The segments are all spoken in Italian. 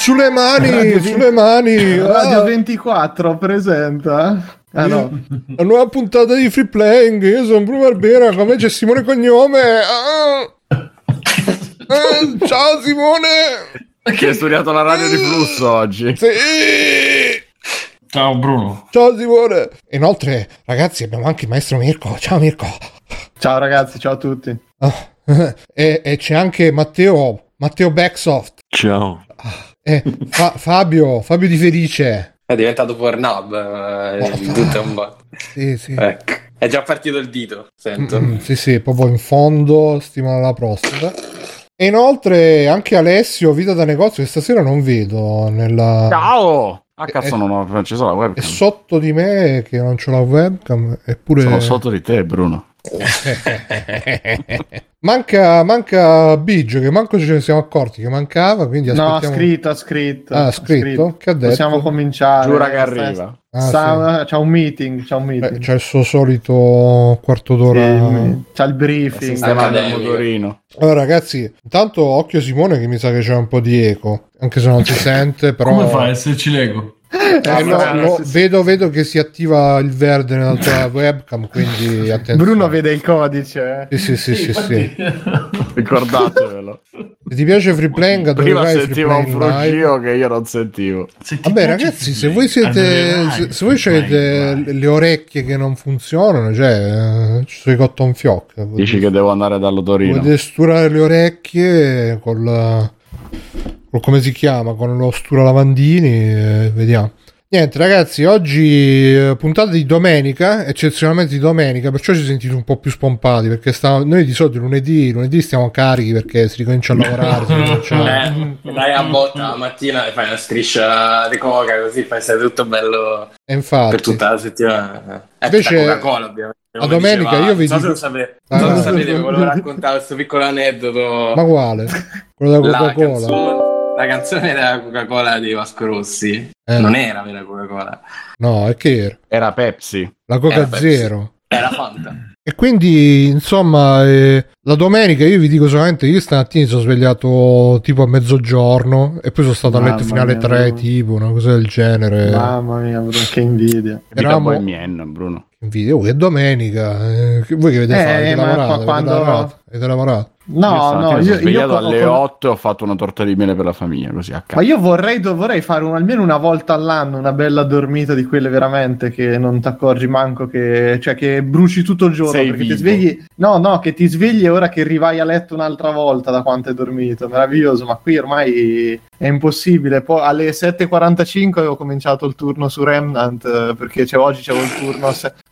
sulle mani. Radio 24 presenta. Ah, no. La nuova puntata di Free Playing. Io sono Bruno Barbera, con me c'è Simone Cognome. Ciao Simone. Che hai studiato la radio di Flusso oggi. Sì. Ciao Bruno. Ciao Simone. Inoltre, ragazzi, abbiamo anche il maestro Mirko. Ciao Mirko. Ciao ragazzi, ciao a tutti. E c'è anche Matteo Backsoft. Ciao. Fabio di Felice. È diventato Pornhub. Tutto un po'. Sì. Ecco. È già partito il dito, sento. Sì, proprio in fondo, stimola la prostata. E inoltre anche Alessio, vita da negozio, che stasera non vedo nella... Ciao! Cazzo, non ci sono la webcam. È sotto di me che non c'ho la webcam, eppure... Sono sotto di te, Bruno. manca Biggio, che manco ce ne siamo accorti che mancava, quindi aspettiamo. No, ha scritto. Ha scritto? Che ha detto? Possiamo cominciare. Giura che arriva. Sì. C'è un meeting. C'è il suo solito quarto d'ora. Sì, c'è il briefing. Sistemando il motorino. Allora ragazzi, intanto occhio Simone che mi sa che c'è un po' di eco, anche se non si sente, però... Come fa a esserci l'ego? Vedo che si attiva il verde nella tua webcam, quindi attenzione. Bruno vede il codice. Sì. Ricordatevelo. Se ti piace Free Playing, prima sentiva un fruscio che io non sentivo. Vabbè ragazzi, se voi siete se voi avete le orecchie che non funzionano, cioè ci sono i cotton fioc. Dici che devo andare dall'otorino? Potete sturare le orecchie col come si chiama, con lo stura lavandini, vediamo. Niente ragazzi, oggi puntata di domenica, eccezionalmente di domenica, perciò ci sentite un po' più spompati, perché noi di solito lunedì stiamo carichi perché si ricomincia a lavorare. Dai a botta la mattina e fai una striscia di coca, così stai tutto bello per tutta la settimana. Invece Coca-Cola ovviamente. A domenica io vi dico... Non sapete, volevo raccontare questo piccolo aneddoto. Ma quale? Quello da Coca-Cola? La canzone della Coca-Cola di Vasco Rossi non era vera Coca-Cola. No, è che era Pepsi. La Coca Zero. Era Fanta. E quindi, insomma, la domenica io vi dico solamente, io stamattina mi sono svegliato tipo a mezzogiorno e poi sono stato a letto fino alle 3, tipo, una cosa del genere. Mamma mia, che invidia. Eravamo in Bruno. Invidia, è domenica. Voi che avete fatto? Avete lavorato? No, io svegliato alle 8 e ho fatto una torta di mele per la famiglia, così a caso. Ma io vorrei fare almeno una volta all'anno una bella dormita di quelle veramente che non ti accorgi manco che bruci tutto il giorno. Sei perché vivo. ti svegli. No, che ti svegli ora che rivai a letto un'altra volta da quanto hai dormito. Meraviglioso, ma qui ormai è impossibile. Poi alle 7:45 avevo cominciato il turno su Remnant, perché oggi c'avevo il turno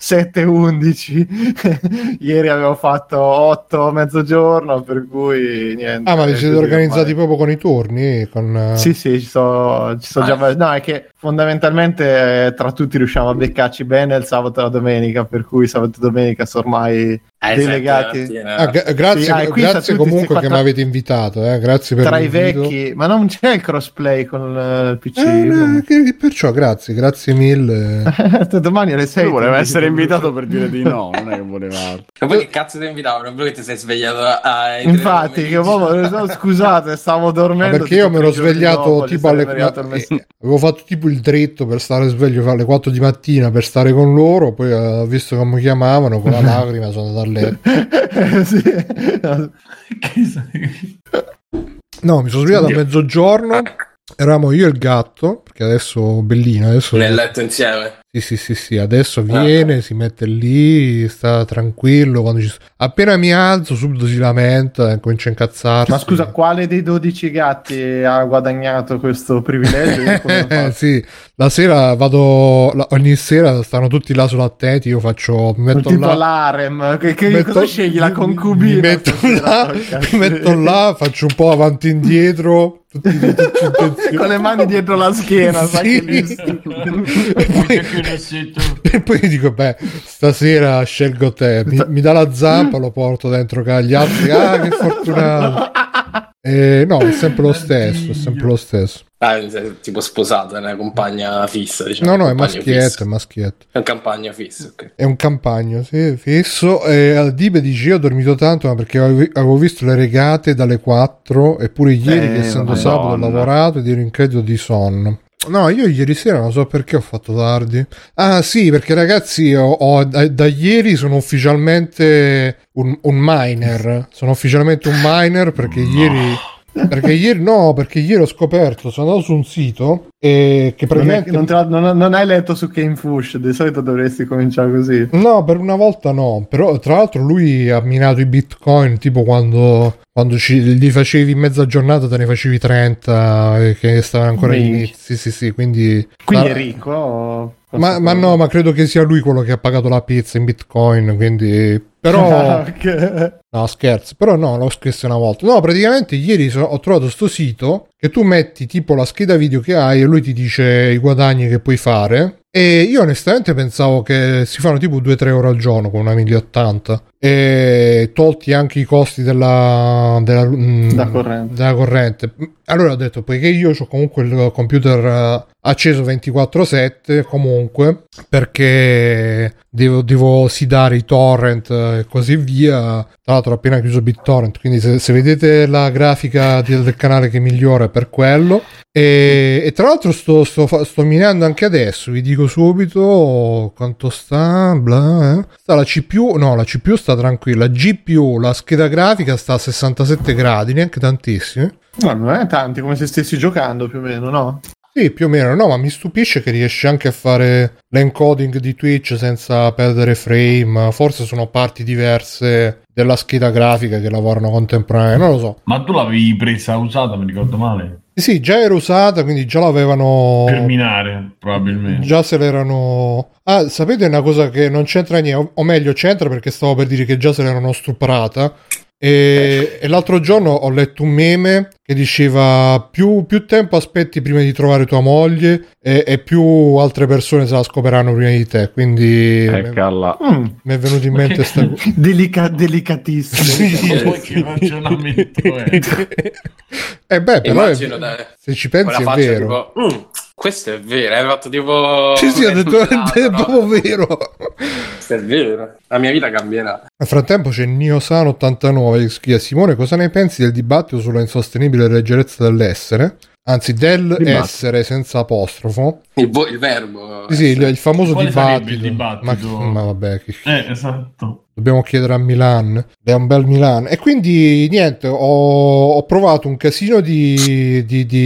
7:11. Ieri avevo fatto 8 mezzogiorno, per cui niente. Ma vi siete organizzati proprio con i turni? Sì, ci sto già. No, è che fondamentalmente tra tutti riusciamo a beccarci bene il sabato e la domenica, per cui sabato e domenica sono ormai delegati. Grazie comunque che mi avete invitato, grazie per tra i l'invito. Vecchi, ma non c'è il crossplay con il PC. Perciò grazie mille. Domani alle 6 voleva essere invitato per dire di no, non è che voleva. Ma poi che cazzo ti invitavo? Non che ti sei svegliato infatti che scusate, stavo dormendo. Perché io mi ero svegliato tipo alle 4. Avevo fatto tipo il dritto per stare sveglio alle 4 di mattina per stare con loro, poi ho visto che mi chiamavano con la lacrima, sono andato a letto. No, mi sono svegliato a mezzogiorno. Eravamo io e il gatto, perché adesso Bellina adesso nel letto insieme. Sì, adesso viene, si mette lì, sta tranquillo. Appena mi alzo, subito si lamenta e comincia a incazzarsi. Ma scusa, quale dei 12 gatti ha guadagnato questo privilegio? Sì, la sera ogni sera stanno tutti là sull'attenti. Io faccio, metto tipo l'harem. Cosa scegli? La concubina? Mi metto là, faccio un po' avanti e indietro. Con le mani dietro la schiena, sai che e poi dico, stasera scelgo te, mi dà la zampa, lo porto dentro con gli altri. Che fortunato. No, è sempre lo stesso, è sempre lo stesso. Tipo sposato, è una compagna fissa, diciamo. No, è maschietto, è maschietto. È un campagno fisso, ok. È un campagno, sì, fisso. Al Dibe dice, io ho dormito tanto, ma perché avevo visto le regate dalle 4, eppure ieri, che essendo sabato, ho lavorato ed ero in credito di sonno. No, io ieri sera non so perché ho fatto tardi. Ah sì, perché ragazzi, da ieri sono ufficialmente un miner. Sono ufficialmente un miner perché ieri... Perché ieri ho scoperto, sono andato su un sito e che praticamente non hai letto su Gamefush, di solito dovresti cominciare così. No, per una volta no, però tra l'altro lui ha minato i bitcoin tipo quando li facevi in mezza giornata te ne facevi 30 che stavano ancora agli inizi, sì, quindi è ricco? Ma no, ma credo che sia lui quello che ha pagato la pizza in bitcoin, quindi però okay. No, scherzo, però no, l'ho scritto una volta. No, praticamente ieri ho trovato sto sito che tu metti tipo la scheda video che hai e lui ti dice i guadagni che puoi fare. E io onestamente pensavo che si fanno tipo 2-3 euro al giorno con una 1080 e tolti anche i costi della corrente. Allora ho detto, poiché io ho comunque il computer acceso 24/7 comunque, perché devo sidare i torrent e così via. Tra l'altro ho appena chiuso BitTorrent, quindi se vedete la grafica del canale che migliora è per quello. E tra l'altro sto minando anche adesso, vi dico subito quanto sta, sta la CPU, no, la CPU sta tranquilla, la GPU, la scheda grafica sta a 67 gradi, neanche tantissimi. No, non è tanti, come se stessi giocando più o meno, no? Sì, più o meno, no, ma mi stupisce che riesce anche a fare l'encoding di Twitch senza perdere frame. Forse sono parti diverse della scheda grafica che lavorano contemporaneamente, non lo so. Ma tu l'avevi presa usata, mi ricordo male? Sì, già era usata, quindi già l'avevano... Per minare, probabilmente. Già se l'erano... Ah, sapete una cosa che non c'entra niente, o meglio c'entra perché stavo per dire che già se l'erano stuprata. E l'altro giorno ho letto un meme che diceva più tempo aspetti prima di trovare tua moglie e più altre persone se la scoperanno prima di te, quindi mi è venuto in mente delicatissimo. Che ragionamento è? Però se ci pensi è vero, tipo, questo è vero, hai fatto tipo... Sì, ho detto è proprio vero. Questo è vero, la mia vita cambierà. Nel frattempo c'è Niosano89 che scrive: Simone, cosa ne pensi del dibattito sulla insostenibile leggerezza dell'essere? Anzi, essere senza apostrofo. Il verbo. Sì, il famoso dibattito. Il dibattito. Ma vabbè, esatto. Dobbiamo chiedere a Milan, è un bel Milan. E quindi niente, ho provato un casino di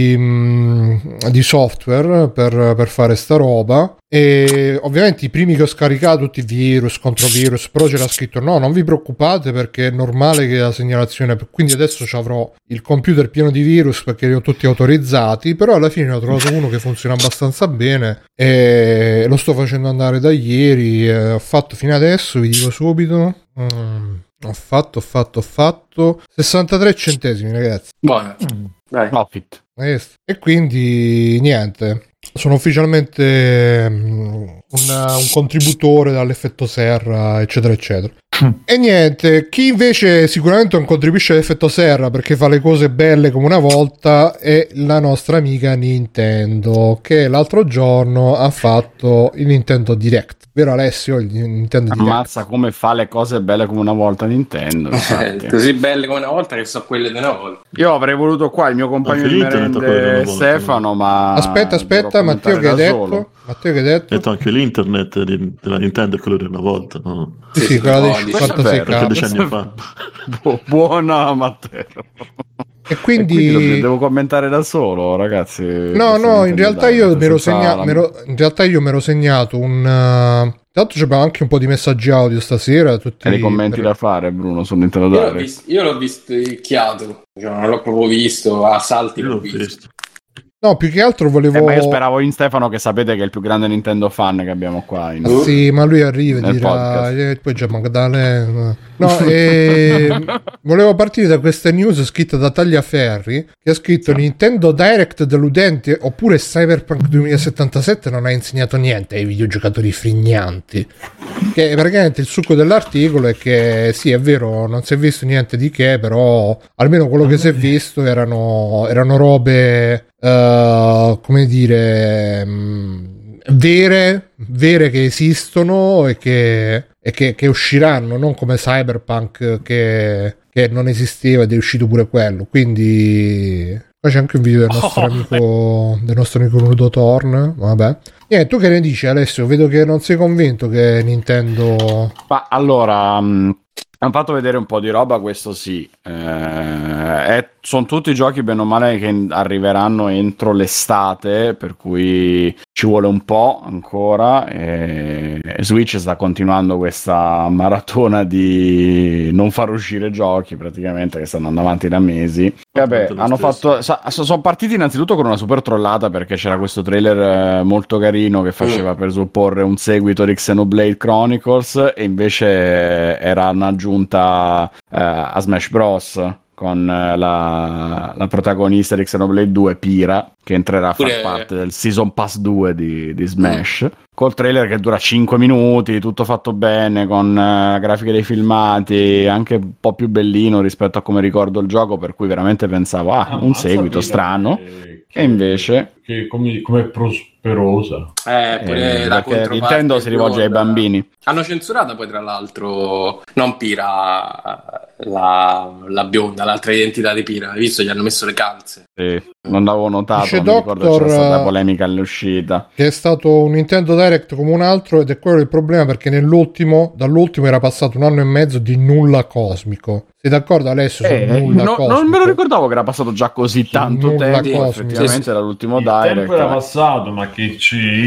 software per fare sta roba. E ovviamente i primi che ho scaricato tutti virus, controvirus, però c'era scritto no, non vi preoccupate perché è normale che la segnalazione, quindi adesso ci avrò il computer pieno di virus perché li ho tutti autorizzati, però alla fine ne ho trovato uno che funziona abbastanza bene e lo sto facendo andare da ieri. Ho fatto fino adesso, vi dico subito, ho fatto 63 centesimi, ragazzi. Buono, dai, profit. E quindi niente, sono ufficialmente un contributore dall'effetto serra, eccetera eccetera. E niente, chi invece sicuramente non contribuisce all'effetto serra perché fa le cose belle come una volta è la nostra amica Nintendo, che l'altro giorno ha fatto il Nintendo Direct. Vero Alessio? Il Nintendo Direct. Ammazza come fa le cose belle come una volta Nintendo. Così belle come una volta che so quelle di una volta. Io avrei voluto qua il mio compagno di merende Stefano, ma... Aspetta, Matteo che hai detto? Matteo che hai detto? Ho detto anche l'internet della Nintendo è quello di una volta, no? Sì, quella dei 56k. Decenni fa. Buona Matteo. E quindi devo commentare da solo, ragazzi. No, in realtà io mi ero segnato un... Tra l'altro c'abbiamo anche un po' di messaggi audio stasera. Tutti dei commenti da fare, Bruno, su Nintendo Direct. Io l'ho visto picchiato, non l'ho proprio visto, a salti l'ho visto. No, più che altro volevo... ma io speravo in Stefano, che sapete che è il più grande Nintendo fan che abbiamo qua. Sì, ma lui arriva e dirà... poi c'è Magdalena. No, volevo partire da questa news scritta da Tagliaferri, che ha scritto: Nintendo Direct deludente, oppure Cyberpunk 2077 non ha insegnato niente ai videogiocatori frignanti. Che praticamente il succo dell'articolo è che sì, è vero, non si è visto niente di che, però almeno quello che si è visto erano robe, come dire, vere che esistono e che usciranno, non come Cyberpunk che non esisteva ed è uscito pure quello. Quindi poi c'è anche un video del nostro amico Nudo Thorn. Vabbè. Tu che ne dici, Alessio? Vedo che non sei convinto che Nintendo... Ma allora, hanno fatto vedere un po' di roba, questo sì. Sono tutti giochi bene o male che arriveranno entro l'estate, per cui ci vuole un po' ancora. E Switch sta continuando questa maratona di non far uscire giochi, praticamente, che stanno andando avanti da mesi. Vabbè, hanno fatto... sono partiti innanzitutto con una super trollata, perché c'era questo trailer molto carino che faceva presupporre un seguito di Xenoblade Chronicles, e invece era un'aggiunta a Smash Bros. Con la protagonista di Xenoblade 2, Pira, che entrerà a far parte del Season Pass 2 di Smash, col trailer che dura 5 minuti, tutto fatto bene, con grafiche dei filmati, anche un po' più bellino rispetto a come ricordo il gioco, per cui veramente pensavo, un seguito strano, e invece... come prosperosa. Pure la perché Nintendo si rivolge ai bambini. Hanno censurato poi, tra l'altro, non Pira, la bionda, l'altra identità di Pira. Hai visto? Gli hanno messo le calze. Sì, non l'avevo notato, non mi ricordo c'era stata polemica all'uscita. Che è stato un Nintendo Direct come un altro, ed è quello il problema, perché dall'ultimo era passato 1 anno e mezzo di nulla cosmico. Sei d'accordo, Alessio? Non me lo ricordavo che era passato già così tanto tempo. Effettivamente era l'ultimo Direct. Il tempo era passato, ma che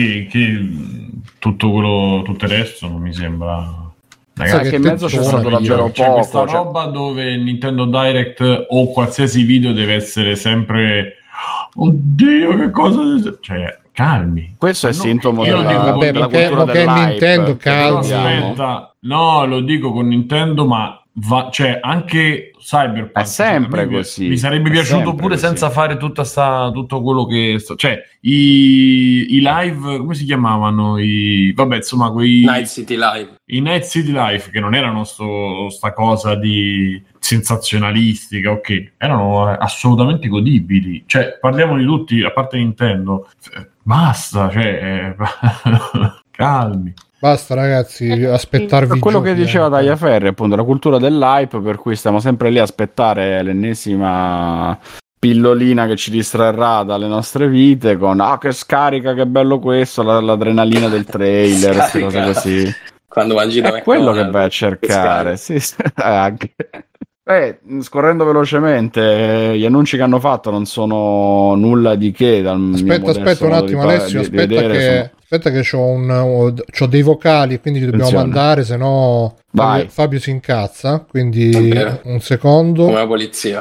tutto il resto non mi sembra. Ragazzi, che in mezzo c'è stato davvero poco. Questa roba dove il Nintendo Direct o qualsiasi video deve essere sempre oddio, che cosa, cioè calmi. Questo è sintomo della cultura dell'hype. Nintendo, calmi. Aspetta, no, lo dico con Nintendo, ma cioè anche Cyberpunk è sempre così. Mi sarebbe piaciuto pure così, senza fare tutto quello che cioè i live, come si chiamavano, vabbè, insomma, quei Night City Live. I Night City Live, che non erano sta cosa di sensazionalistica, ok, erano assolutamente godibili. Cioè, parliamo di tutti, a parte Nintendo, basta, cioè calmi. Basta, ragazzi, aspettarvi. Quello che diceva Tagliaferri, appunto, la cultura dell'hype, per cui stiamo sempre lì a aspettare l'ennesima pillolina che ci distrarrà dalle nostre vite con che scarica, che bello questo, l'adrenalina del trailer, queste cose così. Quando mangi è quello che vai a cercare, sì, anche. Scorrendo velocemente, gli annunci che hanno fatto non sono nulla di che. Aspetta un attimo, Alessio, aspetta che c'ho dei vocali, quindi li dobbiamo mandare, se no Fabio si incazza, quindi un secondo. Come la polizia.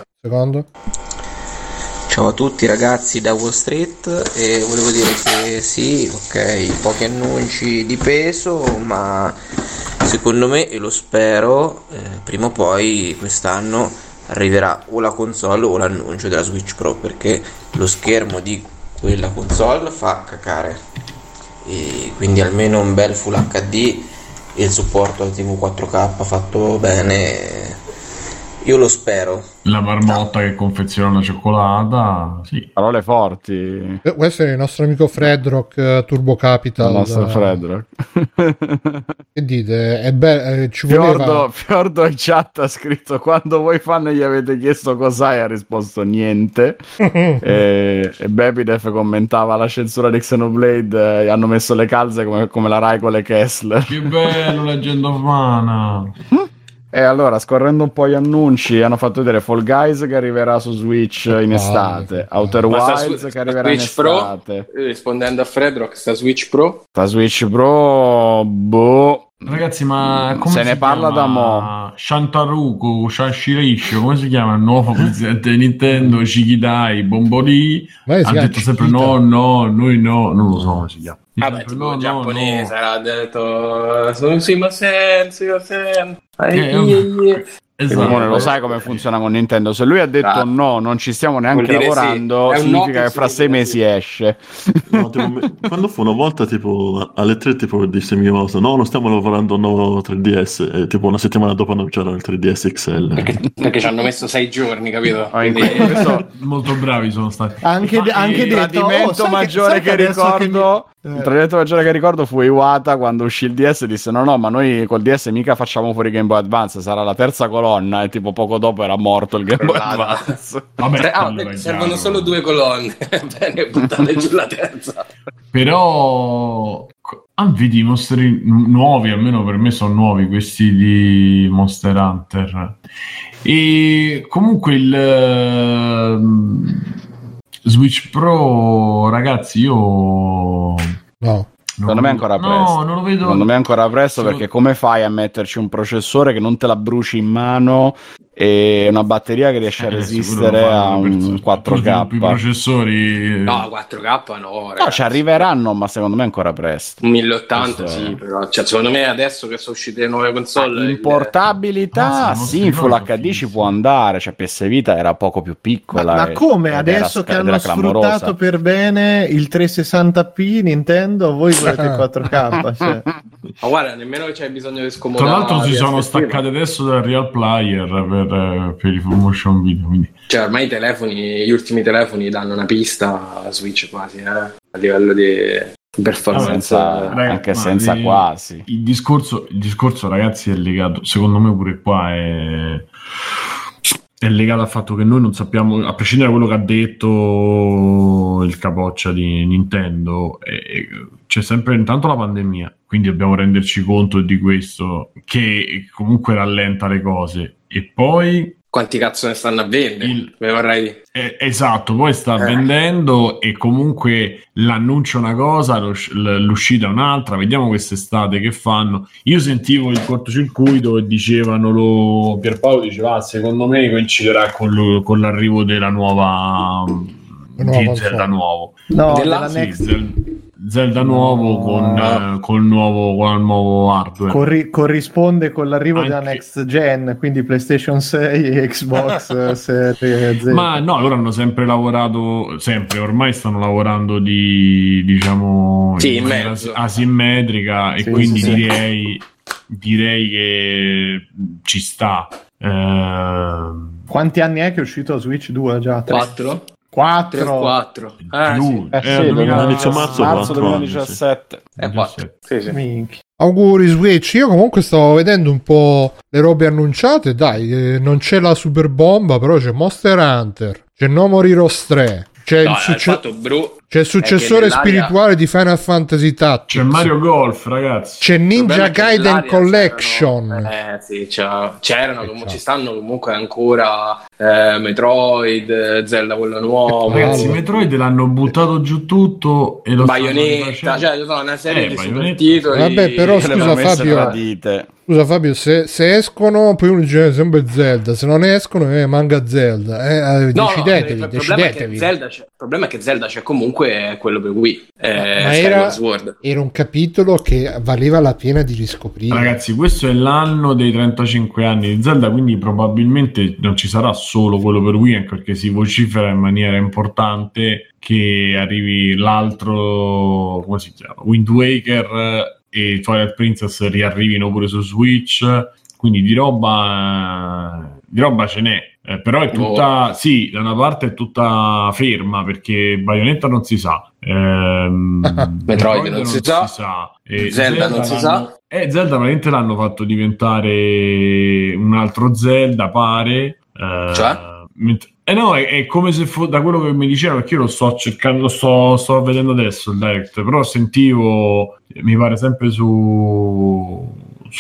Ciao a tutti ragazzi da Wall Street, e volevo dire che sì, ok, pochi annunci di peso, ma secondo me, e lo spero, prima o poi quest'anno arriverà o la console o l'annuncio della Switch Pro, perché lo schermo di quella console fa cacare, e quindi almeno un bel Full HD e il supporto al TV 4K fatto bene, io lo spero. La marmotta che confeziona la cioccolata, sì. Parole forti. Questo è il nostro amico Fredrock, Turbo Capital. Il nostro Fredrock. Che dite? È bello, ci voleva... Fiordo in chat ha scritto: quando voi fan gli avete chiesto cos'hai, ha risposto niente. e Bepidef commentava la censura di Xenoblade, hanno messo le calze come la Rai con le Kessler. Che bello, leggenda umana. E allora, scorrendo un po' gli annunci, hanno fatto vedere Fall Guys che arriverà su Switch in estate, Outer Wilds che arriverà in estate. Pro, rispondendo a Fredrock, sta Switch Pro? Sta Switch Pro, boh. Ragazzi, ma come se ne parla da mo'. Shantaruku, Shashirish, come si chiama il nuovo presidente di Nintendo? Shikidai, Bombolì, ha detto sempre no, noi no, non lo so come si chiama. Vabbè, tipo il giapponese ha detto Simone lo sai come funziona con Nintendo. Se lui ha detto no, non ci stiamo neanche lavorando, significa che fra 6 mesi esce. No, quando fu una volta tipo alle 3 tipo disse Miyamoto no, non stiamo lavorando a un nuovo 3DS e tipo una settimana dopo annunciarono il 3DS XL perché ci hanno messo 6 giorni, capito? Questo molto bravi sono stati. Anche il tradimento maggiore che ricordo il tradimento maggiore che ricordo fu Iwata quando uscì il DS e disse no ma noi col DS mica facciamo fuori Game Boy Advance, sarà la terza colonna, e tipo poco dopo era morto il Game Boy Advance. Vabbè, servono solo 2 colonne. Bene, buttate giù la terza. Però vedi i mostri nuovi, almeno per me sono nuovi questi di Monster Hunter, e comunque il Switch Pro, ragazzi, io secondo me è ancora presto. No, non lo vedo. Secondo me è ancora presto, perché come fai a metterci un processore che non te la bruci in mano e una batteria che riesce a resistere a un 4K? I processori no, 4K no, ragazzi. No, ci arriveranno, ma secondo me è ancora presto. 1080 sì, però secondo me adesso che sono uscite le nuove console in portabilità sì, in Full HD ci può andare, cioè PS Vita era poco più piccola, ma come adesso che hanno sfruttato per bene il 360p Nintendo, voi volete il 4K? Cioè. Ma guarda, nemmeno che c'è bisogno di scomodare. Tra l'altro si sono staccate adesso dal Real Player per i full motion video, quindi. Cioè ormai gli ultimi telefoni danno una pista a Switch quasi, a livello di performance, anche senza quasi. Il discorso ragazzi è legato, secondo me pure qua è legato al fatto che noi non sappiamo, a prescindere da quello che ha detto il capoccia di Nintendo, c'è sempre intanto la pandemia, quindi dobbiamo renderci conto di questo, che comunque rallenta le cose, e poi quanti cazzo ne stanno a vendere? Me vorrei dire. Esatto, poi sta vendendo, e comunque l'annuncio è una cosa, l'uscita è un'altra. Vediamo quest'estate che fanno. Io sentivo il cortocircuito e dicevano, Pierpaolo diceva secondo me coinciderà con l'arrivo della nuova di Zelda nuovo. No, della Next. Zelda nuovo con il nuovo hardware. Corrisponde con l'arrivo della next gen, quindi PlayStation 6 e Xbox Series Z. Ma no, loro hanno sempre lavorato, ormai stanno lavorando diciamo in maniera asimmetrica, e quindi direi che ci sta. Quanti anni è che è uscito Switch 2? Già 4? 4 inizio marzo 2017 sì. Auguri Switch. Io comunque stavo vedendo un po' le robe annunciate, dai, non c'è la super bomba, però c'è Monster Hunter, c'è No More Heroes 3, c'è c'è il successore spirituale di Final Fantasy Tactics, c'è Mario Golf, ragazzi, c'è Ninja Gaiden Collection, ci stanno comunque ancora Metroid, Zelda quello nuovo. Ragazzi, Metroid l'hanno buttato giù tutto, e lo Bayonetta, cioè una serie di super titoli. Vabbè, però scusa Fabio, se escono poi uno dice sempre Zelda, se non escono manca Zelda, decidetevi. Il problema è che Zelda c'è comunque, quello per Wii, ma era un capitolo che valeva la pena di riscoprire. Ragazzi, questo è l'anno dei 35 anni di Zelda, quindi probabilmente non ci sarà solo quello per Wii, anche perché si vocifera in maniera importante che arrivi l'altro, come si chiama, Wind Waker e Twilight Princess riarrivino pure su Switch, quindi di roba ce n'è. Però è tutta da una parte è tutta ferma, perché Bayonetta non si sa, Metroid non si sa. Zelda non si sa. Zelda veramente l'hanno fatto diventare un altro Zelda, pare. No, è come se da quello che mi dicevano, perché io lo sto cercando, sto vedendo adesso il direct, però sentivo, mi pare sempre su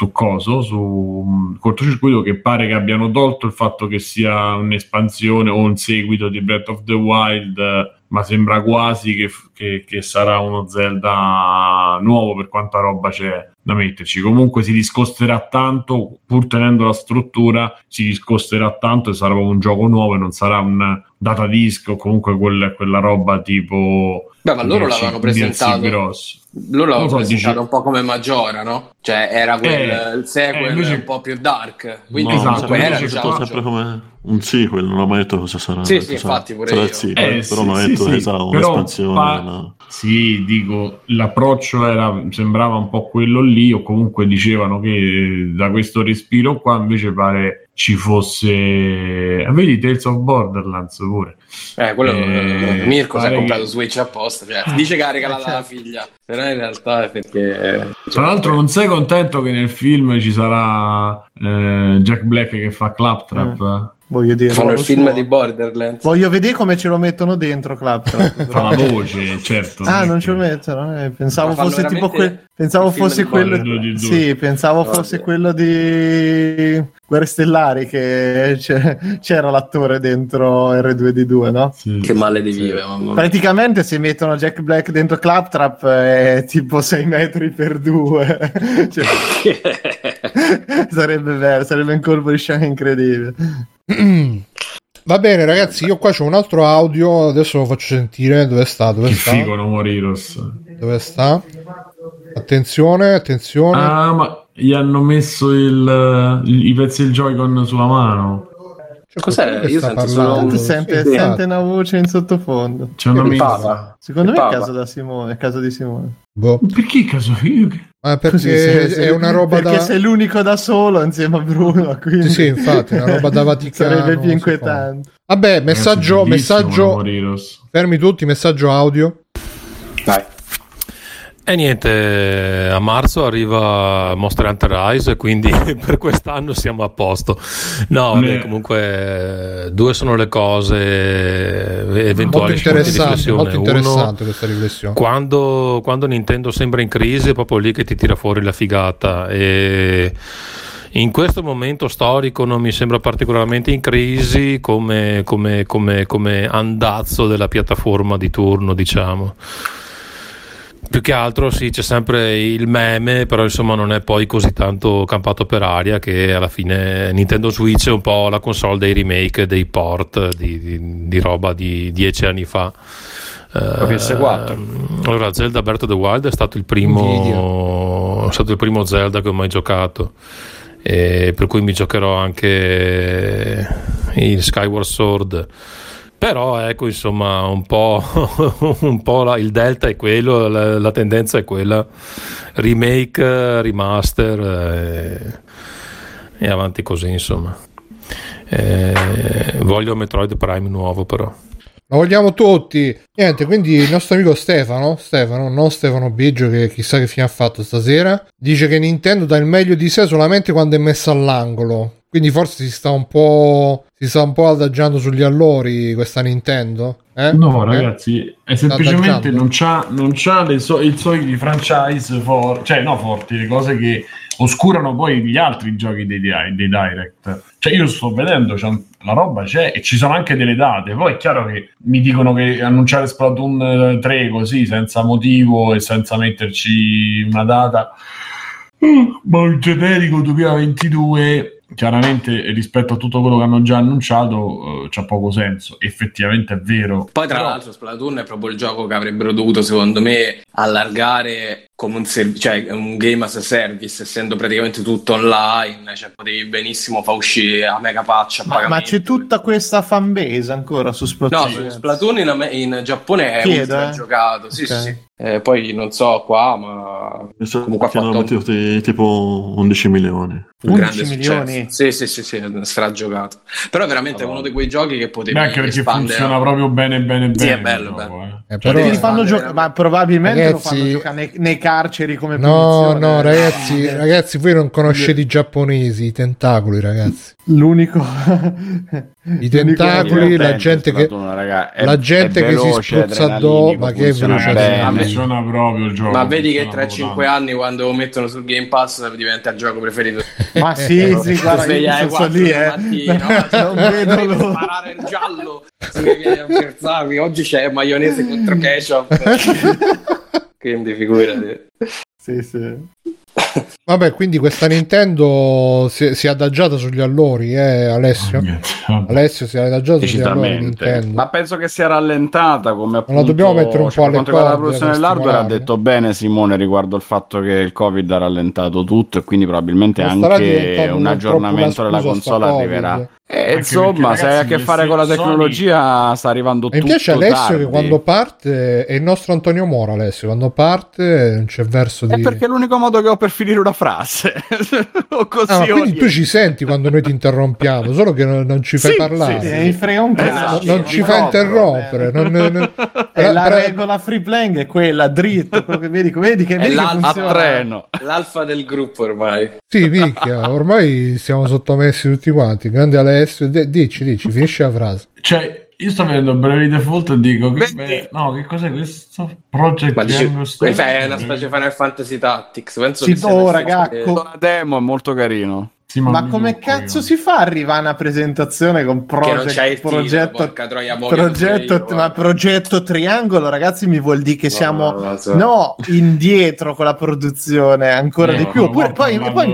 cortocircuito, che pare che abbiano tolto il fatto che sia un'espansione o un seguito di Breath of the Wild, ma sembra quasi che che sarà uno Zelda nuovo, per quanta roba c'è da metterci. Comunque si discosterà tanto, pur tenendo la struttura, si discosterà tanto e sarà un gioco nuovo e non sarà un datadisc o comunque quella roba tipo... Beh, ma loro l'avevano presentato grosso. Loro l'avevano presentato un po' come Majora, no? Cioè era il sequel invece... un po' più dark, quindi esatto, era sempre come un sequel, non ho mai detto cosa sarà. Sì, infatti pure io. Sequel, però non ho detto che sarà un'espansione. No. Sì, dico, l'approccio sembrava un po' quello lì, o comunque dicevano che da questo respiro qua invece pare ci fosse... Vedi Tales of Borderlands pure. Quello Mirko si è comprato Switch apposta, cioè, dice carica la figlia, però in realtà è perché... Tra l'altro non sei contento che nel film ci sarà Jack Black che fa Claptrap? Voglio dire, fanno il film di Borderlands. Voglio vedere come ce lo mettono dentro Claptrap. Fa la voce, certo. Non ce lo mettono. Pensavo fosse tipo pensavo fosse quello sì, pensavo fosse quello di Guerre Stellari, che c'era l'attore dentro R2D2, no? Sì. Che male di vive, mamma. Praticamente se mettono Jack Black dentro Claptrap è tipo 6 metri per 2. Cioè, sarebbe vero, sarebbe un colpo di scena incredibile. Va bene ragazzi, io qua c'ho un altro audio, adesso lo faccio sentire. Dove sta? Figo No More Heroes. Dove sta? Attenzione. Ma gli hanno messo i pezzi del Joy-Con sulla mano. Cos'è? Io sente una voce in sottofondo. C'è una messa. Secondo me è caso di Simone. Boh. Perché caso io? Perché è una roba perché sei l'unico da solo insieme a Bruno, quindi... sì, infatti è una roba da Vaticano. Sarebbe più inquietante. Vabbè, messaggio fermi tutti, messaggio audio. Vai. E niente, a marzo arriva Monster Hunter Rise, quindi per quest'anno siamo a posto. No, vabbè, comunque due sono le cose eventuali spunti di riflessione. Molto interessante questa riflessione. Quando Nintendo sembra in crisi è proprio lì che ti tira fuori la figata, e in questo momento storico non mi sembra particolarmente in crisi come andazzo della piattaforma di turno, diciamo. Più che altro sì, c'è sempre il meme, però insomma non è poi così tanto campato per aria, che alla fine Nintendo Switch è un po' la console dei remake, dei port di roba di 10 anni fa. PS4. Allora, Zelda Breath of the Wild è stato il primo Zelda che ho mai giocato, e per cui mi giocherò anche il Skyward Sword. Però ecco, insomma, un po' il delta è quello, la tendenza è quella, remake, remaster, e avanti così, insomma. Voglio Metroid Prime nuovo, però. Lo vogliamo tutti. Niente, quindi il nostro amico Stefano, non Stefano Biggio, che chissà che fine ha fatto stasera, dice che Nintendo dà il meglio di sé solamente quando è messa all'angolo. Quindi forse si sta un po' adagiando sugli allori questa Nintendo? No, ragazzi, è semplicemente non c'ha i soliti franchise forti, le cose che oscurano poi gli altri giochi dei Direct. Cioè io sto vedendo, la roba c'è e ci sono anche delle date. Poi è chiaro che mi dicono che annunciare Splatoon 3 così senza motivo e senza metterci una data, ma il generico 2022 chiaramente rispetto a tutto quello che hanno già annunciato c'ha poco senso. Effettivamente è vero. Poi tra l'altro Splatoon è proprio il gioco che avrebbero dovuto, secondo me, allargare come un game as a service, essendo praticamente tutto online, cioè potevi benissimo far uscire a mega patch a pagamento. Ma c'è tutta questa fanbase ancora su Splatoon? No, su Splatoon in Giappone è ultra giocato, sì, okay. Sì. Poi non so qua, ma comunque hanno fatto tipo 11 milioni. 11 milioni? Sì, stragiocato. Però veramente è uno di quei giochi che potevi anche perché funziona proprio bene. Sì, è bello. Però li fanno giocare, ma probabilmente ragazzi, lo fanno giocare nei carceri come No, punizione. ragazzi, voi non conoscete i giapponesi, i tentacoli, ragazzi. L'unico I tentacoli, la gente che la gente che si spruzza addosso, ma che veloce. Funziona proprio il gioco. Ma vedi che tra funziona 5 anni, quando lo mettono sul Game Pass, diventa il gioco preferito. Ma sì, guarda, sveglia io sto lì, non vedo l'ora. Sparare il giallo. Oggi c'è maionese contro ketchup. Quindi figurati. Sì. Vabbè, quindi questa Nintendo si è adagiata sugli allori, Alessio? Alessio si è adagiato sugli allori Nintendo. Ma penso che sia rallentata, come appunto, non la dobbiamo mettere un po' alle quanto riguarda la corde produzione per dell'hardware. Ha stimolarlo. detto bene Simone riguardo il fatto che il Covid ha rallentato tutto, e quindi probabilmente Non sarà anche diventato un aggiornamento troppo della una scusa console sta arriverà. Covid. Insomma, perché, se hai a ragazzi, che fare con la tecnologia sta arrivando Mi tutto piace Alessio tardi. che quando parte è il nostro Antonio Moro. Alessio quando parte non c'è verso di... È perché è l'unico modo che ho per finire una frase. O così ma o quindi niente. tu ci senti quando noi ti interrompiamo, solo che non ci fai parlare. Mi frega un cazzo. Non ci fa interrompere. E la regola free playing è quella, dritto, quello che vedi che È l'alfa, funziona. a treno. L'alfa del gruppo ormai. Sì, minchia, ormai siamo sottomessi tutti quanti. Grande Alessio, dici, finisci la frase. Cioè, io sto vedendo Bravely Default e dico che cos'è questo? Project Ma dici, Triangle questa è una specie di Final Fantasy Tactics. Penso Sì, che sia raga, La demo è molto carino. Sì, ma mi come preoccupo cazzo io. si fa a arrivare a una presentazione con che non c'è il progetto titolo, porca troia, mo che so io, ma progetto triangolo, ragazzi, mi vuol dire che siamo lo so. indietro con la produzione ancora di più. Oppure poi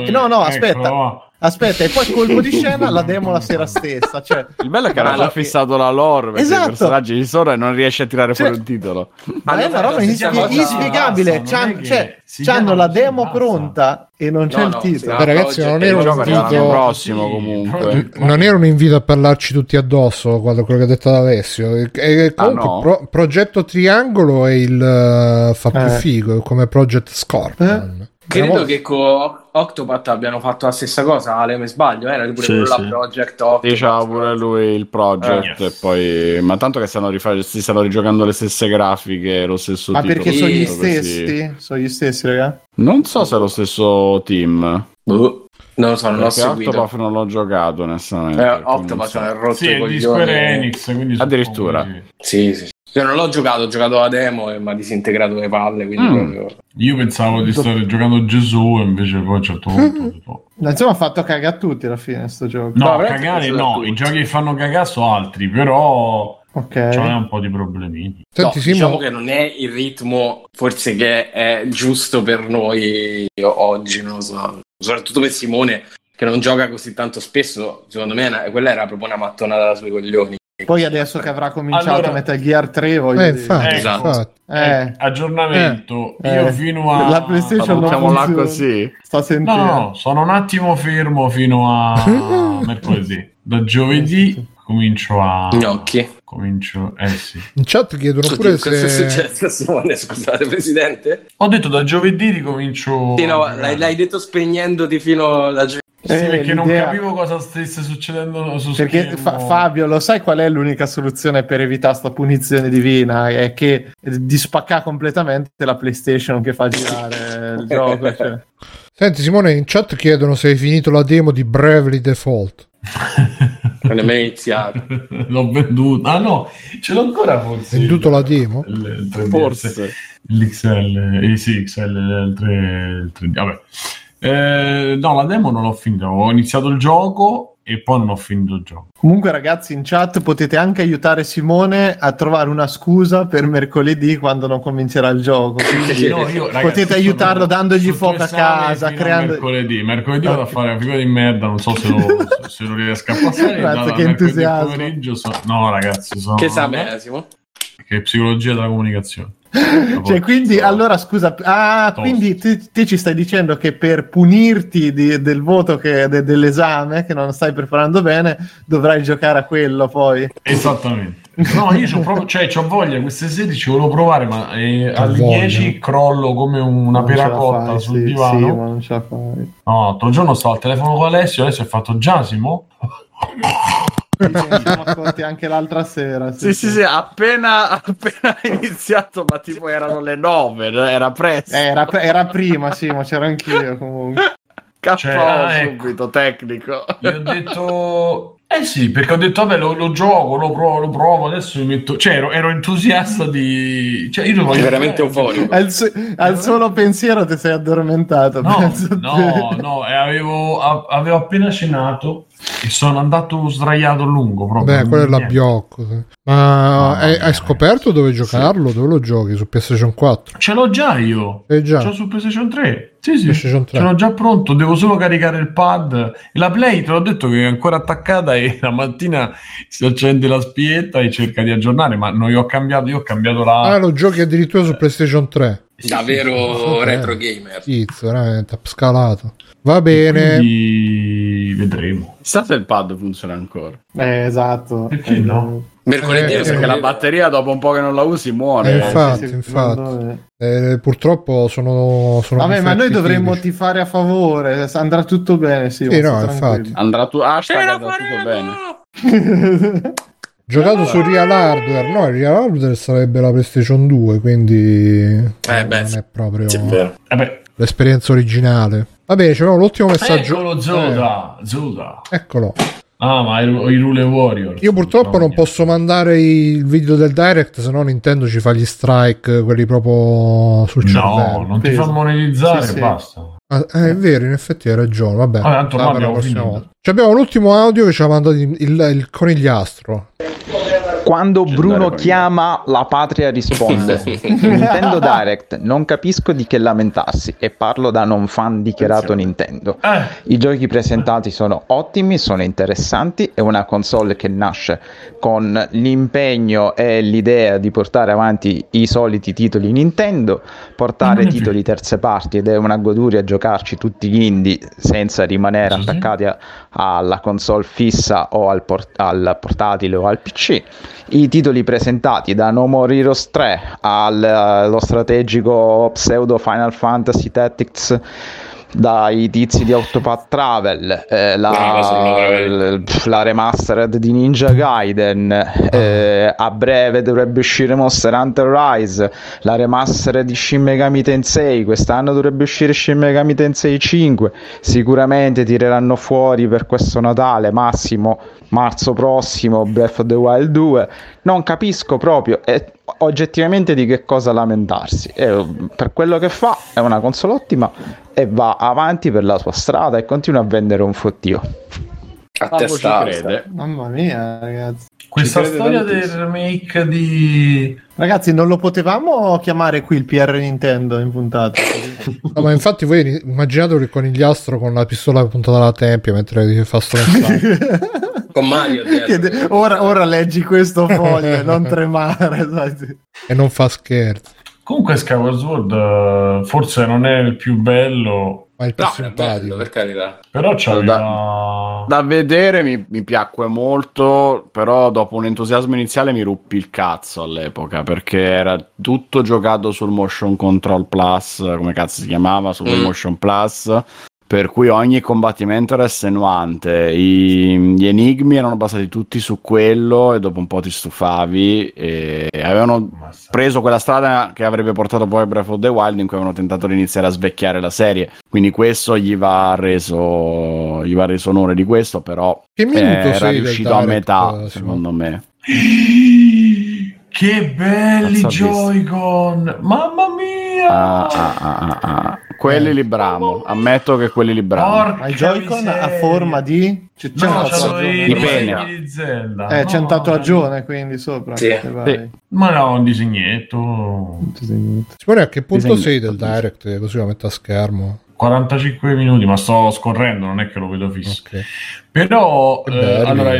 aspetta, e poi colpo di scena la demo la sera stessa, cioè Il bello è che era già fissato la lore, perché Esatto. i personaggi ci sono e non riesce a tirare fuori un titolo. ma è una roba inspiegabile. C'hanno la demo pronta e non c'è il titolo. Ragazzi, non era un invito prossimo comunque. Non era un invito a parlarci tutti addosso, quello che ha detto Alessio. E comunque Progetto Triangolo è il fa più figo, come Project Scorpion. Credo che con Octopath abbiano fatto la stessa cosa, Ale, mi sbaglio, era pure quello là, Project Octopath. Diceva pure lui il project, e poi ma tanto che si stanno rigiocando le stesse grafiche, lo stesso Ma titolo. perché sono gli così. stessi? Sono gli stessi, raga? Non so se è lo stesso team. Non lo so, non l'ho Perché seguito. Octopath non l'ho giocato onestamente. Octopath è rotto Sì, i è di coglioni. Square Enix, quindi Addirittura. Sì. Io non l'ho giocato la demo e mi ha disintegrato le palle, quindi proprio... Io pensavo di stare giocando Gesù, e invece poi a un certo punto Insomma, ha fatto cagare a tutti alla fine sto gioco. no, No, cagare veramente no, i giochi che fanno cagare sono altri, però Ok. c'è un po' di problemini. Senti, Simo, diciamo che non è il ritmo forse che è giusto per noi oggi, non lo so, soprattutto per Simone che non gioca così tanto spesso. Secondo me quella era proprio una mattonata sui coglioni. Poi adesso che avrà cominciato Allora- Metal Gear 3 voglio dire. infatti, Esatto. infatti. Aggiornamento, io fino a la PlayStation non Buttiamo là funziona. così. Sto sentendo. no, sono un attimo fermo fino a mercoledì. Da giovedì comincio a Gnocchi. sì. In chat chiedono pure Cosa è se... successo a Simone, scusate presidente? Ho detto da giovedì ricomincio. Sì, no, a giocare. l'hai detto spegnendoti fino da Sì, perché non l'idea- capivo cosa stesse succedendo su Perché schermo. Fabio, lo sai qual è l'unica soluzione per evitare sta punizione divina? È che di spaccare completamente la PlayStation che fa girare il gioco. Cioè. Senti Simone, in chat chiedono se hai finito la demo di Bravely Default. non è mai iniziato. L'ho venduto. Ah no, ce l'ho ancora forse. Venduto la demo? Il 3DS, Forse. l'XL, sì, XL, il 3D. Vabbè. No, la demo non l'ho finita. Ho iniziato il gioco e poi non ho finito il gioco. Comunque ragazzi, in chat potete anche aiutare Simone a trovare una scusa per mercoledì quando non comincerà il gioco. Quindi No, io, ragazzi, potete aiutarlo dandogli sotto fuoco a esame casa, fino a creando... mercoledì vado a fare una figura di merda, non so se lo riesco a passare. Grazie, Da che mercoledì entusiasmo. pomeriggio no ragazzi, sono Che esame è, Simone? che è psicologia della comunicazione. Cioè, quindi, allora, scusa, quindi te ci stai dicendo che per punirti del voto dell'esame, che non stai preparando bene, dovrai giocare a quello poi. Esattamente. No, io c'ho voglia, queste sedi ci volevo provare, ma alle voglia. 10 crollo come una Non ce la peracotta fai, sul sì, divano. sì, ma non ce la fai. No, l'altro giorno stavo al telefono con Alessio ha fatto Giasimo. Ci siamo accorti anche l'altra sera. Sì, appena iniziato, ma tipo erano le 9, era presto. Era prima, sì, ma c'ero anch'io comunque. Subito, tecnico. Io ho detto... sì, perché ho detto, vabbè, lo gioco, lo provo, adesso mi metto... Cioè, ero entusiasta di... Cioè, io voglio veramente euforico. Al solo pensiero ti sei addormentato. No, avevo appena cenato e sono andato sdraiato a lungo proprio. Beh, quello è l'abbiocco. Ma hai scoperto dove giocarlo? Dove lo giochi? Su PlayStation 4? Ce l'ho già io. Già? Ce l'ho su PlayStation 3. Sì, PlayStation 3. ce l'ho già pronto. Devo solo caricare il pad. E la Play, te l'ho detto che è ancora attaccata e la mattina si accende la spietta e cerca di aggiornare. Ma non io ho cambiato la... lo giochi addirittura su PlayStation 3. Davvero retro gamer. Pizzo, veramente scalato. Va bene. Quindi vedremo. Chissà se il pad funziona ancora. Esatto. Perché no? Mercoledì perché la batteria dopo un po' che non la usi muore. Infatti. Purtroppo sono vabbè, ma noi dovremmo tifare a favore. Andrà tutto bene. Sì, no, infatti. Andrà tutto bene. Giocato su Real Hardware. No, il Real Hardware sarebbe la PlayStation 2, quindi non è proprio l'esperienza originale. Va bene, c'è l'ultimo messaggio. Eccolo, Zoda. Eccolo. Ah, ma i Rule Warriors. Io purtroppo non posso mandare il video del Direct, se no Nintendo ci fa gli strike, quelli proprio sul cervello. No, non ti fa monetizzare, basta. È vero, in effetti hai ragione. Vabbè, tanto la prossima volta. Abbiamo l'ultimo audio che ci ha mandato il conigliastro. Quando Bruno chiama, la patria risponde. Nintendo Direct, non capisco di che lamentarsi e parlo da non fan dichiarato Nintendo. I giochi presentati sono ottimi, sono interessanti, è una console che nasce con l'impegno e l'idea di portare avanti i soliti titoli Nintendo, portare titoli terze parti, ed è una goduria giocarci tutti gli indie senza rimanere attaccati alla console fissa o al portatile o al PC. I titoli presentati da No More Heroes 3 allo strategico pseudo Final Fantasy Tactics dai tizi di Octopath Travel, la remastered di Ninja Gaiden, a breve dovrebbe uscire Monster Hunter Rise, la remastered di Shin Megami Tensei, quest'anno dovrebbe uscire Shin Megami Tensei 5, sicuramente tireranno fuori per questo Natale, massimo marzo prossimo, Breath of the Wild 2, non capisco proprio oggettivamente di che cosa lamentarsi. Per quello che fa è una console ottima e va avanti per la sua strada e continua a vendere un fottio. A testa crede. Mamma mia, ragazzi. Questa storia del remake di... Ragazzi, non lo potevamo chiamare qui il PR Nintendo in puntata? No, ma infatti voi immaginate il conigliastro con la pistola puntata alla tempia mentre fa stronzare. Con Mario ora leggi questo foglio, non tremare, sai. E non fa scherzi. Comunque Skyward Sword forse non è il più bello, ma il più simpatico, per carità. Però c'aveva... da vedere mi piacque molto, però dopo un entusiasmo iniziale mi ruppi il cazzo all'epoca, perché era tutto giocato sul Motion Control Plus, come cazzo si chiamava, sul Motion Plus, per cui ogni combattimento era estenuante, gli enigmi erano basati tutti su quello e dopo un po' ti stufavi, e avevano preso quella strada che avrebbe portato poi a Breath of the Wild, in cui avevano tentato di iniziare a svecchiare la serie, quindi questo gli va reso onore di questo, però che minuto era riuscito a metà, secondo me. Che belli Joy-Con, mamma mia! Quelli li bramo, ammetto che quelli li bramo. Ma i Joy-Con a forma di... C'è di pena. C'è un tatuaggione quindi sopra. Sì. Ma no, un disegnetto. Simone, a che punto sei del Direct? Così lo metto a schermo. 45 minuti, ma sto scorrendo, non è che lo vedo fisso. Okay. Però allora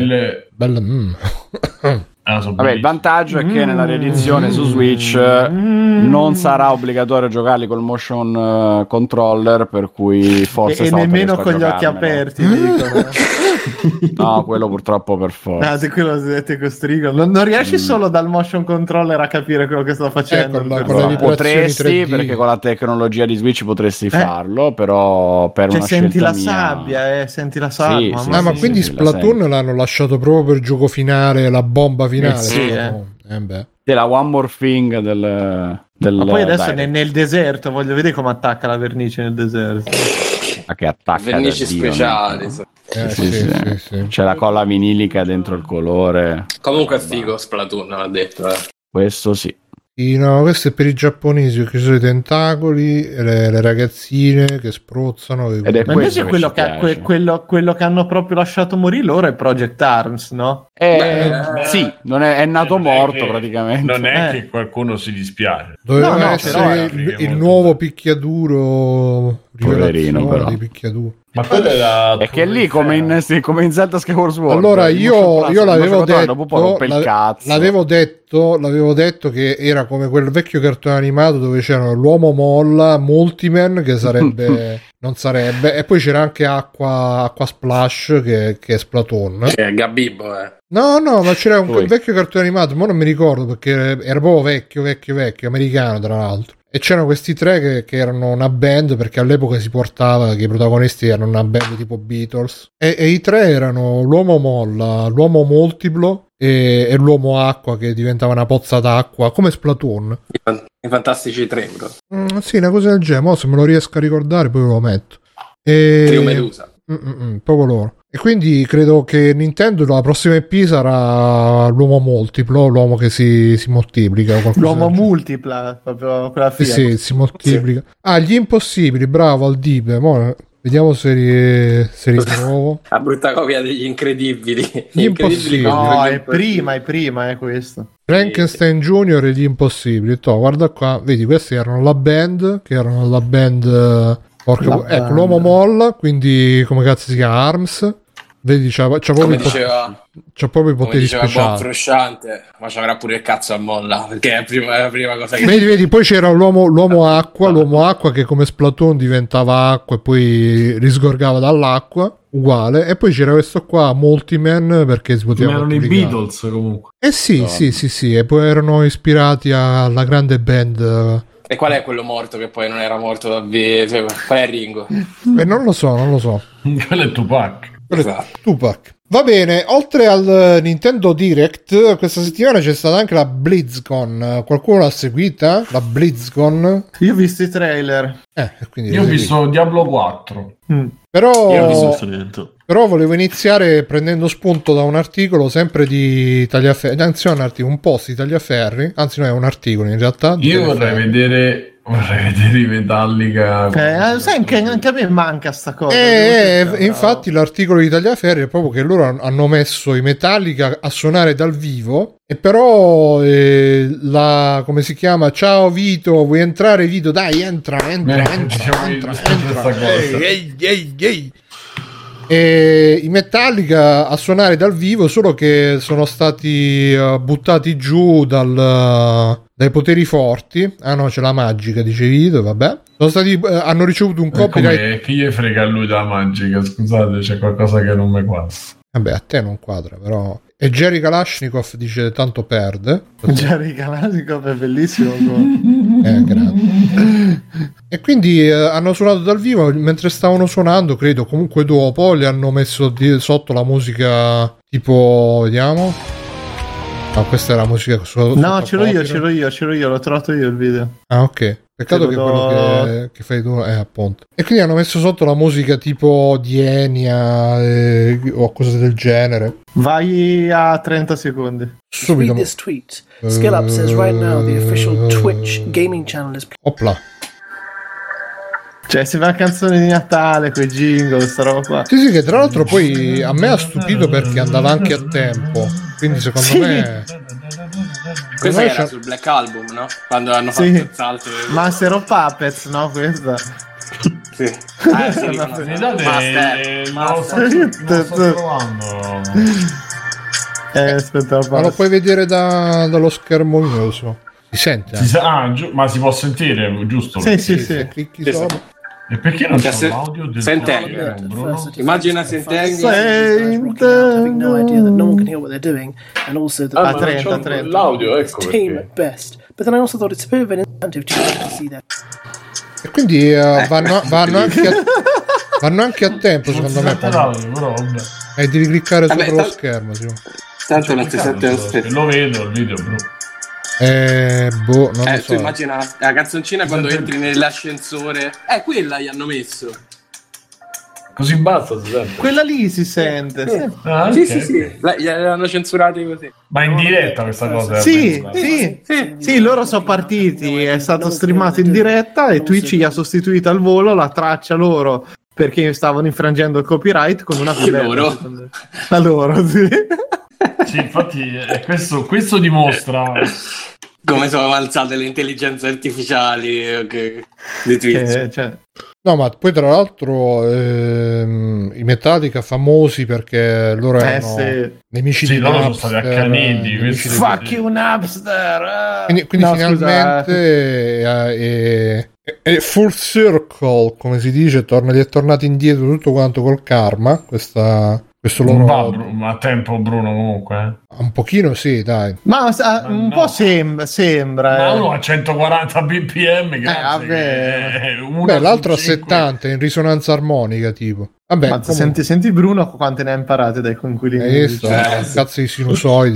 vabbè, il vantaggio è che nella riedizione su Switch non sarà obbligatorio giocarli col motion controller, per cui forse e nemmeno con gli occhi aperti dicono. No, quello purtroppo per forza. Se quello ti costringono. Non riesci solo dal motion controller a capire quello che sto facendo. Con le potresti, 3D. perché con la tecnologia di Switch potresti farlo, però per una senti scelta la mia... sabbia, senti la sabbia. Sì, ma quindi Splatoon l'hanno lasciato proprio per gioco finale, la bomba finale. La One More Thing ma poi adesso nel deserto, voglio vedere come attacca la vernice nel deserto. Che attacca vernici speciali. Sì. C'è la colla vinilica dentro il colore. Comunque è figo Splatoon, l'ha detto. Questo sì. Sì, no, questo è per i giapponesi, perché ci sono i tentacoli, le ragazzine che spruzzano. Ed è ma invece quello che hanno proprio lasciato morire loro è Project Arms, no? Sì, non è nato morto praticamente. Non è che qualcuno si dispiace. Doveva essere il nuovo picchiaduro. Poverino, però. Di picchiaduro. Ma quello era è che lì come in Zelda Skyward Sword. Allora io l'avevo detto che era come quel vecchio cartone animato dove c'erano l'uomo molla, Multiman che sarebbe non sarebbe, e poi c'era anche Acqua Splash che è Splatoon. Gabibbo, No, ma c'era un vecchio cartone animato, ma non mi ricordo perché era proprio vecchio, americano tra l'altro. E c'erano questi tre che erano una band, perché all'epoca si portava che i protagonisti erano una band tipo Beatles. E i tre erano l'uomo molla, l'uomo multiplo e l'uomo acqua che diventava una pozza d'acqua, come Splatoon. I fantastici tre, bro. Sì, una cosa del genere. Se me lo riesco a ricordare poi ve lo metto. Trio Medusa. Proprio loro. E quindi credo che Nintendo la prossima EP sarà l'uomo multiplo, l'uomo che si moltiplica. L'uomo multipla, proprio quella fine. Sì, si moltiplica. Sì. Gli impossibili, bravo Aldipe. Vediamo se ritrovo. La brutta copia degli incredibili. Gli impossibili. No, è prima, è questo. Frankenstein Junior e gli impossibili. Guarda qua, vedi, questi erano la band, ecco, l'uomo molla, quindi come cazzo si chiama? Arms. Vedi, c'ha proprio i poteri speciali. Frusciante, ma c'avrà pure il cazzo a molla, perché è la prima cosa che... Vedi, poi c'era l'uomo acqua che come Splatoon diventava acqua e poi risgorgava dall'acqua, uguale. E poi c'era questo qua, Multiman, perché si poteva... Ma erano i Beatles comunque. Sì, e poi erano ispirati alla grande band... E qual è quello morto che poi non era morto davvero? Qual è Ringo? Non lo so. Quello è Tupac. Esatto. Tupac. Va bene, oltre al Nintendo Direct, questa settimana c'è stata anche la BlizzCon. Qualcuno l'ha seguita? La BlizzCon? Io ho visto i trailer. Quindi io ho visto Diablo 4. Però volevo iniziare prendendo spunto da un articolo sempre di Tagliaferri, anzi un post di Tagliaferri, anzi no, è un articolo in realtà. Io vorrei vedere i Metallica. Sai che anche a me manca sta cosa. Infatti l'articolo di Tagliaferri è proprio che loro hanno messo i Metallica a suonare dal vivo, e però come si chiama? Ciao Vito, vuoi entrare Vito? Dai, entra. E i Metallica a suonare dal vivo, solo che sono stati buttati giù dai poteri forti. Ah no, c'è la magica, dice Vito, vabbè. Hanno ricevuto un copyright. Chi gli frega a lui della magica? Scusate, c'è qualcosa che non mi quadra. Vabbè, a te non quadra, però. E Jerry Kalashnikov dice tanto perde. Jerry Kalashnikov è bellissimo. Grande. E quindi hanno suonato dal vivo, mentre stavano suonando, credo, comunque dopo li hanno messo sotto la musica tipo, vediamo. No, questa è la musica no, ce l'ho io, l'ho trovato io il video. Ah, ok. Peccato che quello che fai tu appunto. E quindi hanno messo sotto la musica tipo di Enya o cose del genere. Vai a 30 secondi. Subito. This tweet. Skill Up says right now the official Twitch gaming channel is... Opla. Cioè, sembra una canzone di Natale, quei jingle, sta roba qua. Sì, che tra l'altro poi a me ha stupito perché andava anche a tempo. Quindi secondo me... Questa era sul Black Album, no? Quando hanno fatto il salto. Master of Puppets, no? Questa. Sì. Aspetta, ma lo puoi vedere dallo schermo mio. Si sente. Ma si può sentire, giusto? Sì. Clicchi sopra. E perché non c'è Cioè, l'audio del Senteng. Bruno? Immagina Senteng. having no idea that no one can hear what they're doing, and also that Ah, 30. L'audio, ecco tame perché. at best. But then I also thought it's a bit of an incentive to see that. E quindi vanno anche a tempo, secondo me. L'audio, però, vabbè. E devi cliccare Vabbè, sopra lo schermo. Sì. Tanto non ti sente lo stesso. Lo vedo il video, bro. Non lo Tu so. immagina la canzoncina quando entri nell'ascensore. Quella gli hanno messo. Così basta, si sente. Quella lì si sente. Sì. Ah, Sì, ok, sì, sì. ok. Gli hanno censurati così. Ma in diretta questa cosa? Sì, loro sono partiti, è stato streamato in diretta e Twitch gli ha sostituito al volo la traccia loro perché stavano infrangendo il copyright con una Loro? La loro, sì. Sì, infatti questo dimostra Come sono avanzate le intelligenze artificiali di Twitch. Cioè, No, ma poi tra l'altro i Metallica famosi perché loro erano nemici sì, di loro sono Napster, stati accaniti. nemici di- fuck you Napster. Quindi No, finalmente è full circle, come si dice, è tornato indietro tutto quanto col karma, questo Non va, loro... ma a tempo Bruno comunque. Un pochino sì, dai. Ma un po' sembra. Ma uno a 140 bpm che vabbè. Beh, l'altro a 70 in risonanza armonica tipo. Vabbè, Ma senti Bruno quante ne ha imparate dai coinquilini. Hai visto? Cazzo di sinusoide.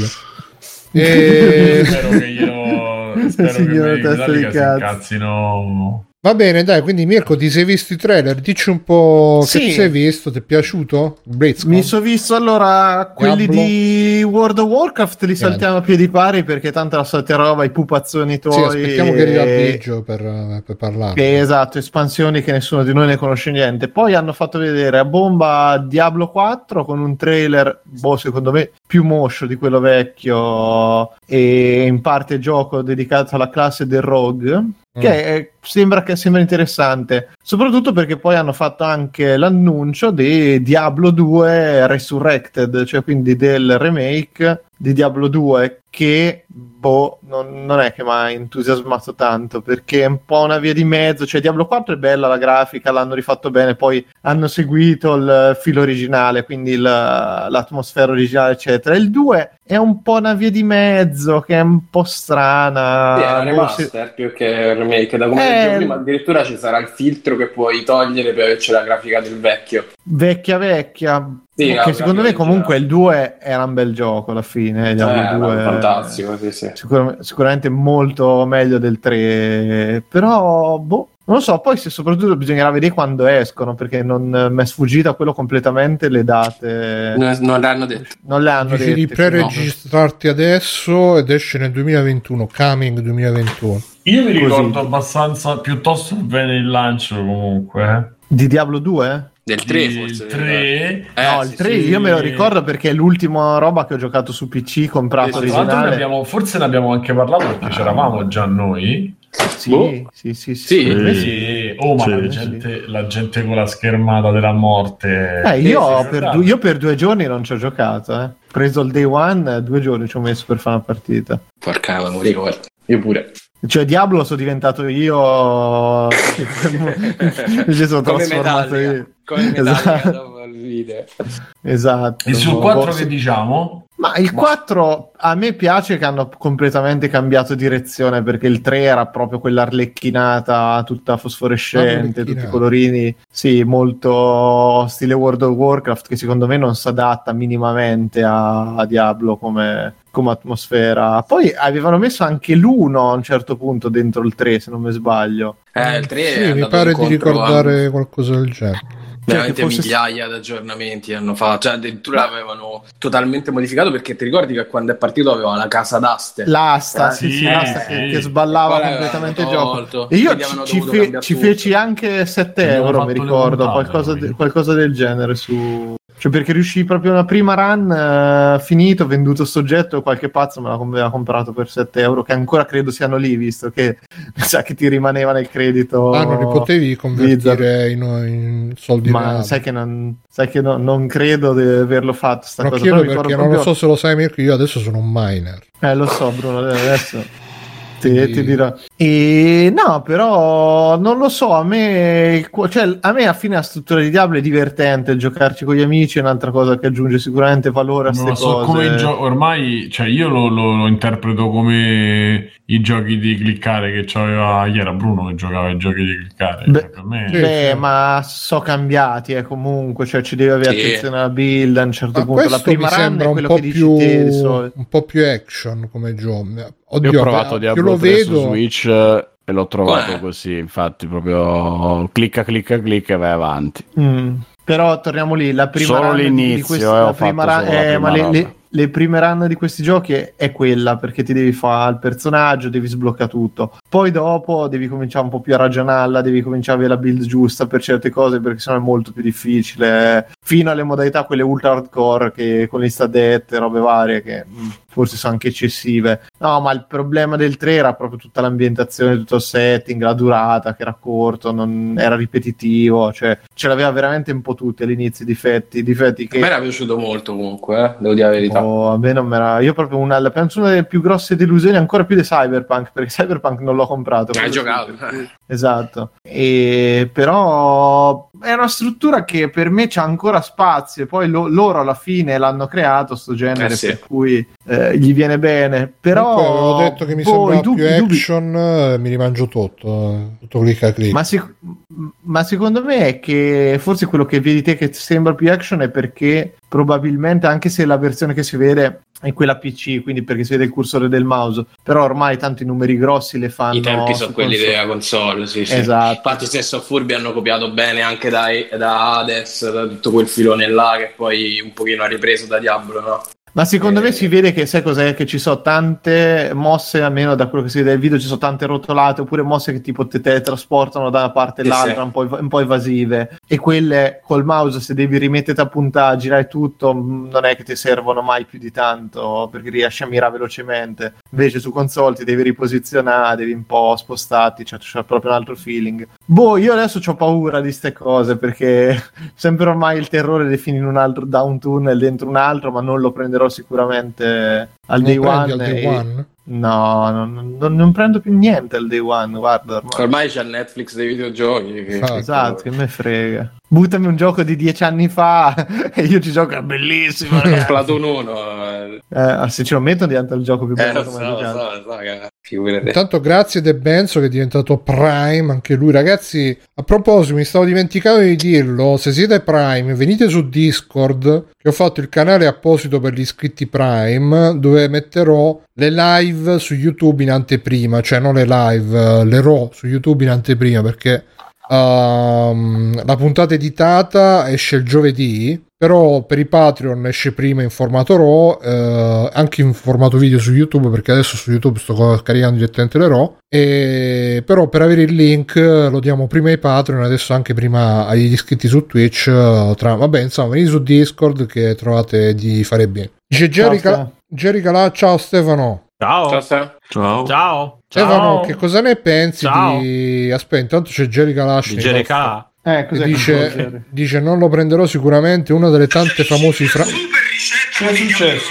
Spero che glielo spero Signora che testa di si cazzo. incazzino. Va bene, dai, quindi Mirko, ti sei visto i trailer? Dici un po' Sì. che ti sei visto, ti è piaciuto? BlizzCon? Mi sono visto allora quelli Diablo. di World of Warcraft, li saltiamo a piedi pari perché tanto la solita roba, i pupazzoni tuoi. Sì, aspettiamo che arrivi a Biggio per parlare. Esatto, espansioni che nessuno di noi ne conosce niente. Poi hanno fatto vedere a bomba Diablo 4 con un trailer, secondo me più moscio di quello vecchio e in parte gioco dedicato alla classe del Rogue. Che sembra interessante, soprattutto perché poi hanno fatto anche l'annuncio di Diablo 2 Resurrected, cioè quindi del remake di Diablo 2 che non è che mi ha entusiasmato tanto perché è un po' una via di mezzo, cioè Diablo 4 è bella la grafica, l'hanno rifatto bene, poi hanno seguito il filo originale, quindi l'atmosfera originale eccetera. Il 2 è un po' una via di mezzo che è un po' strana. Sì, è una remaster più che un remake, da come leggevo prima addirittura ci sarà il filtro che puoi togliere per averci la grafica del vecchio. Vecchia. Sì, che secondo me comunque il 2 era un bel gioco alla fine. Diablo 2 fantastico, sì. Sicuramente molto meglio del 3, però non lo so, poi se soprattutto bisognerà vedere quando escono, perché non mi è sfuggita quello completamente le date. Non le hanno detto. Non le hanno Dici dette. di pre-registrarti adesso ed esce nel 2021, coming 2021. Io mi ricordo abbastanza piuttosto bene il lancio comunque. Di Diablo 2? Del 3 Il forse. 3. No, il 3 io me lo ricordo perché è l'ultima roba che ho giocato su PC comprato Tra l'altro originale. forse ne abbiamo anche parlato perché c'eravamo già noi. Sì. Oh, ma Sì. la gente con la schermata della morte. Io per 2 giorni non ci ho giocato. Ho preso il day one, 2 giorni ci ho messo per fare una partita. Porca, non mi ricordo. Io pure. Cioè Diablo sono diventato io. Mi sono trasformato io. Come Metallica dopo il video. Esatto. E sul 4 che diciamo? Ma il 4 a me piace che hanno completamente cambiato direzione, perché il 3 era proprio quell'arlecchinata tutta fosforescente, tutti i colorini, sì, molto stile World of Warcraft, che secondo me non si adatta minimamente a Diablo come atmosfera. Poi avevano messo anche l'1 a un certo punto dentro il 3, se non mi sbaglio. Il 3 Sì, mi pare di ricordare qualcosa del genere. Veramente migliaia di aggiornamenti hanno fatto, cioè addirittura l'avevano totalmente modificato, perché ti ricordi che quando è partito aveva la casa d'aste, l'asta, l'asta che sballava completamente il gioco, e io ci feci anche 7 euro, mi ricordo, qualcosa del genere cioè perché riuscì proprio una prima run, finito, venduto sto oggetto, qualche pazzo me l'aveva comprato per 7 euro, che ancora credo siano lì, visto che sa che ti rimaneva nel credito. Non li potevi convertire in soldi ma reali. sai che non credo di averlo fatto sta cosa. Chiedo perché non lo so se lo sai Mirko, io adesso sono un miner. Lo so Bruno, adesso Ti dirò. E no, però non lo so, a me alla fine la struttura di Diablo è divertente, giocarci con gli amici è un'altra cosa che aggiunge sicuramente valore a queste cose. Come ormai, cioè io lo interpreto come i giochi di cliccare che c'aveva ieri, era Bruno che giocava ai giochi di cliccare. Per me... ma so cambiati comunque, cioè ci deve avere attenzione alla build a un certo punto. La prima run è quello che dici te di solito. Un po' più action come gioco. Oddio, io ho provato Diablo 3 su Switch e l'ho trovato così, infatti proprio clicca e vai avanti. Però torniamo lì, la prima solo run l'inizio, le prime run di questi giochi è quella, perché ti devi fare il personaggio, devi sbloccare tutto. Poi dopo devi cominciare un po' più a ragionarla, devi cominciare a avere la build giusta per certe cose, perché sennò è molto più difficile. Fino alle modalità quelle ultra hardcore, che con le stat e robe varie, che forse sono anche eccessive. No, ma il problema del 3 era proprio tutta l'ambientazione, tutto il setting, la durata, che era corto, non era ripetitivo, cioè ce l'aveva veramente un po' tutti all'inizio i difetti che... A me era piaciuto molto comunque, devo dire la verità. A me non era... Io proprio penso una delle più grosse delusioni, ancora più di Cyberpunk, perché Cyberpunk non l'ho comprato. Hai giocato. Esatto. Però è una struttura che per me c'ha ancora spazio, e poi loro alla fine l'hanno creato sto genere, per cui gli viene bene. Però avevo detto che mi sembrava più action, mi rimangio tutto clicca. Ma secondo me è che forse quello che vedi te che sembra più action è perché probabilmente, anche se la versione che si vede è quella PC, quindi perché si vede il cursore del mouse, però ormai tanto i numeri grossi le fanno. I tempi sono quelli della console, sì. Esatto. Infatti stesso Furby hanno copiato bene anche da Hades, da tutto quel filone là che poi un pochino ha ripreso da Diablo, no? Ma secondo me si vede che, sai cos'è? Che ci sono tante mosse, almeno da quello che si vede nel video, ci sono tante rotolate, oppure mosse che tipo te teletrasportano da una parte all'altra, un po' evasive. E quelle col mouse, se devi rimetterti a puntare, girare tutto, non è che ti servono mai più di tanto, perché riesci a mirare velocemente. Invece su console ti devi riposizionare, devi un po' spostarti, cioè c'è proprio un altro feeling. Io adesso ho paura di ste cose, perché sempre ormai il terrore di finire da un tunnel dentro un altro, ma non lo prenderò sicuramente al day one. No, non prendo più niente al day one, guarda. Ormai c'è il Netflix dei videogiochi. Esatto, che me frega. Buttami un gioco di 10 anni fa e io ci gioco, è bellissimo. Splatoon 1. Se ce lo mettono diventa il gioco più bello che mai giocato. Intanto grazie De Benzo che è diventato Prime anche lui. Ragazzi, a proposito, mi stavo dimenticando di dirlo, se siete Prime venite su Discord, che ho fatto il canale apposito per gli iscritti Prime, dove metterò le live su YouTube in anteprima, cioè non le live, le RAW su YouTube in anteprima, perché la puntata editata esce il giovedì, però per i Patreon esce prima in formato RAW, anche in formato video su YouTube, perché adesso su YouTube sto caricando direttamente le RAW, e però per avere il link lo diamo prima ai Patreon, adesso anche prima agli iscritti su Twitch, vabbè, insomma, venite su Discord che trovate di fare bene. Dice Jerry Calà, ciao Stefano. Ciao. Stefano, che cosa ne pensi di... Aspetta, intanto c'è Jerry Kalash. Jerry Calà? Dice non lo prenderò sicuramente, una delle tante famose frasi. Che è successo?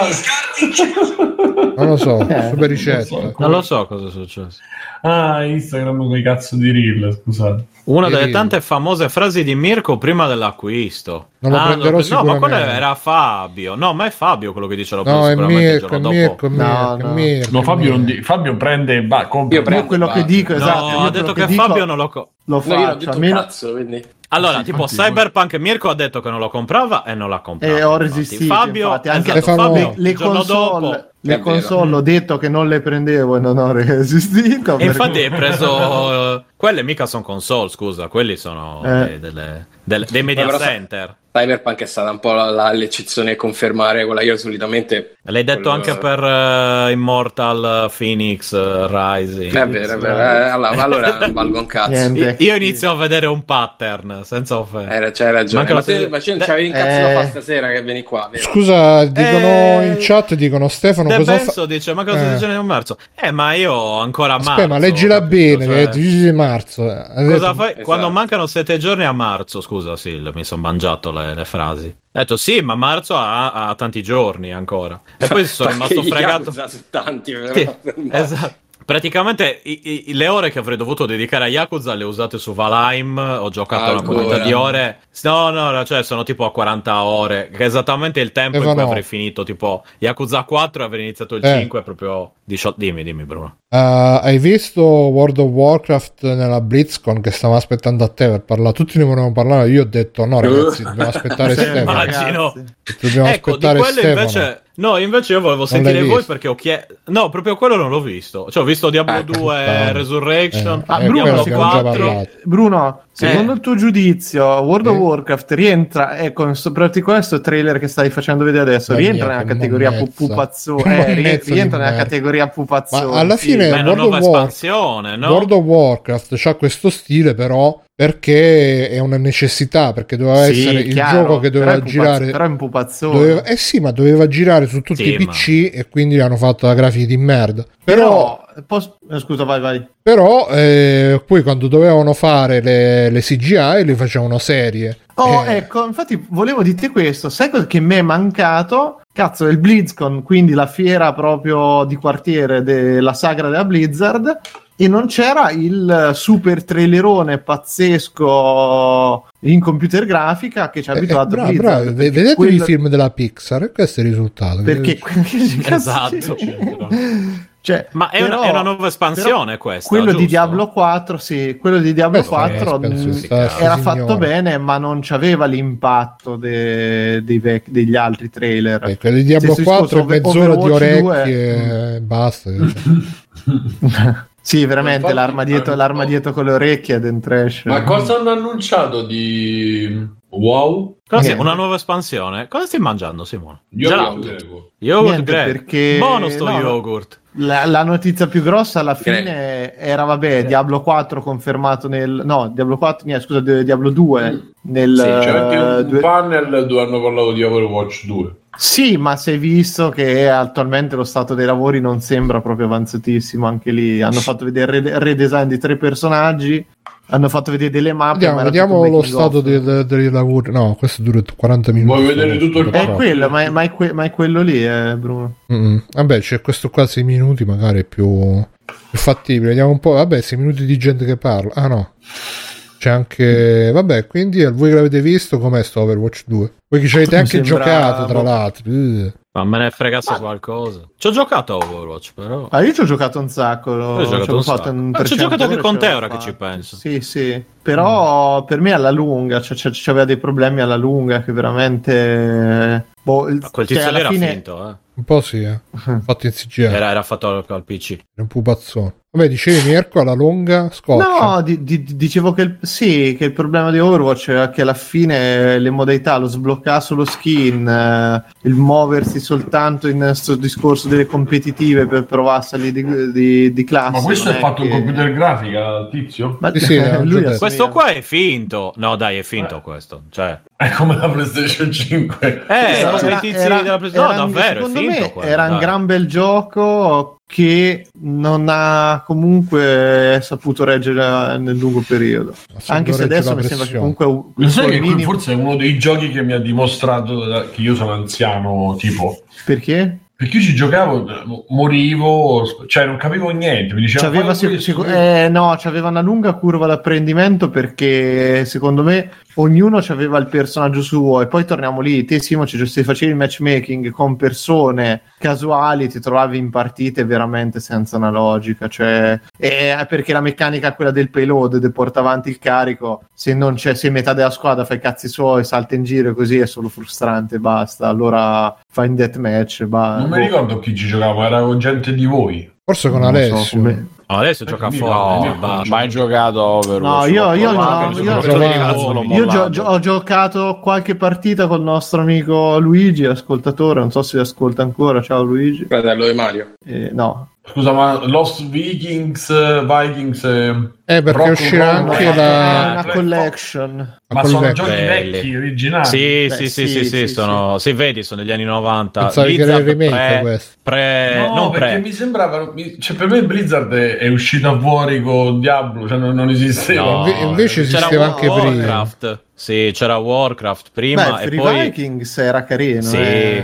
Non lo so, super ricetta. Non lo so cosa è successo. Instagram con i cazzo di reel, scusate. Una delle tante famose frasi di Mirko prima dell'acquisto. Non lo prenderò sicuramente. No, ma quello era Fabio. No, ma è Fabio quello che dice lo prendo sicuramente. No, Fabio prende compra. Io quello che dico, esatto. No, ha detto che Fabio non lo faccio. Io ho detto cazzo, quindi... Allora, tipo Cyberpunk, Mirko ha detto che non lo comprava e non l'ha comprato. E ho resistito. Fabio, anche Fabio, le console ho detto che non le prendevo e non ho resistito. E infatti hai preso... Quelle mica sono console, scusa, quelli sono dei media center. Cyberpunk è stata un po' l'eccezione a confermare quella che io solitamente... L'hai detto anche per Immortal Phoenix Rising. È vero. Allora valgo un cazzo. Io inizio a vedere un pattern, senza offesa. C'hai ragione. Ma c'avevi un cazzo da fare stasera che vieni qua, vero? Scusa, dicono in chat, Stefano cosa penso, dice, ma cosa dice nel marzo? Ma io ho ancora marzo. Aspetta, ma leggila bene, dici marzo. Cosa fai? Esatto. Quando mancano 7 giorni a marzo, scusa, sì, mi sono mangiato le frasi. Ho detto sì, ma marzo ha tanti giorni ancora. E poi sono rimasto fregato. Tanti, sì, esatto. praticamente le ore che avrei dovuto dedicare a Yakuza le ho usate su Valheim, ho giocato una quantità di ore. No, cioè sono tipo a 40 ore, che è esattamente il tempo in cui avrei finito tipo Yakuza 4 e avrei iniziato il 5 proprio 18. Dimmi Bruno. Hai visto World of Warcraft nella BlizzCon che stavo aspettando a te per parlare? Tutti ne volevano parlare, io ho detto no ragazzi, dobbiamo aspettare Stefano. Immagino. Dobbiamo aspettare di quello Stefano. Invece io volevo sentire voi perché ho chiesto. No, proprio quello non l'ho visto. Cioè, ho visto Diablo 2 Resurrection, Bruno, Diablo 4. Bruno, secondo il tuo giudizio, World of Warcraft rientra, con particolare questo trailer che stai facendo vedere adesso, rientra nella categoria pupazzone. Rientra nella categoria pupazzone. Ma alla fine World of Warcraft c'ha questo stile, però. Perché è una necessità, perché doveva essere il gioco che doveva girare. Però è un pupazzone. Sì, ma doveva girare su tutti i PC e quindi hanno fatto la grafica di merda. Però scusa, vai. Però poi quando dovevano fare le CGI le facevano serie. Ecco, infatti volevo dirti questo. Sai cosa che mi è mancato? Cazzo, il BlizzCon, quindi la fiera proprio di quartiere della sagra della Blizzard. E non c'era il super trailerone pazzesco in computer grafica che ci ha abituato a Blizzard. Vedete i film della Pixar e questo è il risultato. Perché esatto. Cioè, ma è una nuova espansione questa. Quello giusto? di Diablo 4, sì, quello di Diablo 4 era fatto bene, ma non c'aveva l'impatto degli altri trailer. Quello di Diablo 4 mezz'ora di orecchie basta. Sì, veramente l'arma dietro con le orecchie è Den Trash. Ma cosa hanno annunciato di WoW? Una nuova espansione. Cosa stai mangiando, Simone? Yogurt perché buono sto yogurt. La notizia più grossa alla fine era Diablo 4 confermato Diablo 2 nel c'è un panel dove hanno parlato di Overwatch 2. Sì, ma si è visto che attualmente lo stato dei lavori non sembra proprio avanzatissimo. Anche lì hanno fatto vedere il redesign di 3 personaggi, hanno fatto vedere delle mappe. Vediamo lo stato dei lavori. No, questo dura 40 minuti. Vuoi vedere tutto il è quello, ma è quello lì, Bruno. Vabbè, c'è questo qua 6 minuti, magari è più fattibile. Vediamo un po'. Vabbè, 6 minuti di gente che parla. Ah no. C'è anche, vabbè, quindi voi che l'avete visto, com'è sto Overwatch 2? Voi che ci avete anche giocato, tra l'altro. Ma me ne fregasse qualcosa. Ci ho giocato a Overwatch, però. Io ci ho giocato un sacco. Ci ho giocato anche con te, ora che ci penso. Sì. Però per me alla lunga, c'aveva dei problemi alla lunga che veramente... quel tizio lì era finto, Un po' sì, fatto in CGI. Era fatto al PC. Era un pupazzone. Vabbè, dicevi Mirko, alla lunga scoccia. No, dicevo che il problema di Overwatch è che alla fine le modalità, lo sbloccare solo skin, il muoversi soltanto in questo discorso delle competitive per provare a salire di classe. Ma questo è fatto in computer grafica, tizio? Ma sì, questo qua è finto. No, dai, è finto questo. Cioè, è come la PlayStation 5. Sono i tizi della PlayStation. No, davvero, è finto quello. Era un gran bel gioco che non ha comunque saputo reggere nel lungo periodo, anche se adesso mi sembra che comunque forse è uno dei giochi che mi ha dimostrato che io sono anziano, tipo. Perché io ci giocavo, morivo, cioè non capivo niente, mi diceva c'aveva una lunga curva d'apprendimento, perché secondo me ognuno aveva il personaggio suo, e poi torniamo lì, te Simo, se facevi il matchmaking con persone casuali ti trovavi in partite veramente senza una logica, cioè perché la meccanica è quella del payload, di porta avanti il carico, se metà della squadra fa i cazzi suoi, salta in giro, così è solo frustrante, basta, allora fai in deathmatch, non mi ricordo chi ci giocava, era con gente di voi, forse con Alessio. Adesso gioca fuori. Mai giocato Overwatch? No, io ho giocato qualche partita col nostro amico Luigi, ascoltatore, non so se ascolta ancora. Ciao Luigi. Fratello di Mario. No. Scusa, ma Lost Vikings perché uscirà anche una collection. Ma sono giochi vecchi, originali. Sì, sono, se vedi, sono degli anni 90. Pensavi che era il remake questo? Perché mi sembrava, cioè per me Blizzard è uscita fuori con Diablo, cioè non esisteva. No, invece esisteva anche Warcraft. Prima. Sì, c'era Warcraft prima. E poi Vikings era carino. Sì.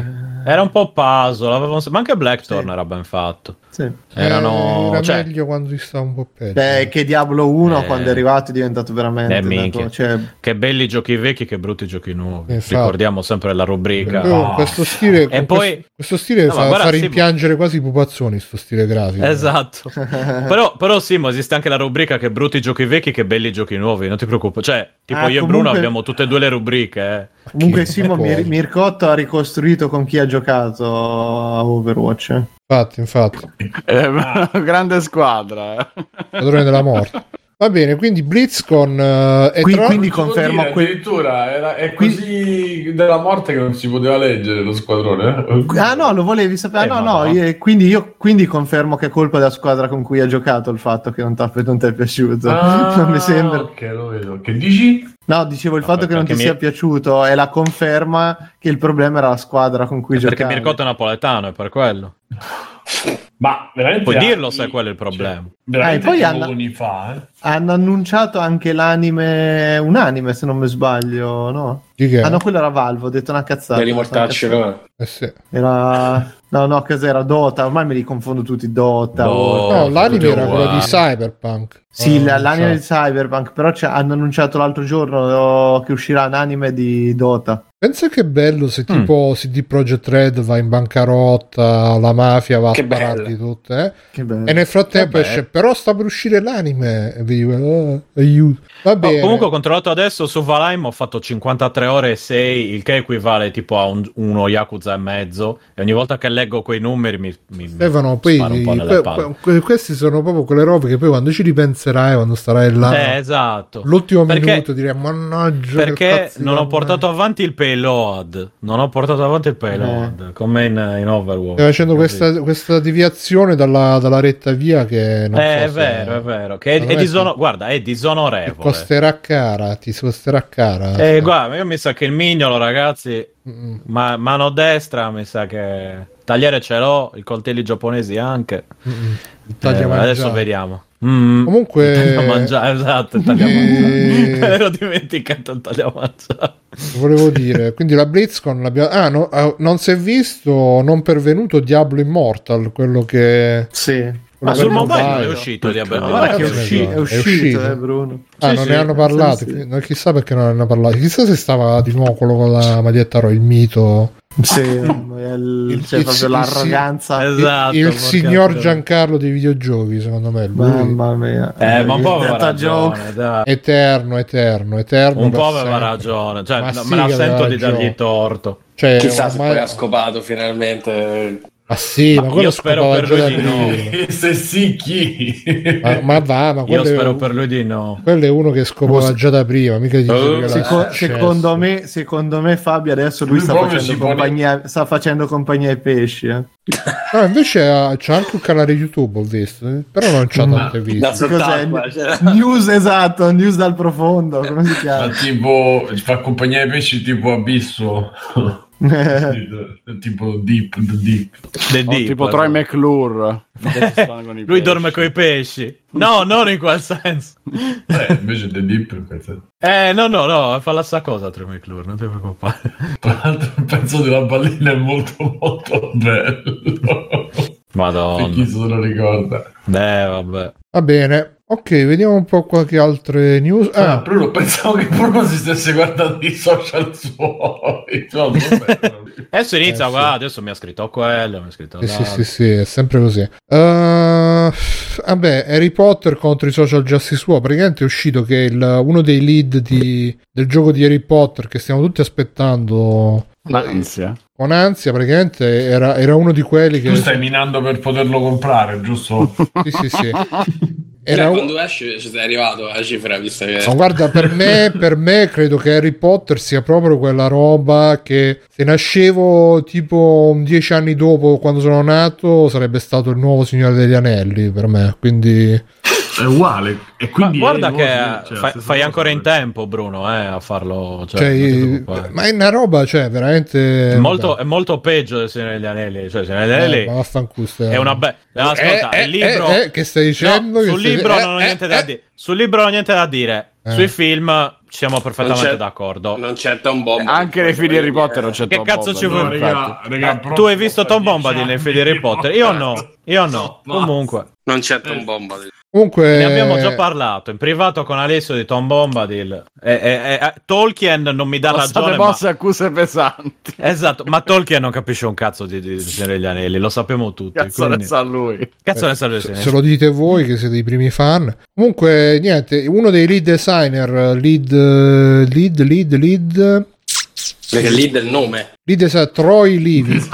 Era un po' puzzle, ma anche Blackthorn era ben fatto. Sì. Era meglio quando si stava un po' peggio. Che Diablo 1 quando è arrivato è diventato veramente che belli giochi vecchi, che brutti giochi nuovi. Infatti. Ricordiamo sempre la rubrica. Questo stile, questo stile fa rimpiangere quasi i pupazzoni, sto stile grafico. Esatto. però Simo, esiste anche la rubrica che brutti giochi vecchi, che belli giochi nuovi, non ti preoccupare. Cioè, tipo io e Bruno abbiamo tutte e due le rubriche. Comunque Simo Mircotto ha ricostruito con chi ha giocato a Overwatch. Infatti. Grande squadra. Padrone della morte. Va bene, quindi BlizzCon quindi confermo addirittura è così della morte che non si poteva leggere lo squadrone. Ah no, lo volevi sapere? Quindi confermo che è colpa della squadra con cui ha giocato il fatto che non ti è piaciuto. Non mi sembra. Ok, lo vedo. Che dici? No, dicevo il fatto che non ti sia piaciuto è la conferma che il problema era la squadra con cui giocavi. Perché Mircotto è napoletano, è per quello. Ma veramente puoi dirlo se è quello il problema. Poi hanno annunciato anche un anime se non mi sbaglio, no? No, quello era Valve, ho detto una cazzata. Per i mortacci, sì. Era no, cos'era? Dota, ormai me li confondo tutti, Dota. No, l'anime era quello di Cyberpunk. Sì, l'anime di Cyberpunk, però hanno annunciato l'altro giorno che uscirà un anime di Dota. Pensa che bello se tipo CD Projekt Red va in bancarotta, la mafia va a spararli tutte, e nel frattempo esce, però sta per uscire l'anime e vi dico, aiuto. Va bene. Comunque ho controllato adesso su Valheim, ho fatto 53 ore e 6, il che equivale tipo a uno Yakuza e mezzo, e ogni volta che leggo quei numeri mi Stefano, poi un po' nelle palle. Questi sono proprio quelle robe che poi quando ci ripenserai, quando starai là, esatto, l'ultimo minuto direi mannaggia, perché non ho portato avanti il payload, come in Overwatch. Stai facendo questa deviazione dalla retta via che non è vero che è disonorevole. Ti costerà cara. Guarda, io mi sa che il mignolo, ragazzi, mano destra, mi sa che tagliere ce l'ho, i coltelli giapponesi anche. Adesso vediamo. Comunque esatto, me l'ero dimenticato il tagliamangiare. Volevo dire, quindi la BlizzCon non si è visto, non pervenuto Diablo Immortal, quello che ma sul mobile non è uscito Diablo Immortal. È uscito. Bruno. Non ne hanno parlato. Chissà perché non ne hanno parlato. Chissà se stava di nuovo quello con la maglietta il mito. Proprio l'arroganza. Esatto, il signor Giancarlo dei videogiochi, secondo me. Mamma mia. Ma un po' aveva ragione, dai. Eterno. Un po' aveva ragione. Cioè, me la sento di dargli torto. Cioè, chissà se poi ha scopato finalmente. Ma sì, ma quello io spero per lui di no. Se sì, chi? Ma io spero per lui di no. Quello è uno che scopava già da prima, mica secondo me Fabio adesso lui sta facendo compagnia ai pesci. No, invece c'è anche un canale YouTube, ho visto, però non c'ha tante viste. News dal profondo, come si chiama? Ma tipo fa compagnia ai pesci tipo Abisso. Tipo Deep tipo Troy McClure. Lui dorme coi pesci. No, non in quel senso. Invece The Deep in quel senso. No, fa la stessa cosa Troy McClure, non ti preoccupare. Tra l'altro il pezzo della ballina è molto molto bello. Madonna. Per chi se lo ricorda. Vabbè. Va bene. Ok, vediamo un po' qualche altre news. Bruno, pensavo che Bruno si stesse guardando i social suoi. Adesso inizia, guarda, adesso mi ha scritto quello, mi ha scritto sì, è sempre così. Vabbè, Harry Potter contro i social justice war. Praticamente è uscito che uno dei lead del gioco di Harry Potter che stiamo tutti aspettando con ansia, praticamente era uno di quelli che tu stai minando per poterlo comprare, giusto? Sì. Quando esce ci sei arrivato la cifra, vista che guarda, per me credo che Harry Potter sia proprio quella roba che se nascevo tipo 10 anni dopo quando sono nato sarebbe stato il nuovo Signore degli Anelli per me, quindi è uguale. E quindi guarda che fai ancora in tempo, Bruno, a farlo. Ma è una roba, veramente. È molto peggio del Signore degli Anelli. Cioè, Signore degli Anelli ma vaffanculo. È una ascolta, il libro. Che stai dicendo? Sul libro non ho niente da dire. Sul libro non ho niente da dire. Sui film siamo perfettamente d'accordo. Non c'è Tom Bombadil. Anche nei film di Harry Potter non c'è Che Tom cazzo ci vuoi? Raga, Tu hai visto Tom Bombadil nei film di Harry Potter? Io no. Comunque. Non c'è Tom Bombadil. Comunque ne abbiamo già parlato in privato con Alessio di Tom Bombadil. Tolkien non mi dà ragione. Mosse accuse pesanti. Esatto, ma Tolkien non capisce un cazzo di Signore degli Anelli, lo sappiamo tutti. Cazzo ne sa lui. Cazzo ne sa lui. Se lo dite voi che siete i primi fan. Comunque niente, uno dei lead designer, Perché lead è il nome. Lead designer Troy Leavitt.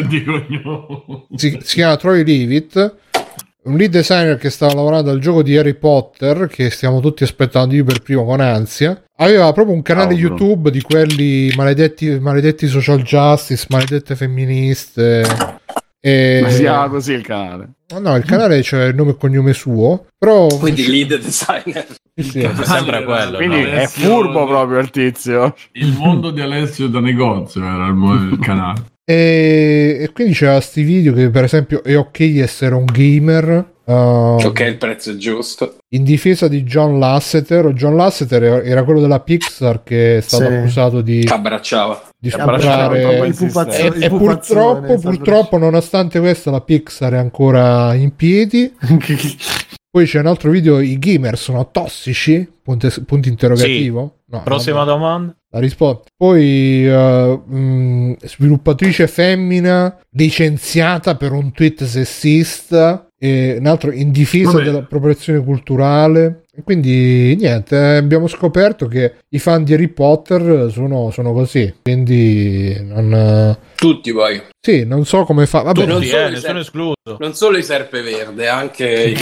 Si chiama Troy Leavitt. Un lead designer che stava lavorando al gioco di Harry Potter, che stiamo tutti aspettando, io per primo con ansia. Aveva proprio un canale YouTube di quelli maledetti social justice, maledette femministe. Ma si chiama così il canale? No, il canale c'è il nome e cognome suo. Però quindi lead designer. Sì. È sempre quello. Quindi no? è furbo proprio il tizio. Il mondo di Alessio da negozio era il canale. E quindi c'era sti video che per esempio è ok essere un gamer, ok, il prezzo è giusto, in difesa di John Lasseter. John Lasseter era quello della Pixar che è stato accusato di sfruttare e purtroppo nonostante questo la Pixar è ancora in piedi. Poi c'è un altro video, i gamer sono tossici? Punto interrogativo. Sì. No, prossima domanda. La risposta. Poi sviluppatrice femmina licenziata per un tweet sessista, e un altro in difesa dell'appropriazione culturale. E quindi niente, abbiamo scoperto che i fan di Harry Potter sono così, quindi non tutti poi. Sì, non so come fa. Vabbè, nessuno escluso. Non solo i Serpeverde, anche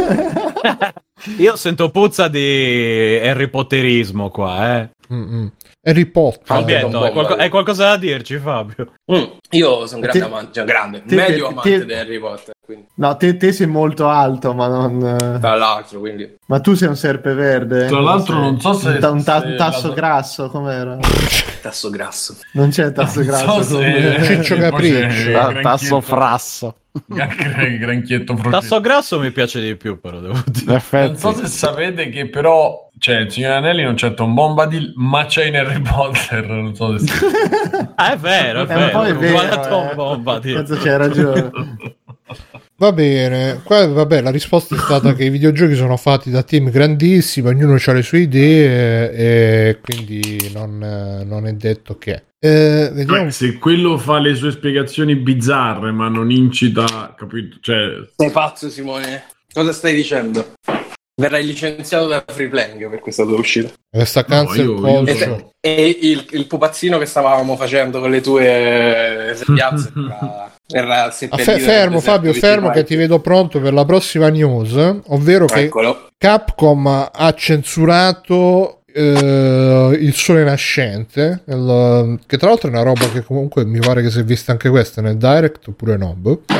io sento puzza di Harry Potterismo qua, Harry Potter. Fabietto, hai qualcosa da dirci, Fabio? Io sono grande amante, medio amante di Harry Potter. Quindi. No, te sei molto alto, ma non. Tra l'altro, quindi. Ma tu sei un serpeverde. Tra l'altro, non so se. Un tasso grasso, com'era? Tasso grasso. Non c'è tasso grasso. So Ciccio Capriccio. Tasso frasso. Granchietto tasso grasso mi piace di più, però devo dire. Non so se sapete che però c'è il Signore Anelli, non c'è Tom Bombadil, ma c'è in Harry Potter. Non so se è vero, è vero. Guarda Tom Bombadil. Cazzo, c'hai ragione. Va bene, qua vabbè, la risposta è stata che i videogiochi sono fatti da team grandissimi, ognuno ha le sue idee e quindi non è detto che. Vediamo. Se quello fa le sue spiegazioni bizzarre ma non incita, capito? Sei pazzo, Simone? Cosa stai dicendo? Verrai licenziato da Freeplaying per questa tua uscita. Questa cancel e il pupazzino che stavamo facendo con le tue piazze era fermo Fabio, fermo che ti vedo pronto per la prossima news, ovvero che Capcom ha censurato il sole nascente, che tra l'altro è una roba che comunque mi pare che si è vista anche questa nel Direct oppure no?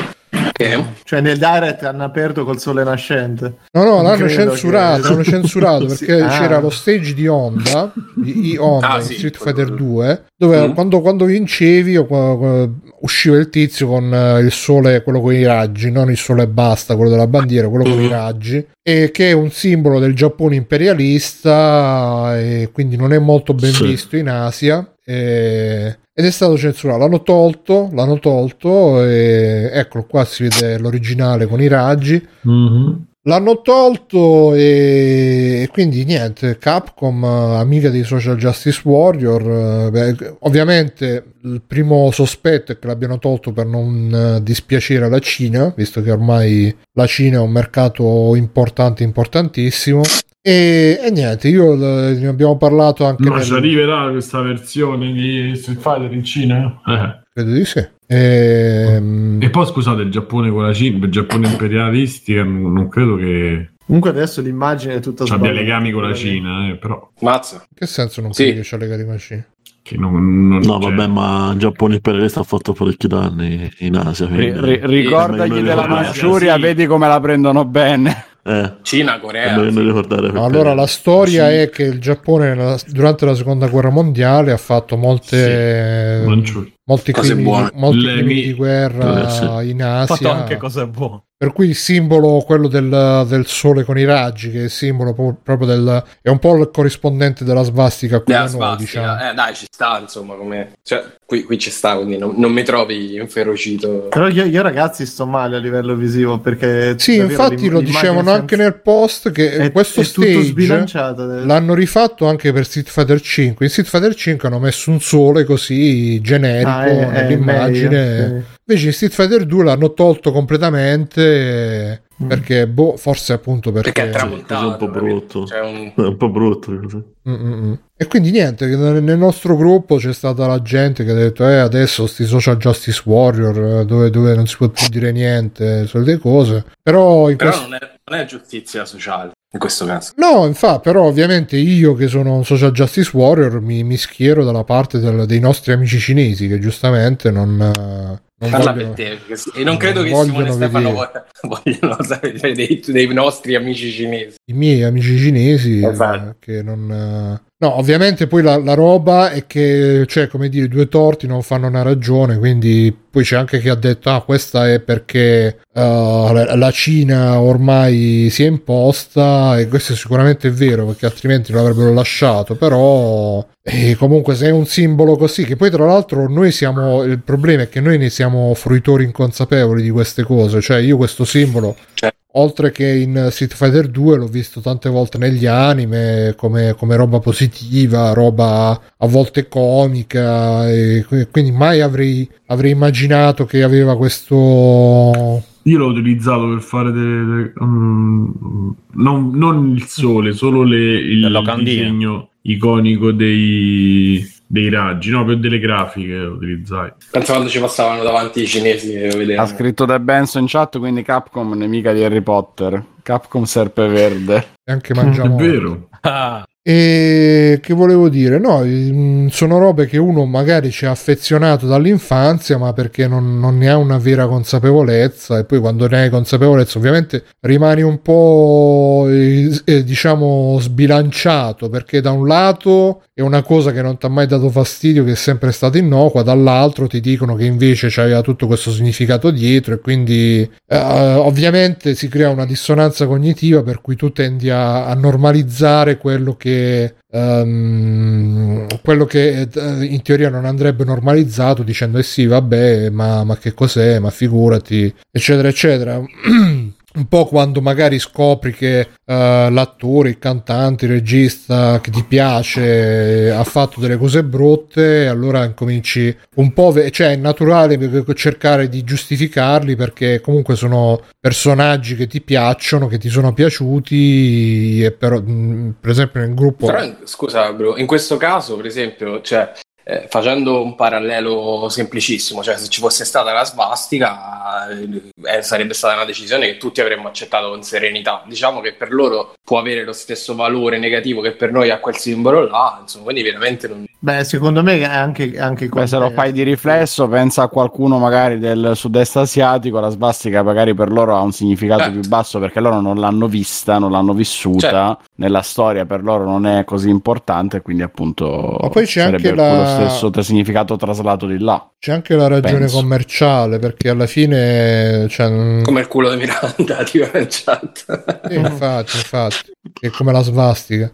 Cioè nel Direct hanno aperto col sole nascente. No, l'hanno censurato perché c'era lo stage di Honda in Street Fighter 2 dove quando vincevi usciva il tizio con il sole, quello con i raggi, non il sole e basta, quello della bandiera, quello con i raggi, e che è un simbolo del Giappone imperialista e quindi non è molto ben visto in Asia. Ed è stato censurato, l'hanno tolto e eccolo qua, si vede l'originale con i raggi. L'hanno tolto e quindi niente, Capcom, amica dei Social Justice Warrior, ovviamente il primo sospetto è che l'abbiano tolto per non dispiacere alla Cina, visto che ormai la Cina è un mercato importantissimo. E niente, ne abbiamo parlato anche ci arriverà questa versione di Street Fighter in Cina? Credo di sì. E poi scusate, il Giappone con la Cina, il Giappone imperialistica, non credo che comunque adesso l'immagine è tutta abbia legami con la Cina, però mazza. In che senso non credo che c'ha legami con la Cina? Che non vabbè, ma il Giappone imperialista ha fatto parecchi danni in Asia. Ricordagli della Manciuria, vedi come la prendono bene. Cina, Corea. Allora la storia è che il Giappone durante la seconda guerra mondiale ha fatto molti crimini di guerra in Asia. Ha fatto anche cose buone. Per cui il simbolo, quello del sole con i raggi, che è il simbolo proprio è un po' il corrispondente della svastica qui da noi, diciamo. Dai, ci sta, insomma, come... Cioè, qui ci sta, quindi non mi trovi inferocito. Però io ragazzi sto male a livello visivo, perché... Sì, infatti lo dicevano anche nel post, che questo stage l'hanno rifatto anche per Street Fighter 5. In Street Fighter 5 hanno messo un sole così generico nell'immagine. Meglio. Invece in Street Fighter 2 l'hanno tolto completamente perché forse appunto perché è tramontato, è un po' brutto, è un po' brutto così. E quindi niente, nel nostro gruppo c'è stata la gente che ha detto adesso sti social justice warrior dove non si può più dire niente, solite cose, però non è giustizia sociale in questo caso. No, infatti, però ovviamente io che sono un social justice warrior mi schiero dalla parte dei nostri amici cinesi che giustamente non parla per te, e non credo che Simone e Stefano vogliono sapere dei nostri amici cinesi. I miei amici cinesi che non... No, ovviamente poi la roba è che, cioè, come dire, due torti non fanno una ragione, quindi poi c'è anche chi ha detto questa è perché la Cina ormai si è imposta, e questo sicuramente è vero, perché altrimenti non avrebbero lasciato, però comunque se è un simbolo così, che poi tra l'altro il problema è che noi ne siamo fruitori inconsapevoli di queste cose, cioè io questo simbolo oltre che in Street Fighter 2 l'ho visto tante volte negli anime come roba positiva, roba a volte comica, e quindi mai avrei immaginato che aveva questo... Io l'ho utilizzato per fare non il sole, solo il disegno iconico dei raggi, no, per delle grafiche utilizzai. Penso quando ci passavano davanti i cinesi che vedevamo. Ha scritto The Benzo in chat, quindi Capcom nemica di Harry Potter, Capcom serpeverde. E anche mangiamo. È vero. E che volevo dire, no, sono robe che uno magari ci ha affezionato dall'infanzia, ma perché non ne ha una vera consapevolezza, e poi quando ne hai consapevolezza ovviamente rimani un po' diciamo sbilanciato, perché da un lato è una cosa che non ti ha mai dato fastidio, che è sempre stata innocua, dall'altro ti dicono che invece c'aveva tutto questo significato dietro, e quindi ovviamente si crea una dissonanza cognitiva per cui tu tendi a normalizzare quello che in teoria non andrebbe normalizzato, dicendo sì vabbè, ma che cos'è, ma figurati, eccetera eccetera. Un po' quando magari scopri che l'attore, il cantante, il regista che ti piace ha fatto delle cose brutte, allora incominci un po', cioè è naturale cercare di giustificarli, perché comunque sono personaggi che ti piacciono, che ti sono piaciuti, e però per esempio nel gruppo... Però, scusa bro, in questo caso per esempio, cioè facendo un parallelo semplicissimo, cioè se ci fosse stata la svastica sarebbe stata una decisione che tutti avremmo accettato con serenità. Diciamo che per loro può avere lo stesso valore negativo che per noi ha quel simbolo là, insomma, quindi veramente non... Beh, secondo me anche se lo fai di riflesso, pensa a qualcuno magari del sud-est asiatico, la svastica magari per loro ha un significato più basso, perché loro non l'hanno vista, non l'hanno vissuta, nella storia per loro non è così importante, quindi appunto ma poi c'è sarebbe anche lo stesso significato traslato di là. C'è anche la ragione commerciale, perché alla fine come il culo di Miranda tipo in chat. Infatti è come la svastica.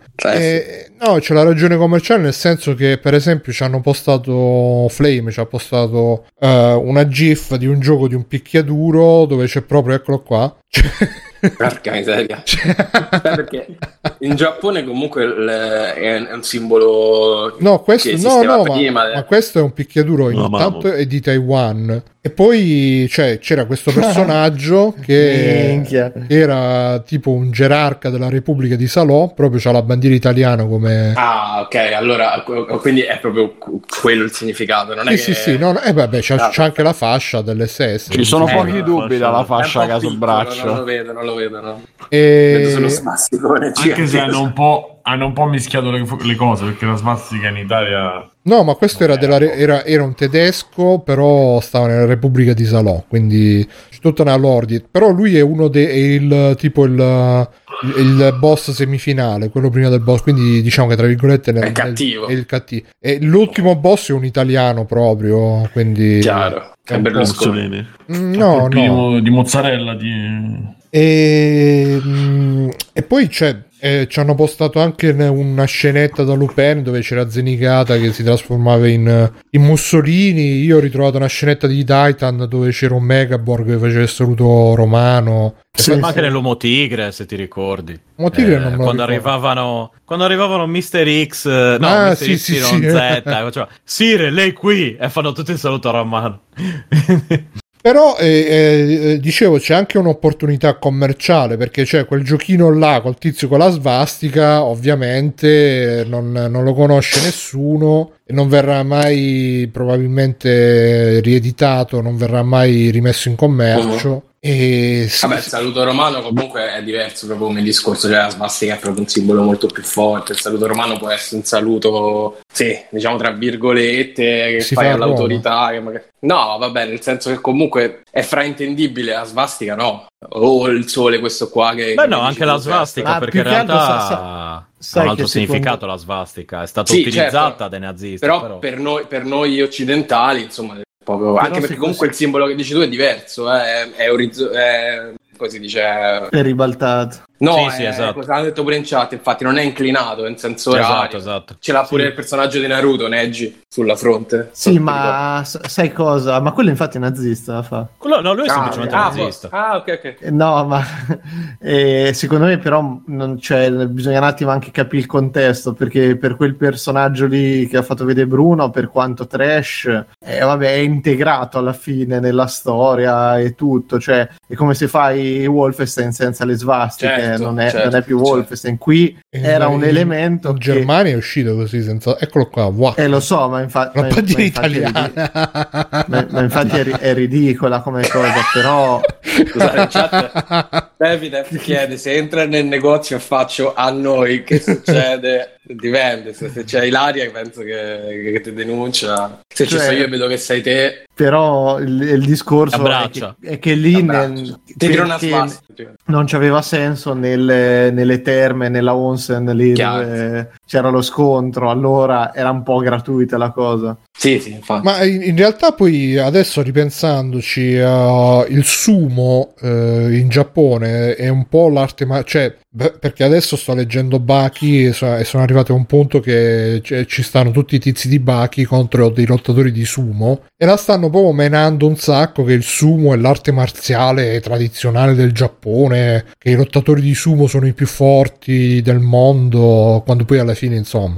No, c'è la ragione commerciale, nel senso che per esempio ci hanno postato Flame, ci ha postato una gif di un gioco di un picchiaduro dove c'è proprio, eccolo qua, porca miseria. Perché in Giappone comunque è un simbolo. No, questo ma questo è un picchiaduro, intanto è di Taiwan, e poi c'era questo personaggio che era tipo un gerarca della Repubblica di Salò, proprio c'ha la bandiera italiana come... Ah, ok, allora quindi è proprio quello il significato, non è sì, no, vabbè, c'ha anche la fascia dell'SS. Ci sono pochi dubbi dalla fascia che ha sul braccio. Non lo vedo, no. Vedo solo svasticone, anche se hanno un po' mischiato le cose, perché la svastica in Italia... No, ma questo era un tedesco, però stava nella Repubblica di Salò, quindi c'è tutta una lore. Però lui è uno il boss semifinale, quello prima del boss, quindi diciamo che tra virgolette è cattivo. È il cattivo. E l'ultimo boss è un italiano proprio, quindi... Chiaro. È Berlusconi. No, di mozzarella e poi ci hanno postato anche una scenetta da Lupin dove c'era Zenigata che si trasformava in Mussolini. Io ho ritrovato una scenetta di Titan dove c'era un Megaborg che faceva il saluto romano. Ma anche nell'Uomo Tigre, se ti ricordi. Uomo Tigre non me lo quando arrivavano Mr. X, Mr. Z, faceva Sire, lei qui, e fanno tutto il saluto romano. Però dicevo, c'è anche un'opportunità commerciale, perché c'è quel giochino là col tizio con la svastica, ovviamente non lo conosce nessuno e non verrà mai probabilmente rieditato, non verrà mai rimesso in commercio. E vabbè, il saluto romano comunque è diverso proprio come discorso, cioè la svastica è proprio un simbolo molto più forte. Il saluto romano può essere un saluto, sì, diciamo tra virgolette, che fai all'autorità, che magari... No, vabbè, nel senso che comunque è fraintendibile, la svastica no, o il sole questo qua che... Beh no, anche la svastica, perché in realtà ha un altro significato la svastica, è stata utilizzata dai nazisti. Però per noi occidentali, insomma... Proprio, anche perché comunque il simbolo che dici tu è diverso, è come si dice? È ribaltato. No, sì, esatto. L'hanno detto pure in chat, infatti non è inclinato in senso orario. Esatto. Ce l'ha pure il personaggio di Naruto, Neji, sulla fronte. Sì, ma sai cosa? Ma quello infatti è nazista, fa. No, lui è semplicemente nazista. Ok. No, ma secondo me però bisogna un attimo anche capire il contesto, perché per quel personaggio lì che ha fatto vedere Bruno, per quanto trash, è integrato alla fine nella storia e tutto, cioè è come se fai Wolfenstein senza le svastiche. Non è più Wolfenstein. Qui era un elemento in Germania è uscito così senza... Eccolo qua, wow. Lo so, ma infatti è ridicola come cosa, però scusate, in chat David chiede se entra nel negozio e faccio a noi che succede. Dipende, se c'è Ilaria penso che ti denuncia, se ci sono io e vedo che sei te, però il discorso è che lì non c'aveva senso nelle terme, nella onsen lì dove c'era lo scontro, allora era un po' gratuita la cosa. Sì, infatti. Ma in realtà poi adesso ripensandoci, il sumo in Giappone è un po' l'arte perché adesso sto leggendo Baki e sono arrivato a un punto che ci stanno tutti i tizi di Baki contro dei lottatori di sumo e la stanno proprio menando un sacco, che il sumo è l'arte marziale tradizionale del Giappone, che i lottatori di sumo sono i più forti del mondo, quando poi alla fine insomma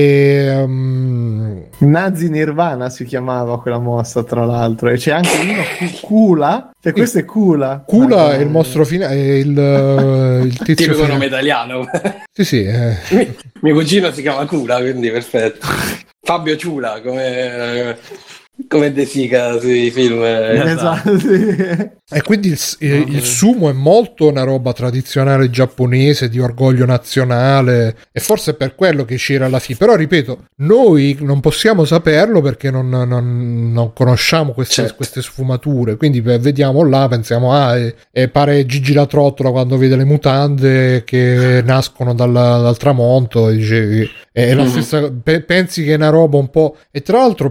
Nazi Nirvana si chiamava quella mossa, tra l'altro, e c'è anche uno Kula, cioè questo è Kula è il mostro finale, è il tizio tipico nome italiano. sì mio cugino si chiama Kula, quindi perfetto. Fabio Ciula come De Sica sui film. Esatto, sì. E quindi il sumo è molto una roba tradizionale giapponese, di orgoglio nazionale, e forse è per quello che c'era alla fine. Però ripeto, noi non possiamo saperlo perché non conosciamo queste sfumature, quindi vediamo là, pensiamo pare Gigi la trottola quando vede le mutande che nascono dal tramonto, dicevi, è la stessa, pensi che è una roba un po'. E tra l'altro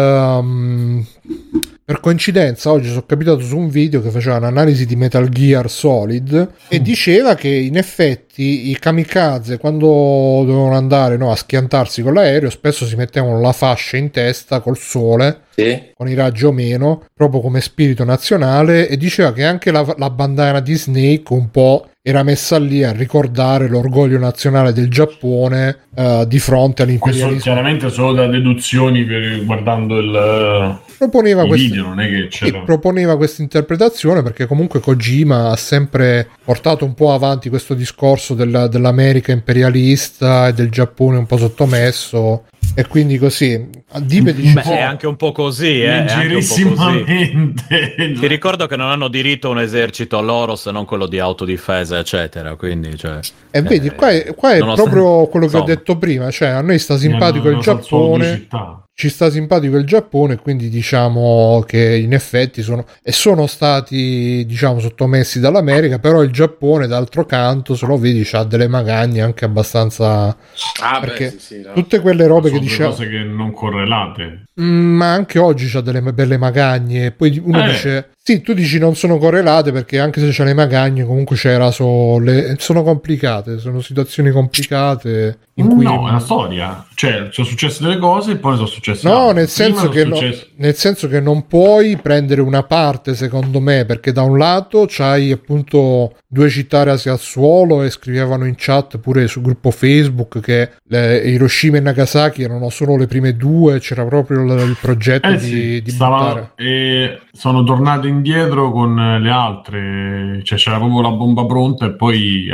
per coincidenza oggi sono capitato su un video che faceva un'analisi di Metal Gear Solid e diceva che in effetti i kamikaze, quando dovevano andare a schiantarsi con l'aereo, spesso si mettevano la fascia in testa col sole, con i raggi o meno, proprio come spirito nazionale, e diceva che anche la bandana di Snake un po' era messa lì a ricordare l'orgoglio nazionale del Giappone di fronte all'imperialismo. Questo chiaramente solo da deduzioni guardando il video, non è che c'era. Proponeva questa interpretazione perché comunque Kojima ha sempre portato un po' avanti questo discorso dell'America imperialista e del Giappone un po' sottomesso, e quindi così è anche un po' così, leggerissimamente. Ti ricordo che non hanno diritto a un esercito loro se non quello di autodifesa eccetera, quindi e vedi qua è proprio quello che ho detto prima, cioè a noi sta simpatico il Giappone, ci sta simpatico il Giappone, quindi diciamo che in effetti sono stati sottomessi dall'America, però il Giappone d'altro canto, se lo vedi, c'ha delle magagne anche abbastanza, perché tutte quelle robe che dice cose che non correlate. Ma anche oggi c'ha delle belle magagne. Poi uno dice sì, tu dici non sono correlate perché anche se c'è le magagne comunque c'era sono complicate, sono situazioni complicate in cui... No, è una storia, cioè sono successe delle cose e poi sono successe altre. Nel senso che non puoi prendere una parte, secondo me, perché da un lato c'hai appunto due città rase al suolo e scrivevano in chat pure sul gruppo Facebook che Hiroshima e Nagasaki erano solo le prime due, c'era proprio il progetto di buttare. E sono tornati indietro con le altre, cioè c'era proprio la bomba pronta e poi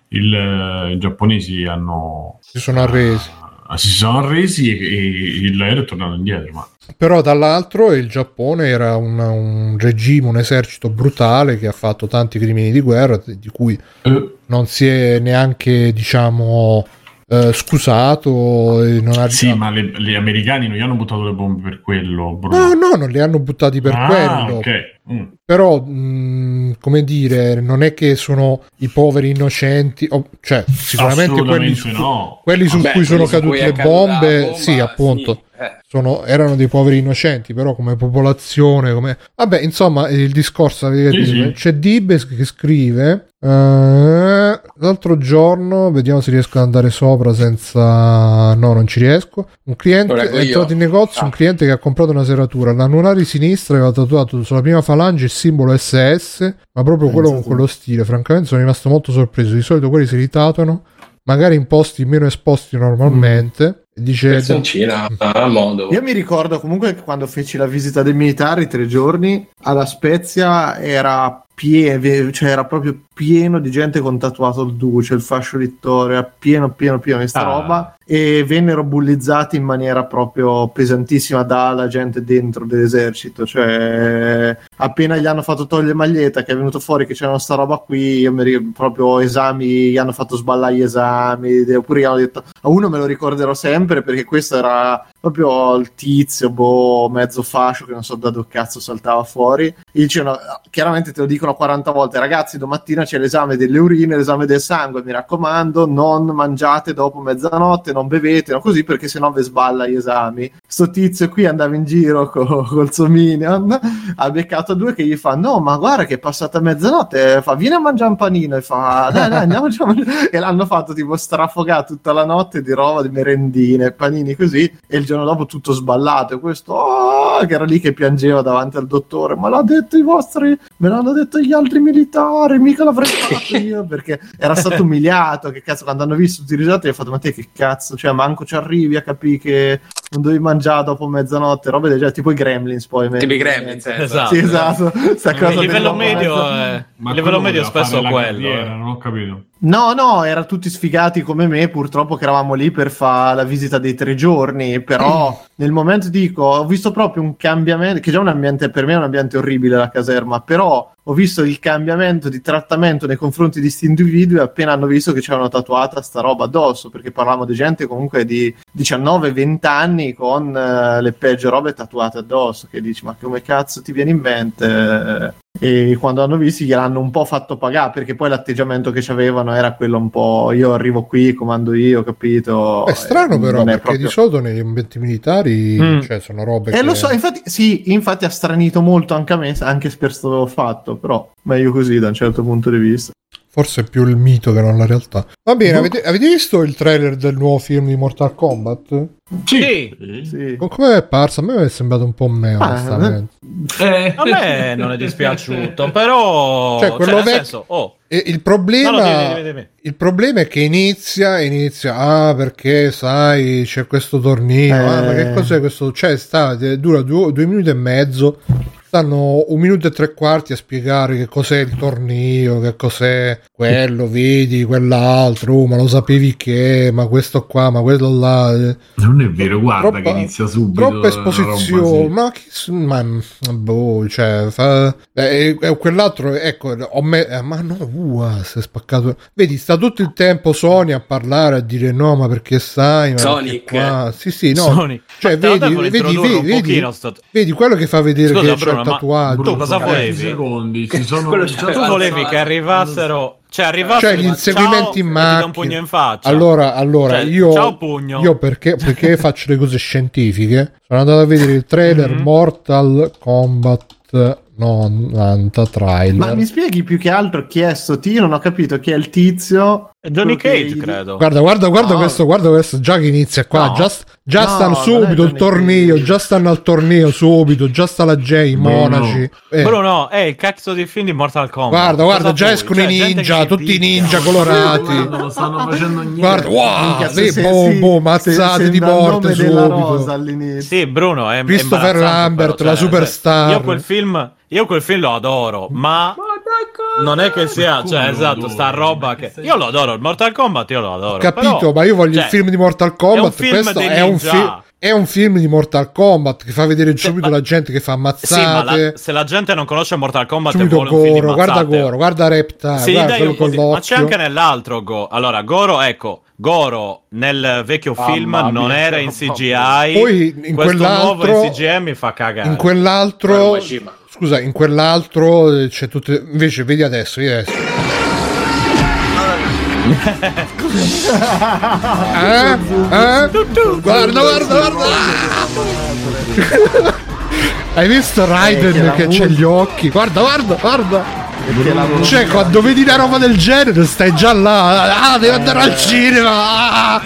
i giapponesi si sono arresi e l'aereo è tornato indietro. Ma... Però dall'altro il Giappone era un regime, un esercito brutale che ha fatto tanti crimini di guerra di cui non si è neanche, diciamo, scusato. Sì, ma gli americani non gli hanno buttato le bombe per quello, bro. No, non li hanno buttati per quello. Okay. Però, come dire, non è che sono i poveri innocenti, cioè sicuramente quelli su cui sono cadute le bombe, sì, appunto. Erano dei poveri innocenti, però come popolazione, vabbè, insomma, il discorso c'è Dibes che scrive l'altro giorno, vediamo se riesco ad andare sopra senza... no, non ci riesco. Un cliente è entrato in negozio, un cliente che ha comprato una serratura, l'anulare sinistra aveva tatuato sulla prima falange il simbolo SS, ma proprio quello con quello stile. Francamente sono rimasto molto sorpreso, di solito quelli si ritatuano magari in posti meno esposti normalmente. Dice modo. Io mi ricordo comunque che quando feci la visita dei militari 3 giorni alla Spezia era proprio pieno di gente con tatuato il Duce, il fascio Vittoria, pieno di sta roba, e vennero bullizzati in maniera proprio pesantissima dalla gente dentro dell'esercito, cioè appena gli hanno fatto togliere maglietta che è venuto fuori che c'era sta roba qui, proprio esami, gli hanno fatto sballare gli esami, oppure gli hanno detto, a uno me lo ricorderò sempre perché questo era proprio il tizio mezzo fascio che non so da dove cazzo saltava fuori, e dicevano, chiaramente te lo dicono 40 volte, ragazzi domattina c'è l'esame delle urine, l'esame del sangue, mi raccomando non mangiate dopo mezzanotte, non bevete, no, così perché sennò vi sballa gli esami. Sto tizio qui andava in giro col suo minion, ha beccato 2 che gli fa, no ma guarda che è passata mezzanotte, fa vieni a mangiare un panino, e fa dai andiamo a mangiare, e l'hanno fatto tipo strafogato tutta la notte di roba, di merendine, panini così, e il giorno dopo tutto sballato, e questo che era lì che piangeva davanti al dottore, ma l'ha detto me l'hanno detto gli altri militari, mica l'avrei fatto io, perché era stato umiliato, che cazzo, quando hanno visto tutti i risultati gli ha fatto, ma te che cazzo, cioè manco ci arrivi a capire che non devi mangiare dopo mezzanotte, robe del genere, tipo i Gremlins poi. Tipo i Gremlins, esatto. Sì, esatto. Il livello medio spesso è quello. Non ho capito. No, erano tutti sfigati come me, purtroppo che eravamo lì per fare la visita dei 3 giorni, però nel momento ho visto proprio un cambiamento, che già un ambiente, per me è un ambiente orribile la caserma, però ho visto il cambiamento di trattamento nei confronti di questi individui appena hanno visto che c'erano tatuata sta roba addosso, perché parlavamo di gente comunque di 19-20 anni con le peggio robe tatuate addosso, che dici ma come cazzo ti viene in mente? E quando hanno visto gliel'hanno un po' fatto pagare, perché poi l'atteggiamento che c'avevano era quello un po' io arrivo qui, comando io, capito? È strano però, perché proprio... di solito negli ambienti militari cioè, sono robe che... lo so, infatti ha stranito molto anche a me, anche per questo fatto, però meglio così da un certo punto di vista. Forse è più il mito che non la realtà. Va bene, avete visto il trailer del nuovo film di Mortal Kombat? Sì. Come è parso? A me è sembrato un po' onestamente. A me non è dispiaciuto, però cioè, quello vecchio... Il problema il problema è che inizia perché sai c'è questo torneo, ma che cos'è questo? Cioè dura 2 minuti e mezzo, stanno 1 minuto e 3/4 a spiegare che cos'è il torneo, che cos'è quello, vedi quell'altro, ma lo sapevi che, ma questo qua, ma quello là. Non è vero, guarda che inizia subito. Troppa esposizione, quell'altro, ecco, ma no, si è spaccato. Vedi, sta tutto il tempo Sony a parlare, a dire no, ma perché sai, ma Sonic, no, Sony. Cioè vedi quello che fa vedere. Scusa, che c'è il tatuaggio. Tu cosa volevi? Secondi, tu volevi che arrivassero Cioè, arriva gli inseguimenti in macchina. Ti dà un pugno in faccia. Allora, cioè, io, ciao pugno. Io perché faccio le cose scientifiche, sono andato a vedere il trailer Mortal Kombat 90 trailer. Ma mi spieghi più che altro chi è sto tizio? Non ho capito chi è il tizio. Johnny Cage, credo. Guarda questo, già che inizia qua, già stanno subito il torneo, Cage. già stanno al torneo subito, già sta la J, i monaci. Bruno, è il cazzo di film di Mortal Kombat. Guarda, già escono i ninja, tutti i ninja colorati. Non lo stanno facendo niente. Guarda, wow, mazzate di morte subito. Sì, Bruno, è Christopher Lambert, però, la superstar. Io quel film lo adoro, ma non è che sia, esatto, sta roba che io lo adoro, il Mortal Kombat io lo adoro. Capito, però, ma io voglio il film di Mortal Kombat, questo è un film di Mortal Kombat che fa vedere subito la gente che fa ammazzate. Sì, ma se la gente non conosce Mortal Kombat subito vuole un film di guarda Goro, guarda Reptile, guarda quello con l'occhio. Ma c'è anche nell'altro Allora, Goro nel vecchio film non era in CGI. Poi in questo quell'altro nuovo in CGI mi fa cagare. In quell'altro c'è tutto. Invece vedi adesso. Guarda. Hai visto Raiden che c'ha gli occhi? Guarda. Cioè, quando vedi una roba del genere stai già là. Devo andare al cinema.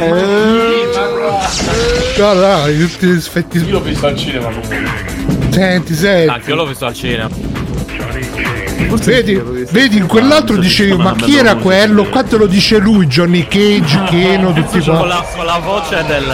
Guarda, tutti gli effetti. Io l'ho visto al cinema comunque. Senti. Anche io l'ho visto al cinema. Vedi, in quell'altro dicevi, ma chi era quello? Qua te lo dice lui, Johnny Cage, Keno, tutti qua. Con la voce del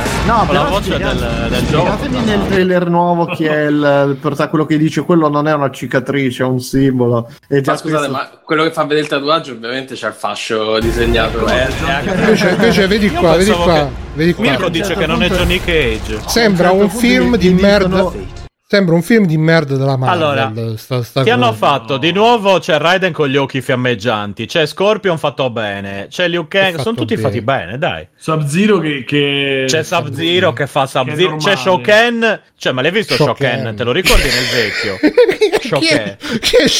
gioco. Spiegatemi nel trailer nuovo chi è quello che dice quello non è una cicatrice, è un simbolo. Ma scusate, ma quello che fa vedere il tatuaggio ovviamente c'ha il fascio disegnato. Invece vedi qua. Mirko dice che non è Johnny Cage. Sembra un film di merda. Sembra un film di merda della Marvel. Allora, che hanno fatto? Di nuovo c'è Raiden con gli occhi fiammeggianti, c'è Scorpion fatto bene, c'è Liu Kang, sono tutti fatti bene, dai. Sub-Zero che... C'è Sub-Zero che fa Sub-Zero, c'è Shoken, ma l'hai visto Shoken? Te lo ricordi nel vecchio? Chi è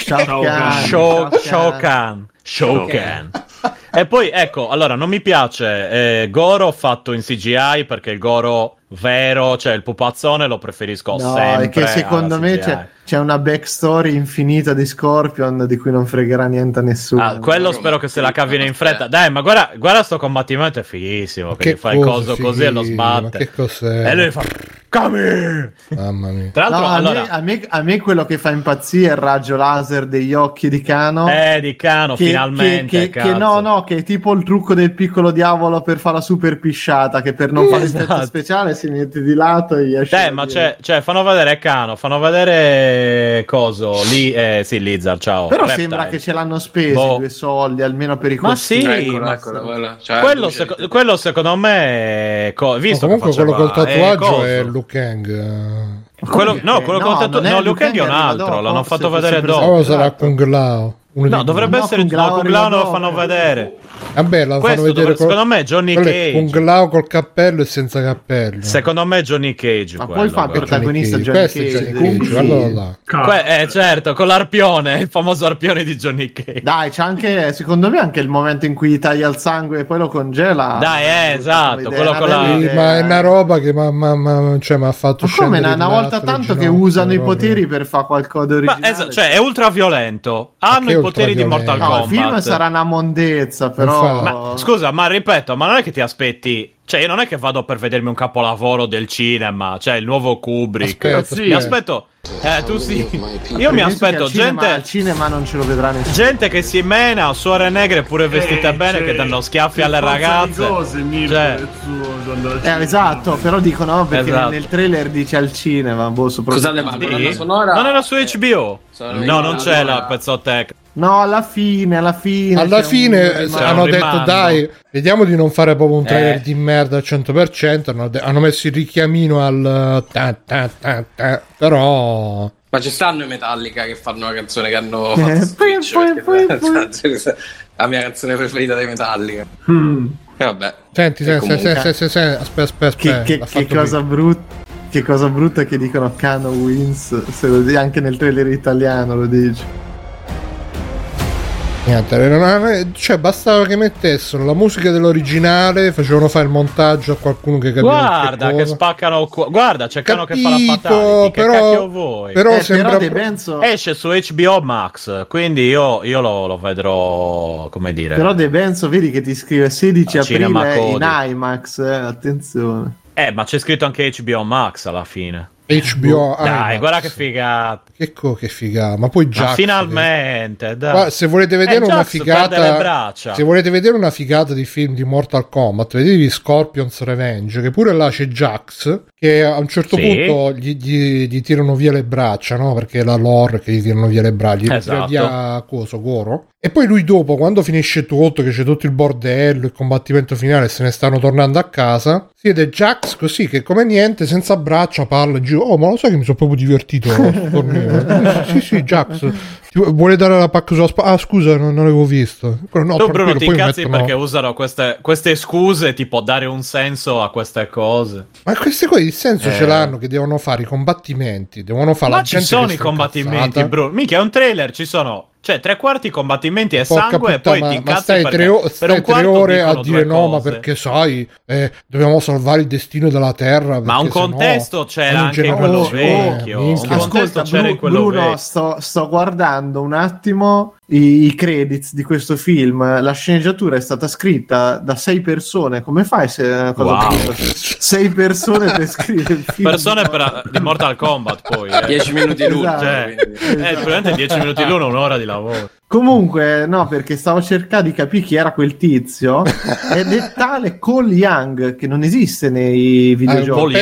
Shoken. E poi ecco, allora non mi piace Goro fatto in CGI perché il Goro vero, cioè il pupazzone lo preferisco sempre. È che secondo me c'è una backstory infinita di Scorpion di cui non fregherà niente a nessuno. Quello spero che se la cavino in fretta. Dai, ma guarda sto combattimento è fighissimo, che gli fa il coso così e lo sbatte. Ma che cos'è? E lui fa Kami! Mamma mia. Tra l'altro, a me quello che fa impazzire è il raggio laser degli occhi di Kano. Di Kano, finalmente. Che è tipo il trucco del piccolo diavolo per fare la super pisciata, che per non fare l'effetto speciale si mette di lato e gli esce. Ma fanno vedere Kano, fanno vedere coso lì, sì, Lizard, ciao. Però sembra che ce l'hanno speso 2 soldi almeno per i costi. Ma sì, quello secondo me visto comunque che quello col tatuaggio è Liu Kang. Quello col tatuaggio Liu Kang è un altro, l'hanno fatto vedere dopo. Sarà Kung Lao. No, dovrebbe essere Kung Lao, non lo fanno vedere. Vabbè, lo fanno vedere secondo me Johnny Cage. Kung Lao col cappello e senza cappello. Secondo me Johnny Cage. Ma poi fa il protagonista Johnny Cage. Certo, con l'arpione, il famoso arpione di Johnny Cage. Dai, c'è anche, secondo me, anche il momento in cui gli taglia il sangue e poi lo congela. Dai, esatto, quello con la... Ma è una roba che mi ha fatto scendere. Ma come una volta tanto che usano i poteri per fare qualcosa di originale. Cioè, è ultra violento. Hanno i poteri di Mortal Kombat. Il film sarà una mondezza, però. Ma, scusa, ma ripeto, ma non è che ti aspetti. Cioè, io non è che vado per vedermi un capolavoro del cinema, cioè il nuovo Kubrick. Mi aspetto. Tu sì. Io mi aspetto gente. Al cinema non ce lo vedrà nessuno. Gente che si mena, suore negre pure vestite bene, che danno schiaffi alle ragazze. Esatto, però dicono perché nel trailer dice al cinema. Scusate, ma la sonora. Non era su HBO? No, non c'è la pezzoteca. No, alla fine hanno detto dai, vediamo di non fare proprio un trailer di merda al 100%. Hanno messo il richiamino al però. Ma ci stanno i Metallica che fanno una canzone che hanno fatto la mia canzone preferita dei Metallica. Vabbè. Senti, aspetta. Che cosa brutta che dicono Kano wins, se lo dici anche nel trailer italiano lo dici. Niente, cioè bastava che mettessero la musica dell'originale, facevano fare il montaggio a qualcuno che capiva. Guarda che spaccano, guarda c'è Cano che fa la fatality, che cacchio vuoi? Però sembra esce su HBO Max, quindi io lo vedrò, come dire. Però De Benzo vedi che ti scrive 16 aprile in IMAX, attenzione. Ma c'è scritto anche HBO Max alla fine. HBO dai, guarda che figata. Che figata. Ma poi Jax, finalmente dai. Guarda, se volete vedere una figata, se volete vedere una figata di film di Mortal Kombat, vedetevi Scorpion's Revenge, che pure là c'è Jax che a un certo punto gli tirano via le braccia, no? Perché è la lore che gli tirano via le braccia, gli tira via Goro. E poi lui dopo, quando finisce tutto, che c'è tutto il bordello, il combattimento finale, se ne stanno tornando a casa, si vede Jax così, che come niente, senza braccia, parla in giro. Oh, ma lo sai che mi sono proprio divertito a questo torneo? Sì, Jax. Vuole dare la pacca sulla spalla? Ah, scusa, non l'avevo visto. No, tu Bruno ti incazzi perché usano queste scuse, tipo dare un senso a queste cose. Ma queste cose il senso ce l'hanno, che devono fare i combattimenti, devono fare ma la gente. Ma ci sono i combattimenti, Bruno. Minchia, è un trailer, ci sono. Cioè, 3/4 combattimenti e sangue e poi ti incazzi stai per 3 ore a dire no, ma perché sai, dobbiamo salvare il destino della Terra. Ma un contesto c'era anche in quello vecchio. Ascolta, Bruno, sto guardando un attimo i credits di questo film. La sceneggiatura è stata scritta da 6 persone. Come fai se 6 persone per scrivere il film? Persone di Mortal Kombat poi 10 minuti l'uno, probabilmente 10 minuti l'uno, un'ora di lavoro. Comunque, no, perché stavo cercando di capire chi era quel tizio ed è tale Cole Young che non esiste nei videogiochi.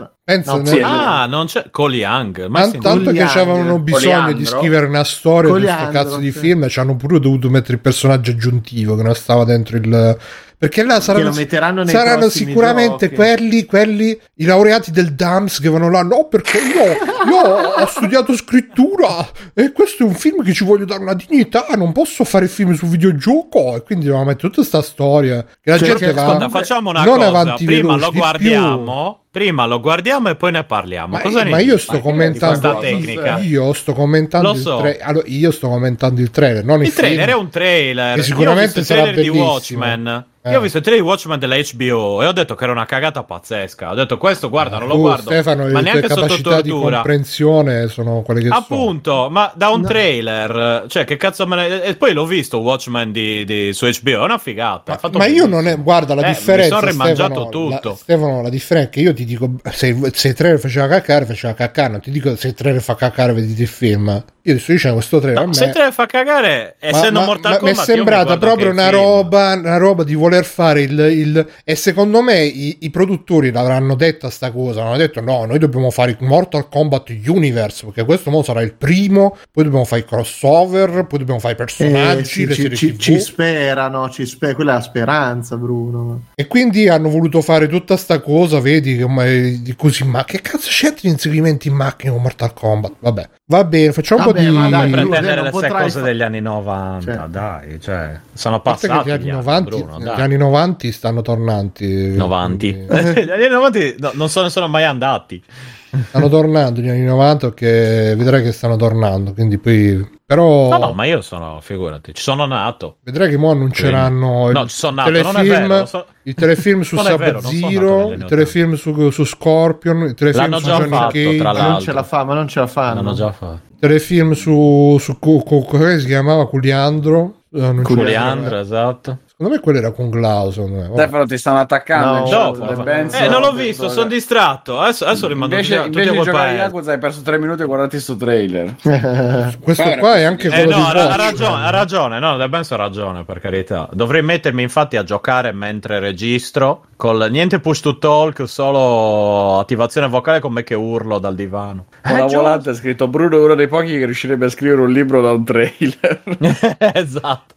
Non c'è Cole Young. Ma tanto che avevano bisogno di scrivere una storia di questo cazzo di film, ci hanno pure dovuto mettere il personaggio aggiuntivo che non stava dentro il... Perché là saranno sicuramente quelli i laureati del DAMS che vanno là. No, perché io ho studiato scrittura e questo è un film che ci voglio dare una dignità, non posso fare film su videogioco, e quindi dobbiamo mettere tutta sta storia che la gente va. Ascolta, facciamo una cosa, prima lo guardiamo. Prima lo guardiamo e poi ne parliamo. Ma io sto commentando io sto commentando io sto commentando il trailer, non il film. Trailer è un trailer. E sicuramente sarà bellissimo. Di Watchmen. Io ho visto il trailer di Watchmen della HBO e ho detto che era una cagata pazzesca. Ho detto questo, guarda, non lo guardo. Stefano, ma neanche sotto tortura. Di comprensione sono quelle che appunto, ma da un trailer, cioè che cazzo me ne... E poi l'ho visto Watchmen su HBO, è una figata. Ma io non è, guarda, la differenza, mi sono rimangiato tutto. Stefano, la differenza è che io ti dico, se il trailer faceva cacare, non ti dico se il trailer fa cacare, vedete il film. Io ti sto dicendo questo trailer a me, se il trailer fa cagare, essendo Mortal Kombat, mi è sembrata proprio una roba di voler fare il e secondo me i produttori l'avranno detta sta cosa, hanno detto no, noi dobbiamo fare il Mortal Kombat Universe perché questo mo sarà il primo, poi dobbiamo fare i crossover, poi dobbiamo fare i personaggi, ci sperano, quella è la speranza, Bruno, e quindi hanno voluto fare tutta sta cosa, vedi così, ma che cazzo c'è di inseguimenti in macchina con Mortal Kombat? Vabbè, va bene, facciamo un po' di... Ma dai, prendere le cose degli anni 90, dai, cioè sono passati gli anni 90, Bruno, gli anni 90 stanno tornanti. Gli anni 90 non sono mai andati. Stanno tornando gli anni 90, che vedrai che stanno tornando, quindi poi però no, ma io figurati, ci sono nato. Vedrai che mo annunceranno il telefilm su Sub-Zero, il telefilm su Scorpion, il telefilm su Johnny Cage. Non ce la fanno. L'hanno già fatto. Il telefilm su come si chiamava? Culiandro, esatto. Secondo me quello era con Glauson. Stefano, ti stanno attaccando. Non l'ho visto, sono distratto. Adesso rimando invece di giocare a Yakuza hai perso 3 minuti a guardarti sto trailer. Questo qua è anche quello di ha ragione, no, Da Benzo ha ragione, per carità. Dovrei mettermi infatti a giocare mentre registro, con niente push to talk, solo attivazione vocale con me che urlo dal divano. Con la volante è scritto Bruno è uno dei pochi che riuscirebbe a scrivere un libro da un trailer. Esatto.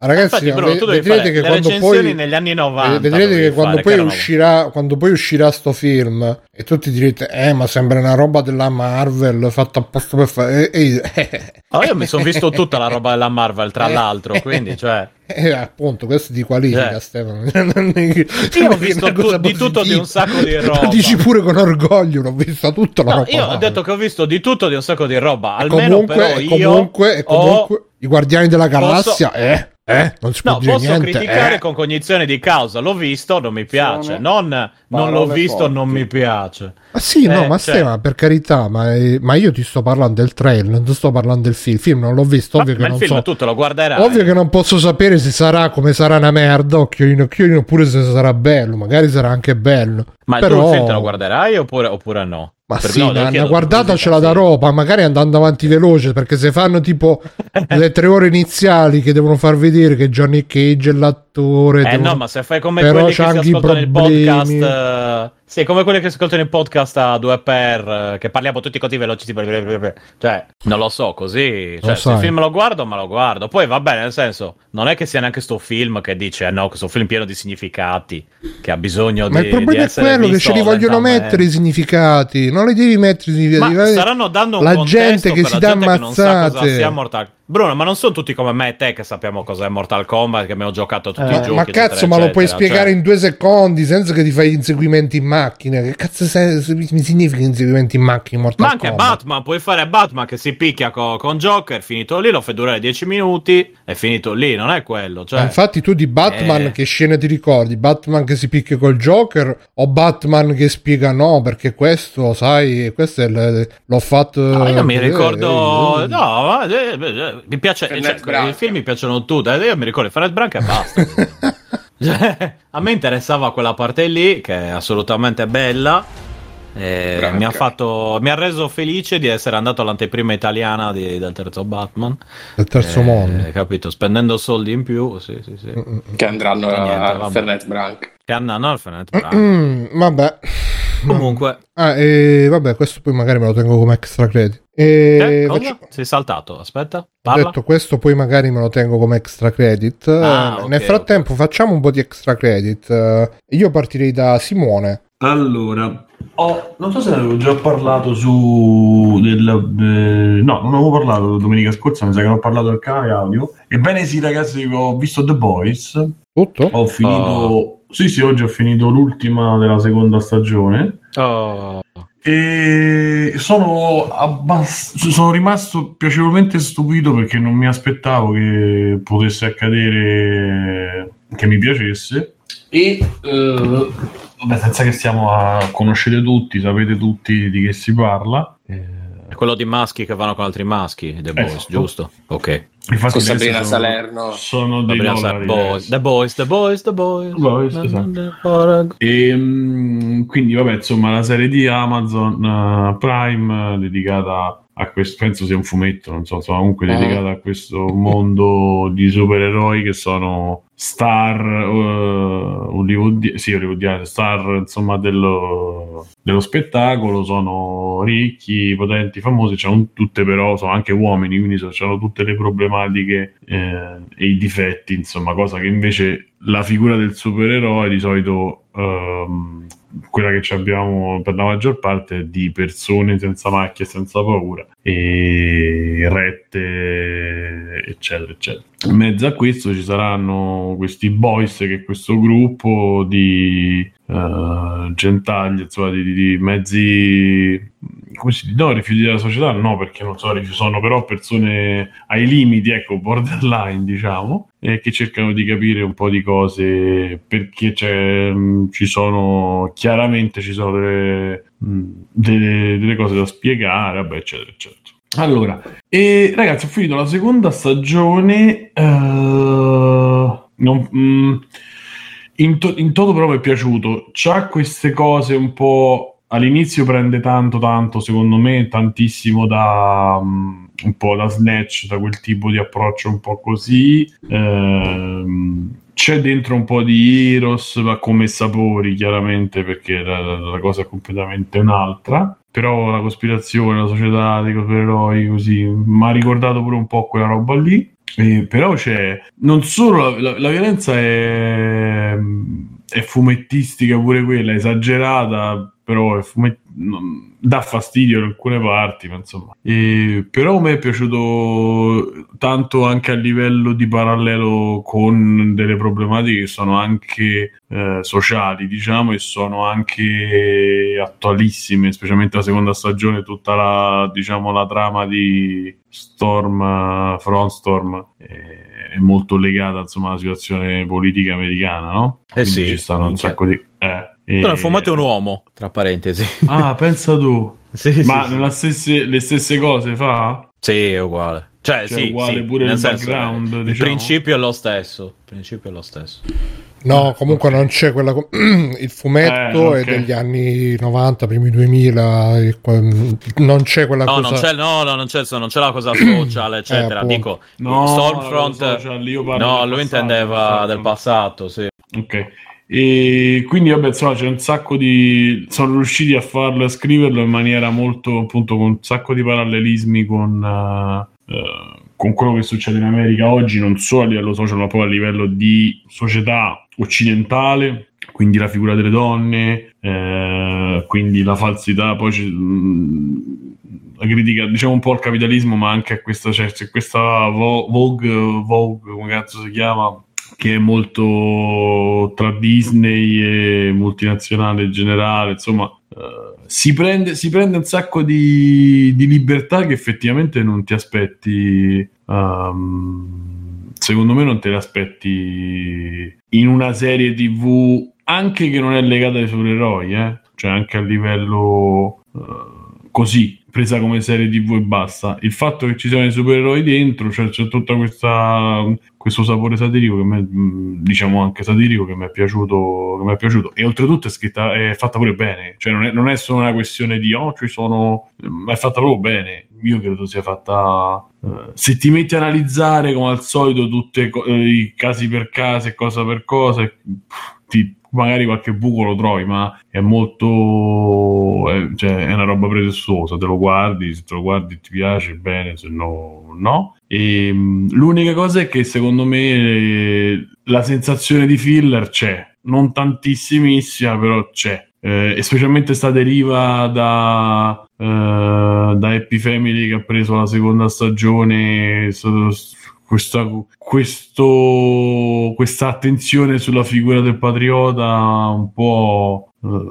Ragazzi, vedrete che quando poi negli anni 90 vedrete che quando poi uscirà sto film e tutti direte ma sembra una roba della Marvel fatta apposta per fare io mi sono visto tutta la roba della Marvel, tra l'altro, quindi cioè appunto questo ti qualifica, Stefano. Io ho visto di tutto di un sacco di roba. Lo dici pure con orgoglio, l'ho vista tutta la roba. Io ho detto che ho visto di tutto di un sacco di roba, almeno comunque i Guardiani della Galassia non si può dire posso niente, criticare con cognizione di causa. L'ho visto, non mi piace. Non l'ho visto, forti. Non mi piace. Ma sì, Stefano, per carità, ma io ti sto parlando del trailer, non ti sto parlando del film. Il film non l'ho visto, ovvio che non il film so. Tu te lo guarderai. Ovvio che non posso sapere se sarà come sarà una merda, occhiolino, oppure se sarà bello. Magari sarà anche bello. Ma però... tu il film te lo guarderai oppure no? Ma sì, una guardata ce la darò, ma magari andando avanti veloce, perché se fanno tipo le 3 ore iniziali che devono far vedere che Johnny Cage è l'attore, no, ma se fai come quelli che si ascoltano il podcast, sì, come quelli che si ascoltano il podcast a 2x, che parliamo tutti così veloci, cioè non lo so, così, cioè, se il film lo guardo, poi va bene, nel senso, non è che sia neanche sto film che dice no, questo film pieno di significati, che ha bisogno ma di il problema è quello che ce li vogliono mettere i significati, non li devi mettere i significati. Ma staranno dando un la gente che si dà ammazzate. Bruno, ma non sono tutti come me e te che sappiamo cos'è Mortal Kombat, che abbiamo giocato tutti i giochi. Ma cazzo, ma lo puoi spiegare in 2 secondi senza che ti fai inseguimenti in macchina. Che cazzo mi significa inseguimenti in macchina in Mortal Kombat? Ma anche Batman, puoi fare Batman che si picchia con Joker, finito lì, lo fai durare 10 minuti, è finito lì, non è quello. Cioè, infatti tu di Batman che scena ti ricordi? Batman che si picchia col Joker o Batman che spiega no, perché questo, sai, questo è l'ho fatto... io mi ricordo... mi piace, i film mi piacciono tutti, io mi ricordo Fred Branca e basta. Cioè, a me interessava quella parte lì che è assolutamente bella, mi ha reso felice di essere andato all'anteprima italiana del terzo Batman, del terzo mondo, capito, spendendo soldi in più, sì. Che andranno a Fernet Branca, vabbè. Comunque vabbè, questo poi magari me lo tengo come extra credit. Sei saltato, aspetta, parla. Ho detto questo poi magari me lo tengo come extra credit. Nel frattempo facciamo un po' di extra credit. Io partirei da Simone. Allora, non so se ne avevo già parlato no, non avevo parlato domenica scorsa, mi sa che non ho parlato del canale audio. Ebbene sì, ragazzi, ho visto The Boys. Tutto? Ho finito... Sì, oggi ho finito l'ultima della seconda stagione. E sono rimasto piacevolmente stupito perché non mi aspettavo che potesse accadere, che mi piacesse. E vabbè, senza che conoscete tutti, sapete tutti di che si parla. È quello di maschi che vanno con altri maschi, The Boys, giusto? Ok. Infatti con Sabrina Salerno sono dei The Boys. Esatto. E quindi vabbè, insomma, la serie di Amazon Prime dedicata a questo, penso sia un fumetto, non so, comunque dedicata a questo mondo di supereroi che sono star hollywoodiane, star insomma dello spettacolo, sono ricchi, potenti, famosi, tutte però sono anche uomini, quindi hanno tutte le problematiche e i difetti, insomma, cosa che invece la figura del supereroe di solito quella che abbiamo per la maggior parte è di persone senza macchie, senza paura, e rette, eccetera eccetera. In mezzo a questo ci saranno questi boys, che è questo gruppo di gentagli, insomma, di mezzi, come si dice, no, rifiuti della società, no, perché non sono però persone ai limiti, ecco, borderline, diciamo, e che cercano di capire un po' di cose, perché ci sono delle cose da spiegare, vabbè, eccetera eccetera. Allora, ragazzi, ho finito la seconda stagione, in toto però mi è piaciuto. C'ha queste cose un po', all'inizio prende tanto, secondo me, tantissimo da un po' da Snatch, da quel tipo di approccio un po' così. C'è dentro un po' di Heroes, ma come sapori, chiaramente, perché la cosa è completamente un'altra. Però la cospirazione, la società dei supereroi, così, mi ha ricordato pure un po' quella roba lì. Però c'è non solo la violenza è fumettistica pure quella, esagerata, però dà fastidio in alcune parti, ma insomma. Però mi è piaciuto tanto anche a livello di parallelo con delle problematiche che sono anche sociali, diciamo, e sono anche attualissime, specialmente la seconda stagione, tutta la trama di Frontstorm è molto legata, insomma, alla situazione politica americana, no? Quindi sì, ci stanno un sacco di... il fumato è un uomo, tra parentesi. Ah, pensa tu. Ma sì. le stesse cose fa? Sì, è uguale. Cioè sì, uguale sì, pure nel il senso, background, il diciamo? principio è lo stesso. No, comunque non c'è quella. Il fumetto ok. è degli anni 90, primi 2000. Non c'è quella cosa. Non c'è la cosa social, eccetera. Dico, Stormfront. Lui intendeva del passato, sì. Ok. E quindi vabbè, insomma, c'è un sacco di... sono riusciti a farlo, a scriverlo in maniera molto, appunto, con un sacco di parallelismi con quello che succede in America oggi, non solo a livello social, ma poi a livello di società occidentale, quindi la figura delle donne, quindi la falsità, poi c'è la critica, diciamo, un po' al capitalismo, ma anche a questa, c'è questa Vogue, come cazzo si chiama, che è molto tra Disney e multinazionale in generale, insomma, si prende un sacco di libertà che effettivamente non ti aspetti, secondo me non te le aspetti in una serie TV, anche che non è legata ai supereroi, cioè anche a livello così, presa come serie TV e basta. Il fatto che ci siano i supereroi dentro, cioè c'è tutta questo sapore satirico che diciamo anche satirico, che mi è piaciuto, e oltretutto è fatta pure bene, cioè non è solo una questione di ci sono, ma è fatta proprio bene. Io credo sia fatta, se ti metti a analizzare come al solito tutti i casi per caso e cosa per cosa, magari qualche buco lo trovi, ma è molto, cioè è una roba pretestuosa. Te lo guardi, se te lo guardi ti piace, bene, se no. E l'unica cosa è che secondo me la sensazione di filler c'è, non tantissimissima, però c'è, e specialmente sta deriva da Happy Family, che ha preso la seconda stagione, questa attenzione sulla figura del patriota un po',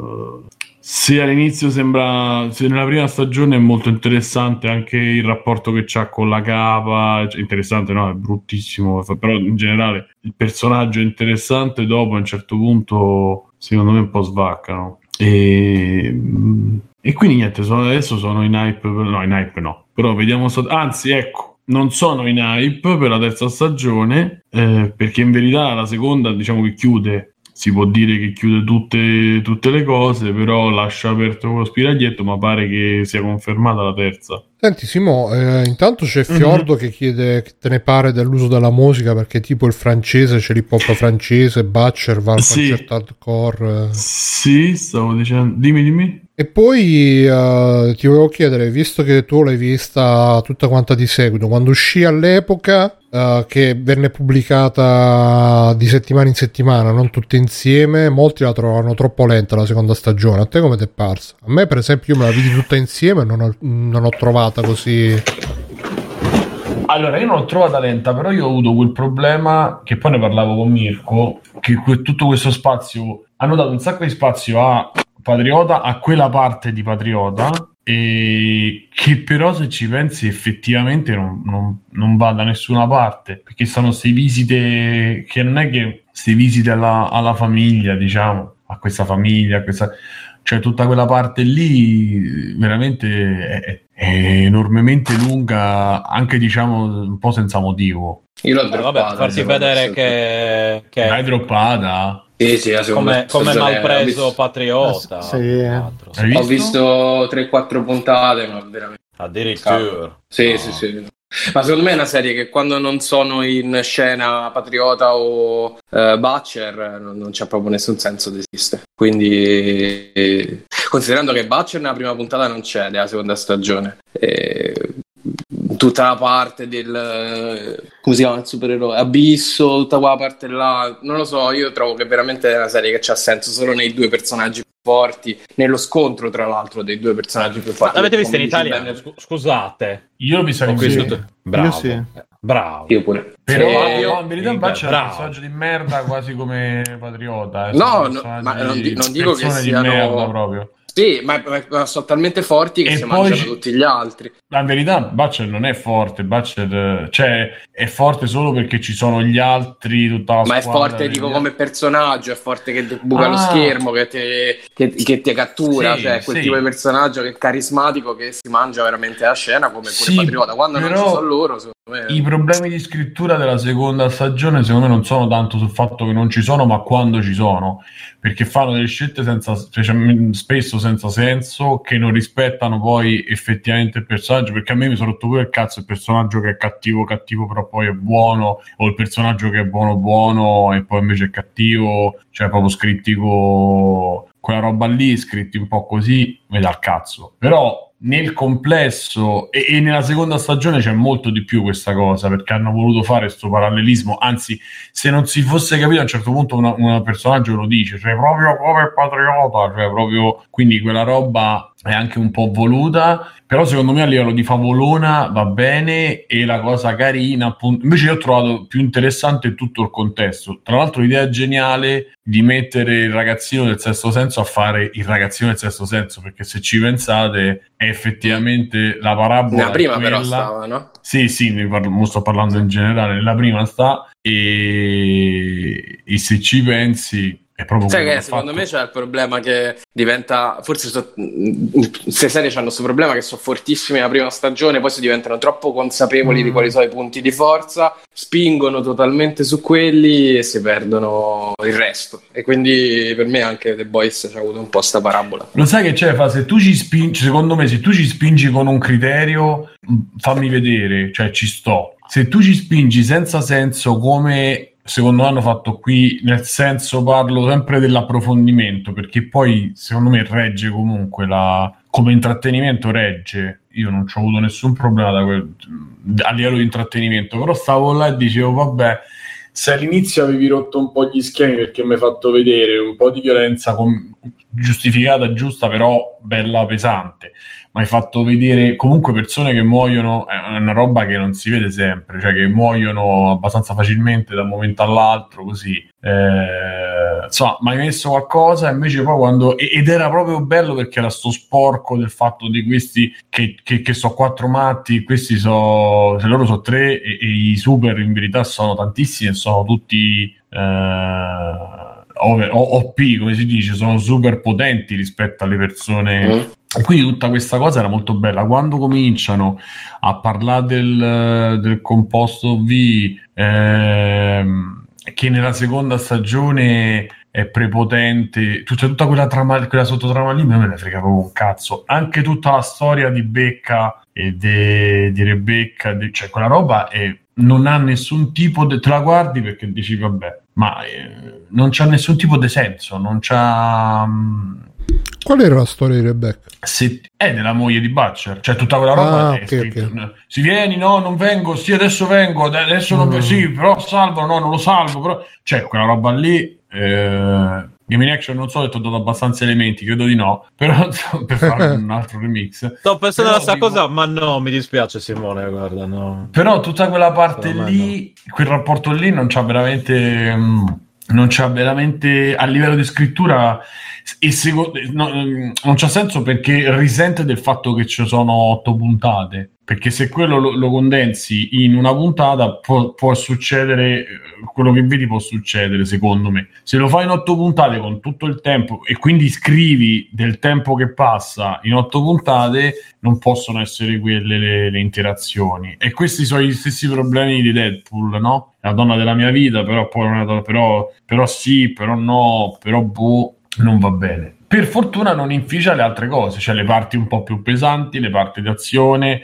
se all'inizio se nella prima stagione è molto interessante anche il rapporto che c'ha con la capa, interessante, no, è bruttissimo, però in generale il personaggio è interessante, dopo a un certo punto secondo me un po' svaccano, e quindi niente, adesso sono in hype, però vediamo, anzi ecco, non sono in hype per la terza stagione, perché in verità la seconda, diciamo che chiude, si può dire che chiude tutte le cose, però lascia aperto lo spiraglietto, ma pare che sia confermata la terza. Senti Simo, intanto c'è Fiordo che chiede che te ne pare dell'uso della musica, perché tipo il francese c'è l'hip hop francese, Butcher va al concerto hardcore. Sì, stavo dicendo, dimmi. E poi ti volevo chiedere, visto che tu l'hai vista tutta quanta di seguito, quando uscì all'epoca, che venne pubblicata di settimana in settimana, non tutte insieme, molti la trovavano troppo lenta la seconda stagione. A te come ti è parsa? A me per esempio, io me la vidi tutta insieme e non ho trovata così. Allora, io non l'ho trovata lenta, però io ho avuto quel problema, che poi ne parlavo con Mirko, che tutto questo spazio, hanno dato un sacco di spazio a Patriota, a quella parte di Patriota, e che però, se ci pensi, effettivamente non va da nessuna parte, perché sono queste visite che non è che queste visite alla famiglia, diciamo, a questa famiglia, cioè tutta quella parte lì veramente è enormemente lunga, anche, diciamo, un po' senza motivo. Io l'ho droppata, per farti vedere che l'hai droppata. Sì, come mal preso Patriota. Sì. Ho visto 3-4 puntate, ma veramente addirittura. Sì. Ma secondo me è una serie che quando non sono in scena Patriota o Butcher non c'è proprio nessun senso di esistere. Quindi, considerando che Butcher nella prima puntata non c'è, nella seconda stagione, tutta la parte del come si chiama il supereroe, Abisso, tutta quella parte là, non lo so, io trovo che veramente è una serie che c'ha senso solo nei due personaggi forti, nello scontro tra l'altro dei due personaggi più forti. L'avete visto in italiano? Scusate, io l'ho visto in inglese. Bravo, io sì. Bravo. Io pure. Però in verità Baccia è un personaggio di merda quasi come Patriota. No, ma non dico che siano di merda proprio. Sì, ma sono talmente forti che si mangiano tutti gli altri. Ma in verità Butcher non è forte, Butcher cioè è forte solo perché ci sono gli altri, tutta la ma squadra. È forte tipo come personaggio, è forte che ti buca lo schermo, che ti cattura, sì, cioè quel tipo di personaggio che è carismatico, che si mangia veramente la scena come pure Patriota. Quando non ci sono loro, secondo me... I problemi di scrittura della seconda stagione secondo me non sono tanto sul fatto che non ci sono, ma quando ci sono, perché fanno delle scelte spesso senza senso, che non rispettano poi effettivamente il personaggio, perché a me mi sono rotto pure il cazzo il personaggio che è cattivo però poi è buono, o il personaggio che è buono e poi invece è cattivo, cioè proprio scritti quella roba lì, scritti un po' così, mi dà il cazzo. Però nel complesso e nella seconda stagione c'è molto di più questa cosa, perché hanno voluto fare questo parallelismo, anzi se non si fosse capito a un certo punto un personaggio lo dice, cioè proprio come Patriota, cioè proprio, quindi quella roba è anche un po' voluta, però secondo me a livello di favolona va bene, e la cosa carina appunto, invece io ho trovato più interessante tutto il contesto. Tra l'altro l'idea geniale di mettere il ragazzino del Sesto Senso a fare il ragazzino del Sesto Senso, perché se ci pensate è effettivamente la parabola. La prima però stava, no? Sì, sto parlando in generale, nella prima sta, e se ci pensi è proprio sai che secondo me c'è il problema che diventa, forse queste serie hanno questo problema che sono fortissime la prima stagione, poi si diventano troppo consapevoli di quali sono i punti di forza, spingono totalmente su quelli e si perdono il resto, e quindi per me anche The Boys c'ha avuto un po' sta parabola. Lo sai che c'è? Se tu ci spingi, secondo me, se tu ci spingi con un criterio, fammi vedere, cioè ci sto. Se tu ci spingi senza senso, come secondo me hanno fatto qui, nel senso parlo sempre dell'approfondimento, perché poi secondo me regge comunque come intrattenimento regge. Io non ci ho avuto nessun problema a livello di intrattenimento, però stavo là e dicevo vabbè, se all'inizio avevi rotto un po' gli schemi perché mi hai fatto vedere un po' di violenza giustificata, giusta, però bella pesante, ma hai fatto vedere comunque persone che muoiono, è una roba che non si vede sempre, cioè che muoiono abbastanza facilmente da un momento all'altro, così insomma, mi hai messo qualcosa, invece poi ed era proprio bello perché era sto sporco del fatto di questi che so quattro matti, questi se loro sono tre, e i super in verità sono tantissimi e sono tutti OP, come si dice, sono super potenti rispetto alle persone. E quindi tutta questa cosa era molto bella. Quando cominciano a parlare del composto V, che nella seconda stagione è prepotente, tutta quella sottotrama lì, me ne frega proprio un cazzo. Anche tutta la storia di Becca e di Rebecca, cioè quella roba non ha nessun tipo te la guardi perché dici vabbè, ma non c'ha nessun tipo di senso, non c'ha... Qual era la storia di Rebecca? È della moglie di Butcher, cioè tutta quella roba okay. Si vieni, no, non vengo, sì, adesso vengo, adesso non sì, però salvo, no, non lo salvo, però cioè quella roba lì Game in Action non so se ti ho dato abbastanza elementi, credo di no, però per fare un altro remix sto pensando alla stessa cosa, ma no, mi dispiace Simone, guarda, no. Però tutta quella parte lì, quel rapporto lì non c'ha veramente a livello di scrittura, e non c'ha senso, perché risente del fatto che ci sono 8 puntate, perché se quello lo condensi in una puntata può succedere quello che vedi, può succedere secondo me. Se lo fai in 8 puntate con tutto il tempo, e quindi scrivi del tempo che passa in 8 puntate, non possono essere quelle le interazioni, e questi sono gli stessi problemi di Deadpool, no? La donna della mia vita, però poi una donna, però sì, però no, però boh, non va bene. Per fortuna non inficia le altre cose, cioè le parti un po' più pesanti, le parti di azione,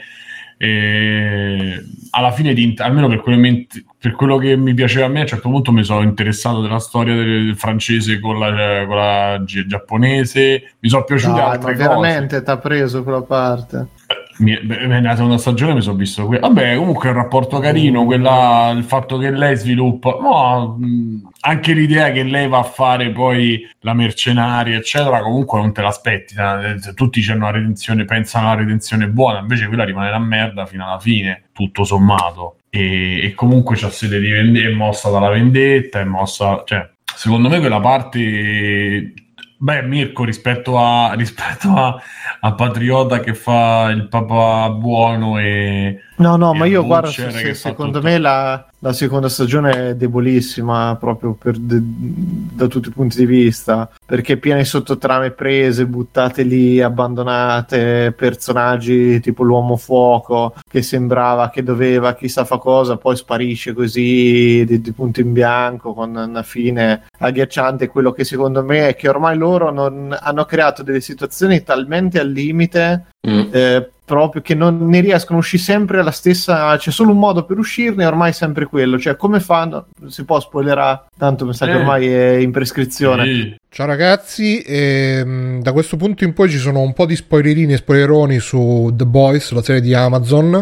alla fine almeno per quello che mi piaceva a me, a un certo punto mi sono interessato della storia del francese con la giapponese, mi sono piaciute altre cose. Veramente t'ha preso quella parte? nella seconda stagione mi sono visto vabbè, comunque è un rapporto carino, il fatto che lei sviluppa, anche l'idea che lei va a fare poi la mercenaria eccetera, comunque non te l'aspetti, tutti c'hanno una redenzione, pensano alla redenzione buona, invece quella rimane la merda fino alla fine, tutto sommato, e comunque c'ha sede di è mossa dalla vendetta, è mossa, cioè secondo me quella parte, Mirko rispetto a Patriota che fa il papà buono e ma io guarda, secondo me la seconda stagione è debolissima proprio da tutti i punti di vista, perché è piena di sottotrame prese, buttate lì, abbandonate, personaggi tipo l'uomo fuoco che sembrava che doveva chissà fa cosa, poi sparisce così di punto in bianco con una fine agghiacciante. Quello che secondo me è che ormai loro non hanno creato delle situazioni talmente al limite proprio che non ne riescono a uscire sempre alla stessa, c'è solo un modo per uscirne, ormai è sempre quello, cioè come fanno, si può spoilerare, tanto mi sa che ormai è in prescrizione. Ciao ragazzi, da questo punto in poi ci sono un po' di spoilerini e spoileroni su The Boys, la serie di Amazon,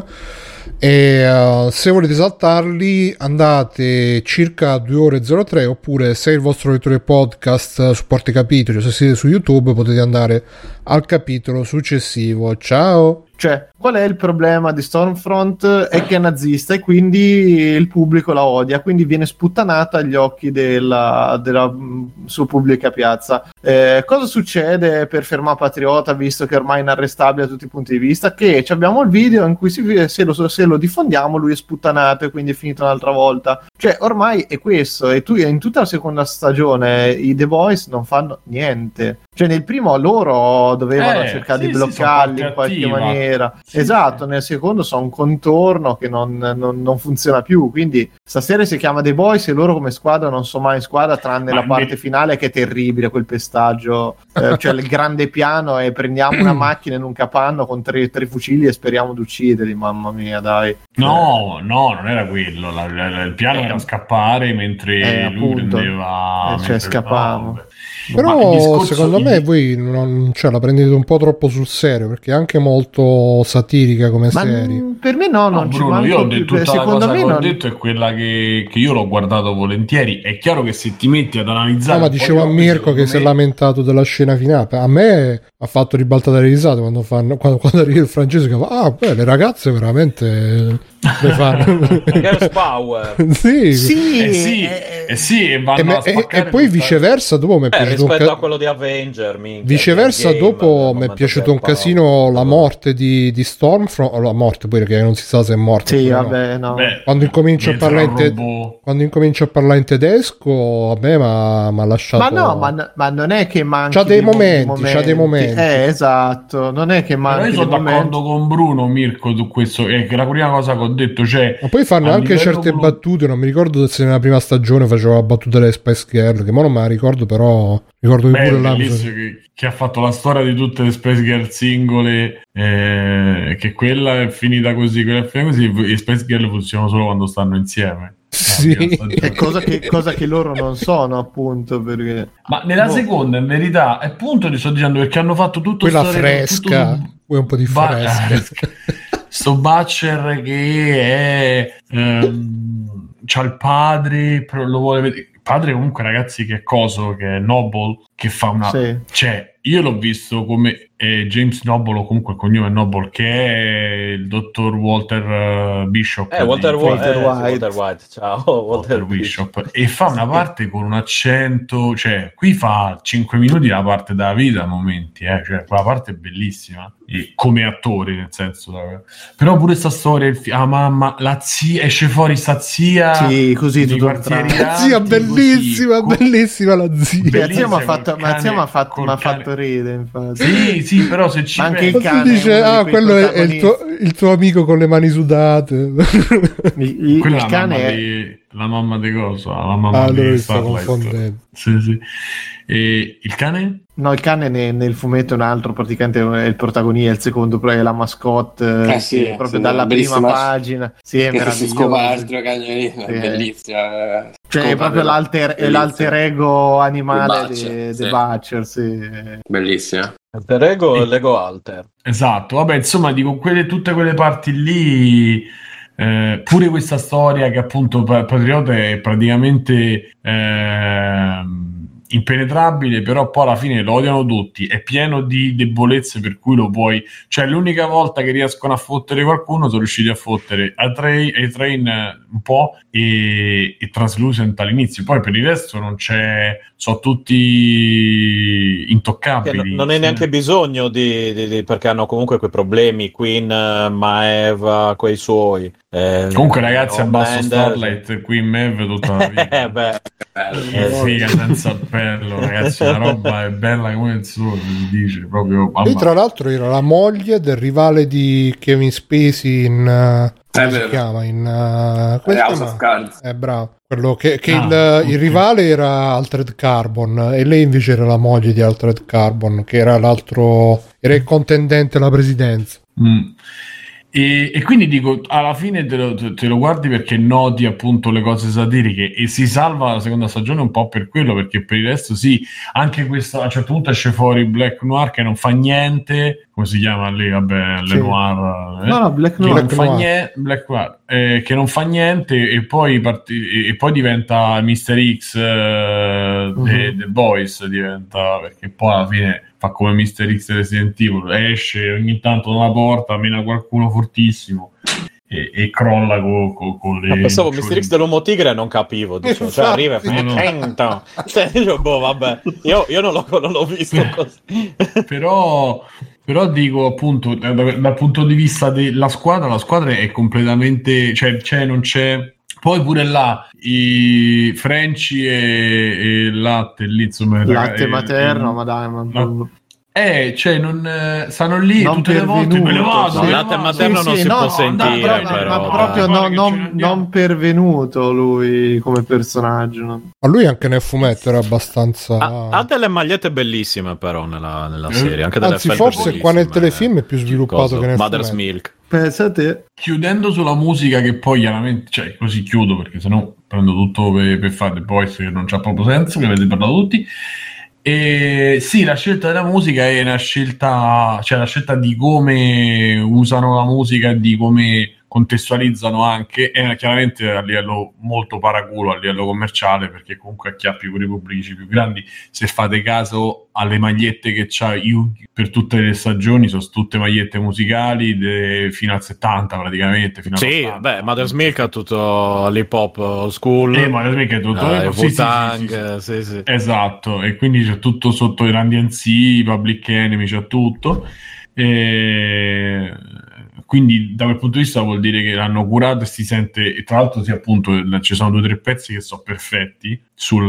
e se volete saltarli andate circa 2 ore 03, oppure se il vostro lettore podcast supporta i capitoli, cioè se siete su YouTube potete andare al capitolo successivo. Ciao! Cioè, qual è il problema di Stormfront? È che è nazista e quindi il pubblico la odia, quindi viene sputtanata agli occhi della sua pubblica piazza. Cosa succede per fermare Patriota, visto che ormai è inarrestabile da tutti i punti di vista? Che abbiamo il video in cui se lo diffondiamo lui è sputtanato e quindi è finito un'altra volta. Cioè, ormai è questo, e in tutta la seconda stagione i The Boys non fanno niente. Cioè, nel primo loro dovevano cercare di bloccarli in qualche maniera. Sì, esatto, nel secondo sono un contorno che non funziona più. Quindi stasera si chiama The Boys e loro come squadra non sono mai in squadra, tranne la parte finale che è terribile, quel pestaggio. Cioè il grande piano e prendiamo una macchina in un capanno con tre fucili e speriamo di ucciderli. Mamma mia, dai. No, non era quello. Il piano era scappare mentre lui prendeva. Cioè scappavamo. Però secondo me voi la prendete un po' troppo sul serio, perché è anche molto satirica come serie. Per me non ci Bruno, io ho detto tutta la cosa che ho detto è quella che io l'ho guardato volentieri. È chiaro che se ti metti ad analizzare, ma dicevo a Mirko che si è lamentato della scena finale, a me ha fatto ribaltare le risate quando arriva il francese che fa le ragazze veramente le fanno girls power. sì, e vanno a spaccare e poi viceversa dopo mi è piaciuto rispetto a quello di Avenger, viceversa dopo mi è piaciuto un casino la morte di Stormfront, o la morte poi perché non si sa se è morto. Sì, vabbè, no. Quando incomincio a parlare in tedesco a me mi ha lasciato, ma non è che manca, c'ha dei momenti. Esatto, non è che manca. Io sono d'accordo con Bruno, Mirko, su questo, è che la prima cosa che ho detto, cioè, ma poi fanno anche certe battute, non mi ricordo se nella prima stagione faceva la battuta delle Spice Girl, che mo non me la ricordo, però ricordo che pure là che ha fatto la storia di tutte le Spice Girl singole, che quella è finita così, quella è finita così, e Spice Girl funzionano solo quando stanno insieme. Sì. È cosa che loro non sono, appunto, perché ma nella seconda in verità è appunto ti sto dicendo, perché hanno fatto tutto quella fresca, poi un po' di fresca. Sto Butcher che è c'ha il padre, però lo vuole vedere. Il padre comunque, ragazzi, che è coso, che è Noble, che fa una cioè io l'ho visto come James Noble, o comunque il cognome è Noble, che è il dottor Walter Bishop, Walter White, ciao Walter Bishop, e fa una parte con un accento, cioè qui fa 5 minuti la parte della vita a momenti, cioè quella parte è bellissima, e come attori, nel senso, però pure sta storia, mamma, la zia, esce fuori sta zia, sì, così tutto la zia bellissima, così, bellissima la zia. La zia mi ha fatto ridere, infatti. Sì, però se ci anche il cane dice, quello è il tuo amico con le mani sudate. Il cane la mamma di cosa? La mamma di Starlight. Sì. E il cane? No, il cane nel fumetto è un altro, praticamente è il protagonista, il secondo, però è la mascotte, proprio dalla prima pagina. Sì, è meraviglioso. L'altro cagnolino, è bellissima. Cioè è proprio l'alter ego animale di Butcher, sì. Bellissima. Alter Ego e Lego Alter. Esatto, vabbè, insomma, dico, tutte quelle parti lì, pure questa storia che appunto Patriota è praticamente impenetrabile, però poi alla fine lo odiano tutti, è pieno di debolezze per cui lo puoi, cioè l'unica volta che riescono a fottere qualcuno sono riusciti a fottere A-Train un po' e Translucent all'inizio, poi per il resto non c'è, sono tutti intoccabili. Non è neanche bisogno di perché hanno comunque quei problemi, Queen, Maeva, quei suoi. Comunque ragazzi, abbasso Starlight, Queen Maeve tutta la vita. Figa senza appello, ragazzi, la roba è bella come il sole, si dice proprio. E tra l'altro era la moglie del rivale di Kevin Spacey in come si chiama? In House of Cards. Bravo. Quello che il rivale era Altered Carbon e lei invece era la moglie di Altered Carbon, che era era il contendente alla presidenza. E quindi dico, alla fine te lo guardi perché noti appunto le cose satiriche e si salva la seconda stagione un po' per quello, perché per il resto sì, anche questo a un certo punto esce fuori Black Noir che non fa niente, come si chiama lì, vabbè, Le Noir, no, Black Noir, Black Noir che non fa niente e poi diventa Mr. X The Boys, diventa, perché poi alla fine fa come Mr. X Resident Evil, esce ogni tanto dalla porta, mena qualcuno fortissimo e crolla con le... pensavo Mr. X dell'uomo tigre, non capivo, diciamo. Cioè arriva e fa boh, vabbè, io non l'ho visto così. però dico appunto dal punto di vista della squadra, la squadra è completamente, cioè non c'è. Poi pure là i Frenci e latte lì, insomma, latte materno, ma dai, cioè non stanno lì non tutte le volte, me le vado, il latte materno non si può sentire, ma proprio non pervenuto lui come personaggio. Ma lui anche nel fumetto era abbastanza ha delle magliette bellissime però nella serie, anche delle anzi forse qua nel telefilm è più sviluppato che nel Mother's fumetto. Milk. Pensate, chiudendo sulla musica, che poi chiaramente, cioè così chiudo perché sennò prendo tutto per fare poi se non c'ha proprio senso, che avete parlato tutti. E sì, la scelta della musica è una scelta, cioè la scelta di come usano la musica e di come contestualizzano anche, è chiaramente a livello molto paraculo, a livello commerciale, perché comunque acchiappi pure i pubblici più grandi. Se fate caso alle magliette che c'ha Yugi per tutte le stagioni, sono tutte magliette musicali fino al 70 praticamente, fino sì, 80. Beh, Mother's Milk ha tutto l'hip hop old school, Mother's Milk è tutto Wu-Tang, sì. Esatto, e quindi c'è tutto sotto i Run DMC, Public Enemy, c'è tutto, quindi da quel punto di vista vuol dire che l'hanno curato e si sente, e tra l'altro sì, appunto ci sono 2 o 3 pezzi che sono perfetti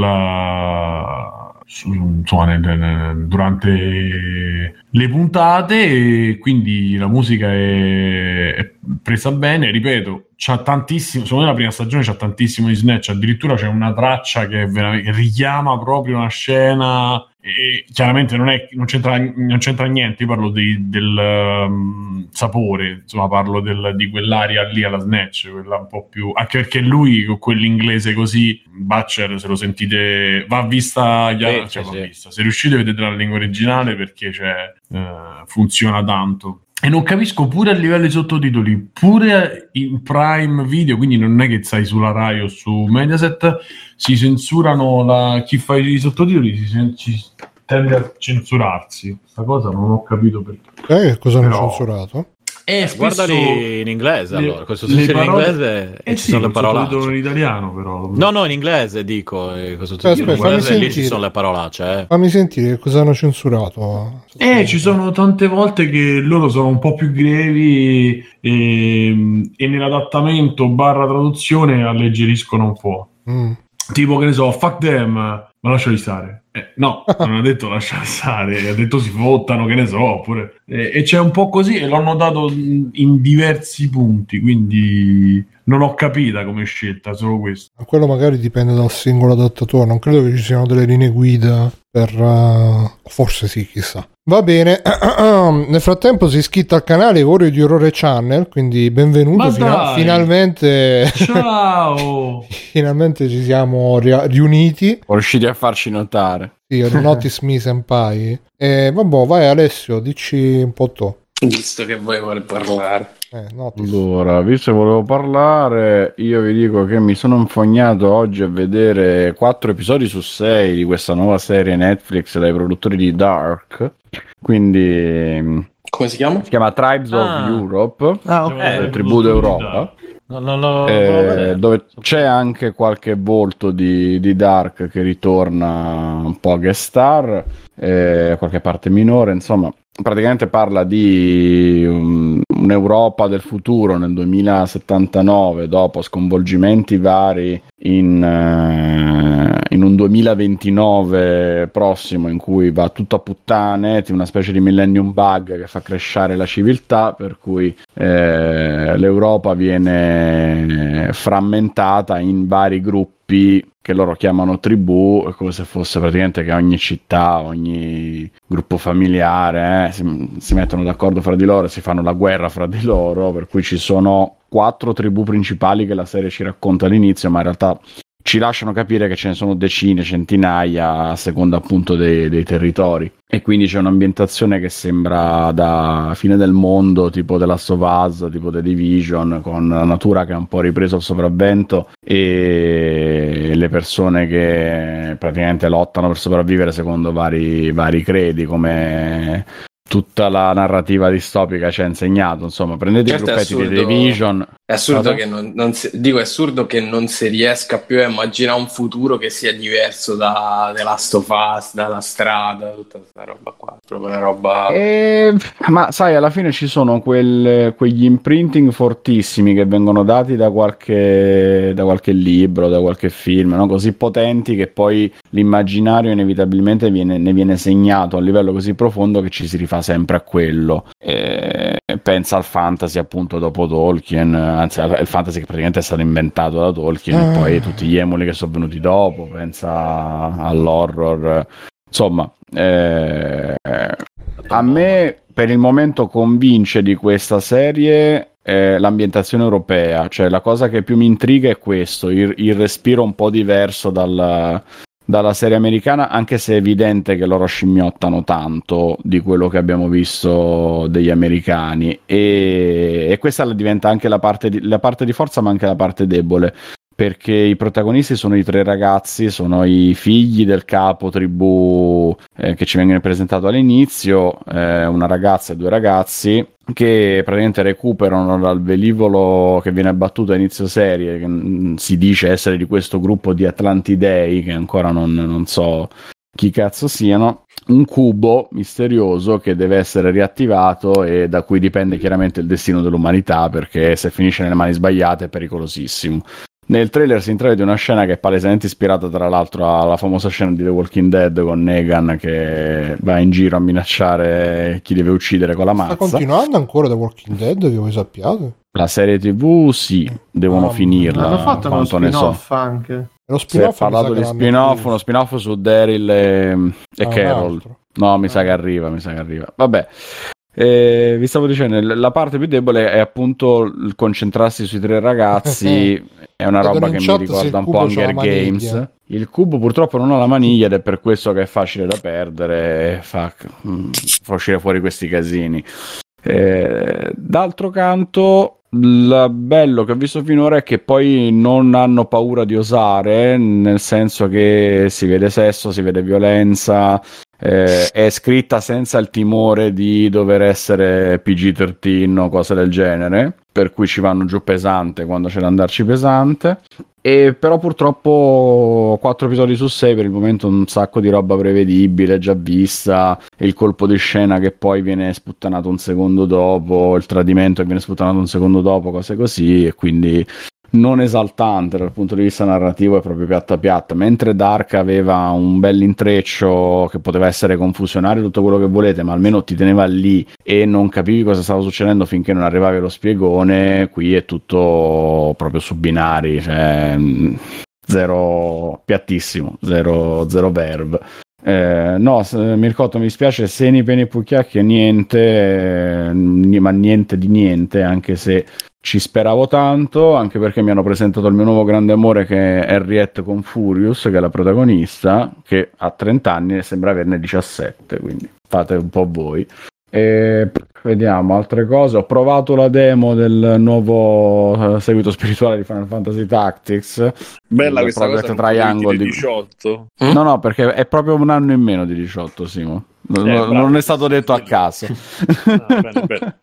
insomma, durante le puntate, e quindi la musica è presa bene, ripeto, c'ha tantissimo, secondo me la prima stagione c'ha tantissimo di snatch, addirittura c'è una traccia che è veramente, che richiama proprio una scena, e chiaramente non c'entra niente, io parlo del sapore, insomma parlo di quell'aria lì alla snatch, quella un po' più, anche perché lui con quell'inglese così, Butcher, se lo sentite, va vista, se riuscite vedete la lingua originale, perché funziona tanto. E non capisco pure a livello di sottotitoli, pure in Prime Video, quindi non è che sai sulla Rai o su Mediaset, si censurano chi fa i sottotitoli, ci tende a censurarsi. Questa cosa non ho capito perché. Cosa hanno censurato? Guardali in inglese, allora, questo in inglese e ci sono le parolacce. In italiano però. No, in inglese dico, questo in inglese lì ci sono le parolacce. Fammi sentire che cosa hanno censurato. Ci sono tante volte che loro sono un po' più grevi e nell'adattamento / traduzione alleggeriscono un po'. Tipo, che ne so, fuck them, ma lasciali stare. No, non ha detto lasciali stare, ha detto si fottano, che ne so, oppure... E c'è un po' così, e l'ho notato in diversi punti, quindi non ho capita come scelta, solo questo. Quello magari dipende dal singolo adattatore, non credo che ci siano delle linee guida per... forse sì, chissà. Va bene, nel frattempo si è iscritto al canale Oreo di Orrore Channel, quindi benvenuto, finalmente. Ciao! Finalmente ci siamo riuniti. Riusciti a farci notare. Sì, Notice Me Senpai. Vabbè, vai Alessio, dici un po' tu. Visto che vuoi parlare. Allora, visto che volevo parlare, io vi dico che mi sono infognato oggi a vedere 4 episodi su 6 di questa nuova serie Netflix dai produttori di Dark. Quindi... Come si chiama? Si chiama Tribes of Europe, Tribù d'Europa. Dove c'è anche qualche volto di Dark che ritorna un po' a guest star, qualche parte minore, insomma. Praticamente parla di un'Europa del futuro nel 2079, dopo sconvolgimenti vari in un 2029 prossimo in cui va tutto a puttane, una specie di millennium bug che fa crescere la civiltà, per cui l'Europa viene frammentata in vari gruppi che loro chiamano tribù, come se fosse praticamente che ogni città, ogni gruppo familiare si mettono d'accordo fra di loro e si fanno la guerra fra di loro, per cui ci sono 4 tribù principali che la serie ci racconta all'inizio, ma in realtà ci lasciano capire che ce ne sono decine, centinaia a seconda appunto dei territori, e quindi c'è un'ambientazione che sembra da fine del mondo, tipo The Last of Us, tipo The Division, con la natura che ha un po' ripreso il sopravvento e le persone che praticamente lottano per sopravvivere secondo vari credi, come tutta la narrativa distopica ci ha insegnato. Insomma, prendete i gruppetti di The Division. È assurdo che è assurdo che non si riesca più a immaginare un futuro che sia diverso da The Last of Us, dalla strada, tutta questa roba qua. Proprio una roba. Ma sai, alla fine ci sono quegli imprinting fortissimi che vengono dati da qualche libro, da qualche film, no? Così potenti che poi l'immaginario inevitabilmente ne viene segnato a livello così profondo che ci si rifà sempre a quello. Pensa al fantasy appunto dopo Tolkien, anzi il fantasy che praticamente è stato inventato da Tolkien e poi tutti gli emuli che sono venuti dopo, pensa all'horror, insomma. A me per il momento convince di questa serie l'ambientazione europea, cioè la cosa che più mi intriga è questo, il respiro un po' diverso dalla serie americana, anche se è evidente che loro scimmiottano tanto di quello che abbiamo visto degli americani, e questa diventa anche la parte di forza ma anche la parte debole, perché i protagonisti sono i 3 ragazzi, sono i figli del capo tribù che ci vengono presentato all'inizio, una ragazza e 2 ragazzi che praticamente recuperano dal velivolo che viene abbattuto a inizio serie, che si dice essere di questo gruppo di Atlantidei, che ancora non so chi cazzo siano, un cubo misterioso che deve essere riattivato e da cui dipende chiaramente il destino dell'umanità, perché se finisce nelle mani sbagliate è pericolosissimo. Nel trailer si intravede una scena che è palesemente ispirata tra l'altro alla famosa scena di The Walking Dead con Negan che va in giro a minacciare chi deve uccidere con la mazza. Sta continuando ancora The Walking Dead, che voi sappiate? La serie TV sì, devono finirla. Hanno fatto uno spin-off anche. Lo spin-off si è parlato di spin-off, uno spin-off su Daryl e Carol. No, mi sa che arriva. Vabbè. Vi stavo dicendo, la parte più debole è appunto il concentrarsi sui 3 ragazzi. È una roba che mi ricorda un po' Hunger Games. Il cubo purtroppo non ha la maniglia ed è per questo che è facile da perdere, fa uscire fuori questi casini. D'altro canto, il bello che ho visto finora è che poi non hanno paura di osare, nel senso che si vede sesso, si vede violenza, è scritta senza il timore di dover essere PG-13 o cose del genere, per cui ci vanno giù pesante quando c'è da andarci pesante. E però purtroppo 4 episodi su 6 per il momento, un sacco di roba prevedibile, già vista, il colpo di scena che poi viene sputtanato un secondo dopo, il tradimento che viene sputtanato un secondo dopo, cose così, e quindi non esaltante dal punto di vista narrativo, è proprio piatta, mentre Dark aveva un bel intreccio che poteva essere confusionario, tutto quello che volete, ma almeno ti teneva lì e non capivi cosa stava succedendo finché non arrivavi allo spiegone. Qui è tutto proprio su binari, cioè zero, piattissimo, zero verve. No, Mircotto, mi dispiace, Seni, Peni e Pucchiacchi niente, ma niente di niente, anche se ci speravo tanto, anche perché mi hanno presentato il mio nuovo grande amore, che è Henriette con Furious, che è la protagonista, che ha 30 anni e sembra averne 17, quindi fate un po' voi. E vediamo altre cose. Ho provato la demo del nuovo seguito spirituale di Final Fantasy Tactics, bella questa Project cosa, Triangle di 18. No, perché è proprio un anno in meno di 18, Simo. Non è stato detto a caso. Bene.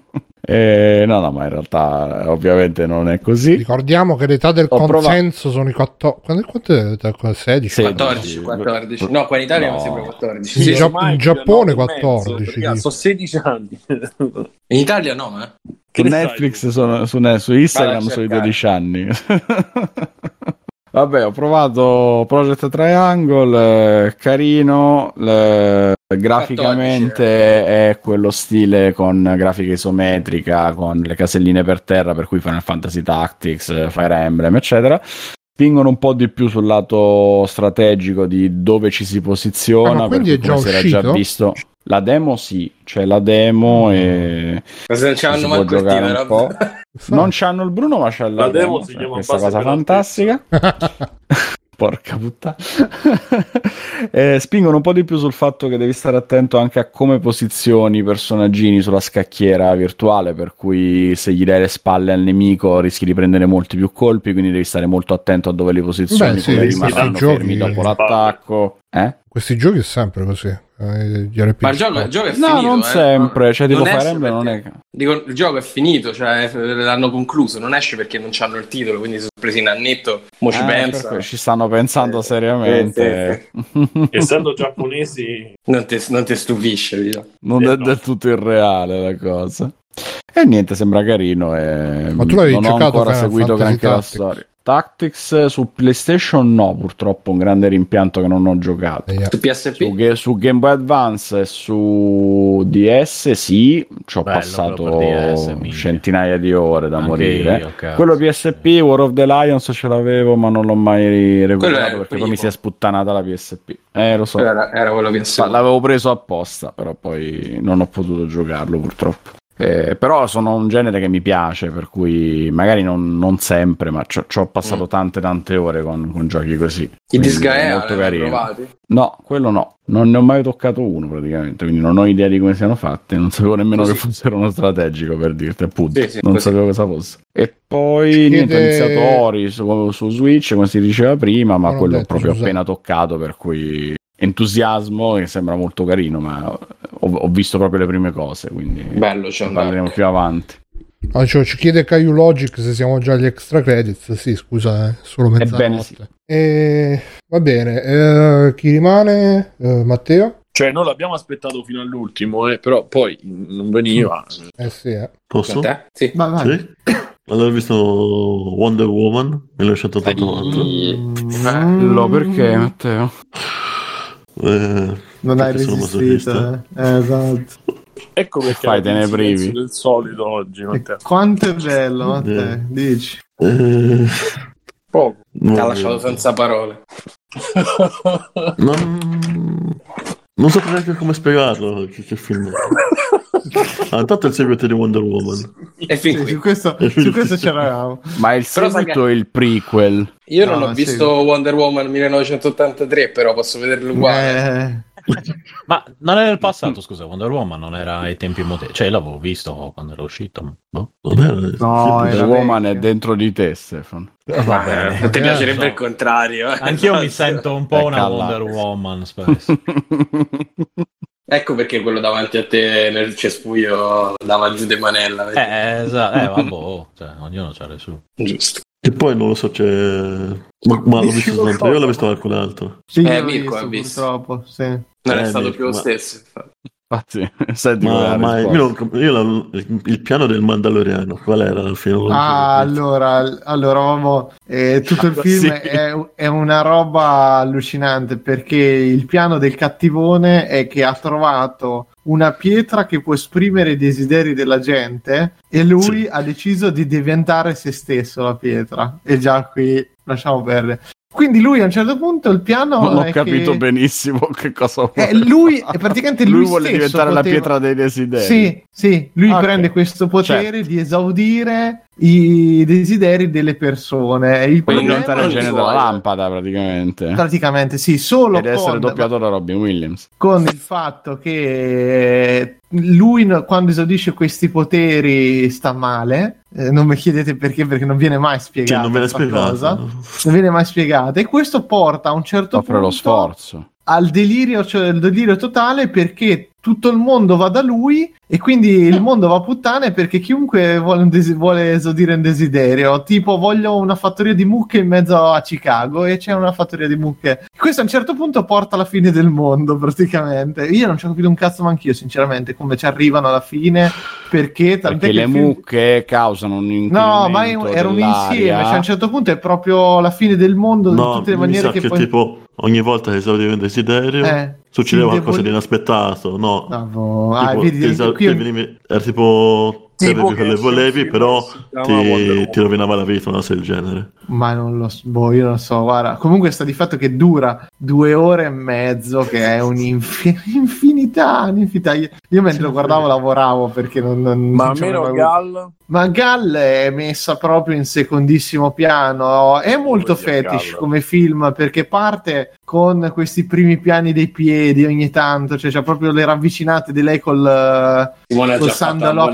No, ma in realtà ovviamente non è così. Ricordiamo che l'età del consenso sono i 14. Quanto è l'età? 16? 14. No, qua in Italia mi sembra 14. Sì, in Giappone 14. Sono 16 anni. In Italia no, Su Netflix su Instagram sono i 12 anni. Vabbè, ho provato Project Triangle, carino, graficamente 14, è quello stile con grafica isometrica, con le caselline per terra, per cui Final Fantasy Tactics, Fire Emblem, eccetera. Spingono un po' di più sul lato strategico di dove ci si posiziona, quindi è già uscito? Era già visto. La demo sì, c'è la demo e non c'hanno mai giocare un po'. Non c'hanno il Bruno, ma c'è la demo, si chiama questa cosa fantastica. Porca puttana. Spingono un po' di più sul fatto che devi stare attento anche a come posizioni i personaggini sulla scacchiera virtuale, per cui se gli dai le spalle al nemico rischi di prendere molti più colpi, quindi devi stare molto attento a dove li posizioni, come rimarranno fermi dopo l'attacco. Questi giochi è sempre così. Ma il gioco è finito. No, non sempre. Cioè, tipo Fire Emblem non è. Dico, il gioco è finito, cioè l'hanno concluso. Non esce perché non c'hanno il titolo. Quindi sono presi in annetto. Mo ci pensa. Ci stanno pensando seriamente. Essendo giapponesi, non ti stupisce. Diciamo. Non è del tutto irreale la cosa. E niente, sembra carino. Ma tu l'avevi non ho ancora seguito granché la storia. Tactics su PlayStation no, purtroppo un grande rimpianto che non ho giocato. Su PSP? Su Game Boy Advance e su DS sì, ci ho passato centinaia di ore da morire. Quello PSP, War of the Lions ce l'avevo, ma non l'ho mai recuperato perché poi mi si è sputtanata la PSP. Lo so. Era quello PSP. L'avevo preso apposta, però poi non ho potuto giocarlo purtroppo. Però sono un genere che mi piace, per cui magari non sempre, ma ci ho passato tante ore con giochi così. I Disgaea molto carino. No, quello no, non ne ho mai toccato uno praticamente, quindi non ho idea di come siano fatte, non sapevo nemmeno che fossero uno strategico, per dirti, appunto, non sapevo cosa fosse. E poi niente, ho iniziato Ori su Switch, come si diceva prima, ma quello ho proprio appena toccato, per cui entusiasmo, che sembra molto carino, ma ho visto proprio le prime cose, quindi bello, parleremo più avanti. Ci chiede Caio Logic se siamo già agli extra credits. Sì, scusa, solo mezzanotte. Sì. Va bene, chi rimane? Matteo? Cioè noi l'abbiamo aspettato fino all'ultimo, però poi non veniva. Sì. Posso? Sì. Vai. Sì? Allora ho visto Wonder Woman 1984. Perché, Matteo? Non hai resistito. Esatto. Ecco perché fai te ne privi del solito oggi, Matteo. Quanto è bello, Matteo, dici. Poco. Ti ha lasciato senza parole. Non saprei neanche come spiegarlo che film è. Intanto è il seguito di Wonder Woman. Su questo c'eravamo. Ma il seguito è il prequel. Io non ho visto Wonder Woman 1983, però posso vederlo uguale. Ma non era nel passato, scusa, Wonder Woman non era ai tempi moderni, cioè l'avevo visto quando era uscito. Wonder Woman è dentro di te, Stefano. Non ti piacerebbe il contrario. Anch'io mi sento un po' una Wonder Woman spesso. Ecco perché quello davanti a te nel cespuglio dava giù de manella. Esatto, vabbè, cioè, ognuno c'ha le sue. Giusto. E poi non lo so, c'è... Ma l'ho visto soltanto io, l'ho visto qualcun altro. Sì, Mirko ha visto. Purtroppo, sì. Non è stato più lo stesso. Infatti, senti ma io il piano del Mandaloriano, qual era il film? Allora tutto il film è una roba allucinante, perché il piano del cattivone è che ha trovato una pietra che può esprimere i desideri della gente e lui ha deciso di diventare se stesso la pietra. E già qui lasciamo perdere. Quindi lui a un certo punto il piano non ho capito benissimo che cosa vuole. Lui è praticamente lui vuole diventare la pietra dei desideri. Sì, lui prende questo potere di esaudire i desideri delle persone. Il quindi problema diventare il genio della lampada praticamente sì, solo ed essere doppiato da Robin Williams, con il fatto che lui quando esordisce questi poteri sta male. Non mi chiedete perché non viene mai spiegato, non viene mai spiegato, e questo porta a un certo punto lo sforzo al delirio, cioè il delirio totale, perché tutto il mondo va da lui e quindi il mondo va a puttane, perché chiunque vuole esordire un desiderio, tipo voglio una fattoria di mucche in mezzo a Chicago, e c'è una fattoria di mucche. Questo a un certo punto porta alla fine del mondo praticamente. Io non ci ho capito un cazzo manch'io sinceramente come ci arrivano alla fine, perché le mucche causano un inquinamento. No, ma era un insieme, cioè a un certo punto è proprio la fine del mondo in tutte le maniere che poi... tipo ogni volta che esauriva un desiderio succedeva qualcosa di inaspettato, no? Era tipo che le volevi, però ti rovinava la vita, una cosa del genere. Ma non lo so, io non so, guarda. Comunque sta di fatto che dura 2 ore e mezzo, che è un'infinità. Io mentre lo guardavo lavoravo, perché ma almeno Gal? Ma Gal è messa proprio in secondissimo piano. È molto fetish come film, perché parte con questi primi piani dei piedi ogni tanto, cioè c'è proprio le ravvicinate di lei col sandalo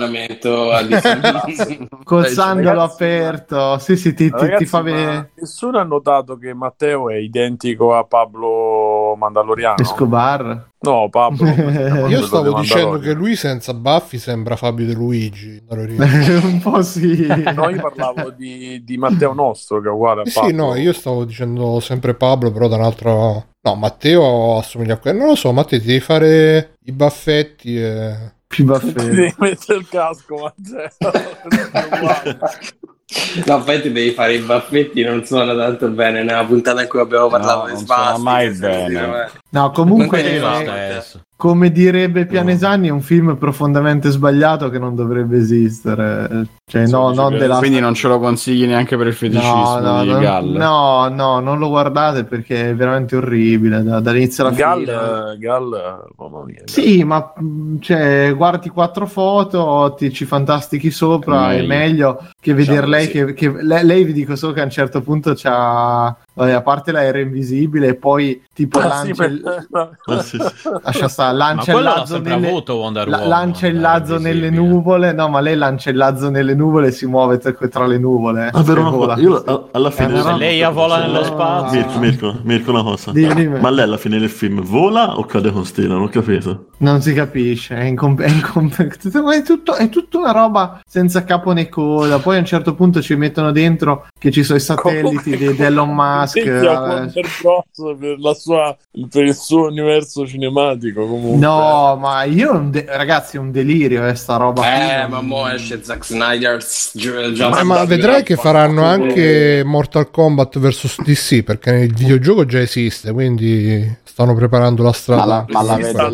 col sandalo aperto. Sì, ti fa vedere. Nessuno ha notato che Matteo è identico a Pablo Mandaloriano? Escobar? No, Pablo. Io stavo dicendo che lui senza baffi sembra Fabio De Luigi. Un po' sì. No, io parlavo di Matteo nostro, che è uguale a Pablo. Sì, no, io stavo dicendo sempre Pablo, però da un altro... No, Matteo assomiglia a quello. Non lo so, Matteo, ti devi fare i baffetti e... Più baffetti. Devi mettere il casco, Matteo. No, poi ti devi fare i baffetti, non suona tanto bene nella puntata in cui abbiamo parlato di svasti. Mai bene. No, comunque come direbbe Pianesani, è un film profondamente sbagliato che non dovrebbe esistere. Cioè, quindi non ce lo consigli neanche per il feticismo di Gal? No, non lo guardate perché è veramente orribile dall'inizio alla fine. Gal, mamma mia. Sì, ma cioè, guardi 4 foto, ci fantastichi sopra, è meglio che veder lei che lei vi dico solo che a un certo punto c'ha... a parte l'aereo invisibile e poi tipo lancia lancia il lazzo nelle nuvole. No, ma lei lancia il lazzo nelle nuvole e si muove tra le nuvole. Io alla fine se lei vola nello spazio. Mirko, una cosa. Dimmi. Ma lei alla fine del film vola o cade con stella? Non ho capito. Non si capisce, è tutta una roba senza capo né coda. Poi a un certo punto ci mettono dentro che ci sono i satelliti di Elon Musk. Per il suo universo cinematico comunque. No, ma ragazzi, è un delirio sta roba. Ma mo esce Zack Snyder's ma vedrai che faranno anche Mortal Kombat vs DC, perché il videogioco già esiste, quindi stanno preparando la strada. Ma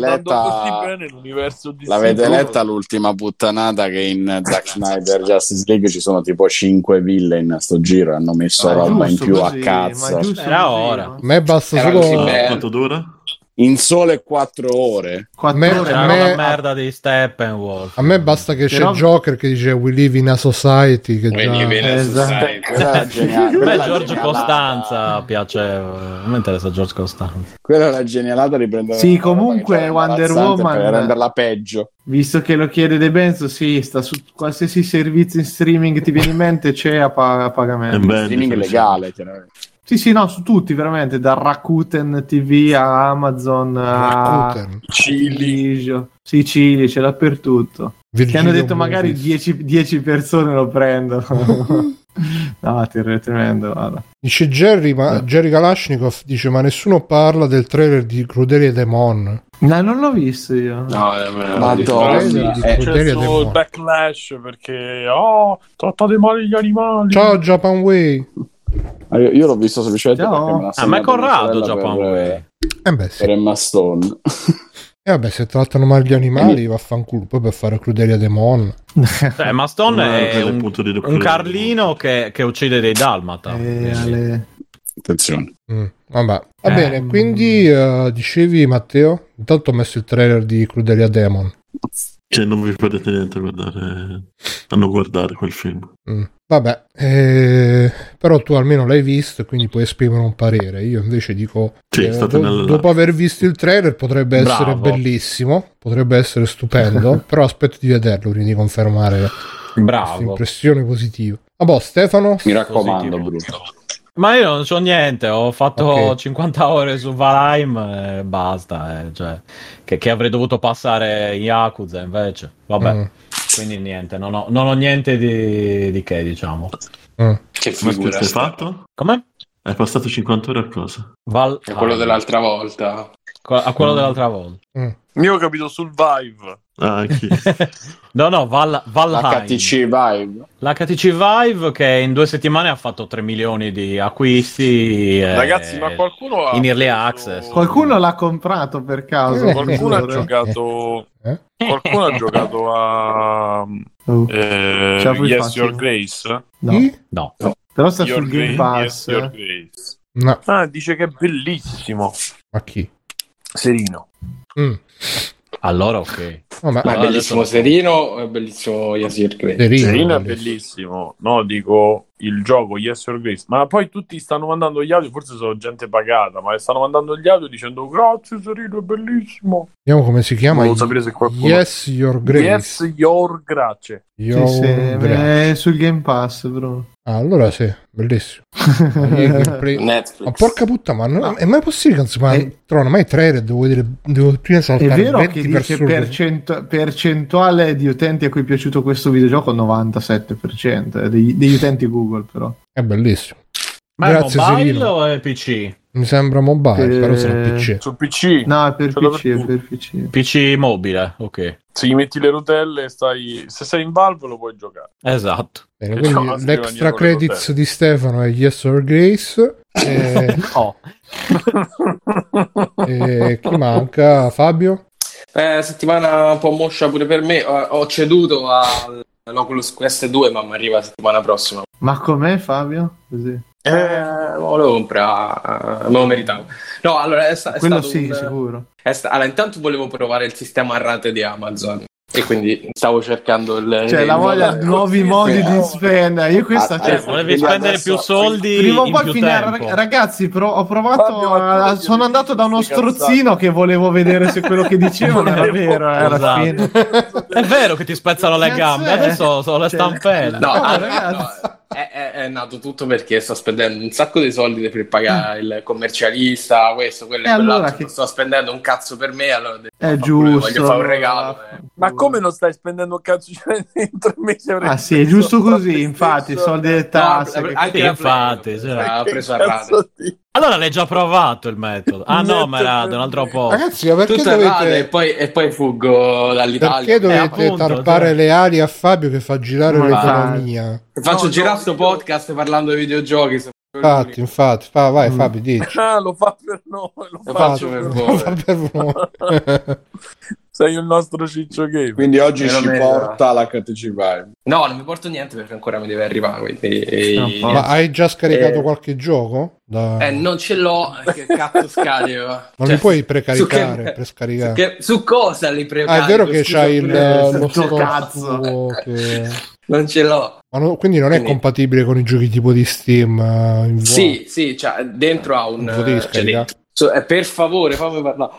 l'avete letta l'ultima puttanata che in Zack Snyder Justice League ci sono tipo 5 villain a sto giro, hanno messo roba in più a cazzo. Era ora. A me basta solo... Quanto dura? In sole 4 ore. C'era una merda di Steppenwolf. A me basta che c'è Joker che dice we live in a society, che Quella George Costanza piaceva. Non mi interessa George Costanza. Quella è la genialata di prendere. Sì, comunque Wonder Woman per renderla peggio. Visto che lo chiede De Benzo, sì, sta su qualsiasi servizio in streaming ti viene in mente, c'è a pagamento. Streaming legale, chiaramente. Sì, no, su tutti, veramente, da Rakuten TV a Amazon a Cili. Sì, Cili, c'è dappertutto. Che hanno detto magari 10 persone lo prendono. No, tremendo, guarda. Dice Jerry Kalashnikov dice ma nessuno parla del trailer di Crudelia Demon. No, non l'ho visto io. No, c'è il backlash perché trattate male gli animali. Ciao Japan Way. Io l'ho visto semplicemente perché me l'ha ma è Corrado Japan Way. Sì. Per Emma Stone. Vabbè, se trattano male gli animali vaffanculo, poi per fare Crudelia Demon. Emma Stone è un Carlino che uccide dei dalmata. Attenzione. Va bene, quindi dicevi Matteo, intanto ho messo il trailer di Crudelia Demon. Cioè, non vi perdete niente a non guardare quel film. Vabbè, però tu almeno l'hai visto e quindi puoi esprimere un parere. Io invece dico, dopo aver visto il trailer potrebbe essere bellissimo, potrebbe essere stupendo, però aspetto di vederlo prima di confermare questa impressione positiva. Stefano? Mi raccomando, Bruno. Ma io non c'ho niente, ho fatto 50 ore su Valheim e basta, cioè, che avrei dovuto passare in Yakuza invece, vabbè, quindi niente, non ho niente di che, diciamo. Che figura hai fatto? Com'è? Hai passato 50 ore a cosa? È quello dell'altra volta. A quello dell'altra volta. Io ho capito sul Vive. No, Valheim. HTC Vive. L'HTC Vive che in 2 settimane ha fatto 3 milioni di acquisti. Ragazzi, ma qualcuno ha in Early Access. Qualcuno l'ha comprato per caso. Qualcuno ha giocato. Qualcuno ha giocato a Yes Your Grace? No. Però sta sul Game Pass. Yes, Your Grace. No. Dice che è bellissimo. Ma chi? Serino. Allora ok. Ma è bellissimo Serino o è bellissimo Yes Your Grace? Serino è bellissimo. No, dico il gioco Yes Your Grace. Ma poi tutti stanno mandando gli audio, forse sono gente pagata, ma stanno mandando gli audio dicendo grazie Serino, è bellissimo. Vediamo come si chiama. Volevo sapere se qualcuno... Yes Your Grace. Yes Your Grace. È sul Game Pass, bro. Allora sì, bellissimo. Netflix. Ma porca puttana, ma è mai possibile che non si trovano mai trailer? Devo prima saltare. È vero che dice percentuale di utenti a cui è piaciuto questo videogioco 97% degli utenti Google, però è bellissimo. Ma grazie, è mobile Serino. o è PC? Mi sembra mobile, però sarà PC. Su PC? No, è per PC. PC mobile, ok. Se gli metti le rotelle, se sei in Valve lo puoi giocare. Esatto. Bene, quindi l'extra credits di Stefano è Yes or Grace. Chi manca? Fabio? Settimana un po' moscia pure per me. Ho ceduto all'Oculus Quest 2, ma mi arriva la settimana prossima. Ma com'è, Fabio? Così. Volevo comprare, me lo meritavo. No, allora quello sì, sicuro. Allora, intanto volevo provare il sistema a rate di Amazon e quindi stavo cercando la voglia di nuovi modi di spendere. Io questa volevi spendere più soldi prima o poi più finire. Ragazzi, ho provato sono andato da uno strozzino che volevo vedere se quello che dicevano era vero, alla fine. È vero che ti spezzano le gambe, adesso sono le stampelle. No, ragazzi. È nato tutto perché sto spendendo un sacco di soldi per pagare il commercialista, questo, quello e quell'altro. Sto spendendo un cazzo per me, allora è giusto. Voglio fare un regalo. Ma come non stai spendendo un cazzo? In 3 mesi Ah sì, è giusto così, infatti, soldi e tasse. Anche infatti, ha preso a rate. Allora l'hai già provato il metodo. Ah no, ma era un altro po'. Ragazzi, ma perché tutto dovete... e poi fuggo dall'Italia. Perché dovete tarpare le ali a Fabio che fa girare l'economia? Faccio girare sto podcast parlando di videogiochi. Infatti, vai Fabio, dici. Lo fa per noi, lo faccio per voi. Lo fa per voi. Sei il nostro Ciccio Game. Quindi oggi ci porta la HTC Vive. No, non mi porto niente perché ancora mi deve arrivare. Quindi... Ma hai già scaricato qualche gioco? Non ce l'ho, che cazzo scarico? Non li puoi precaricare, prescaricare. Su cosa li precarico? È vero che c'hai lo cazzo che... Non ce l'ho. Ma quindi non è compatibile con i giochi tipo di Steam? Sì, cioè, dentro ha un... per favore, fammi parlare.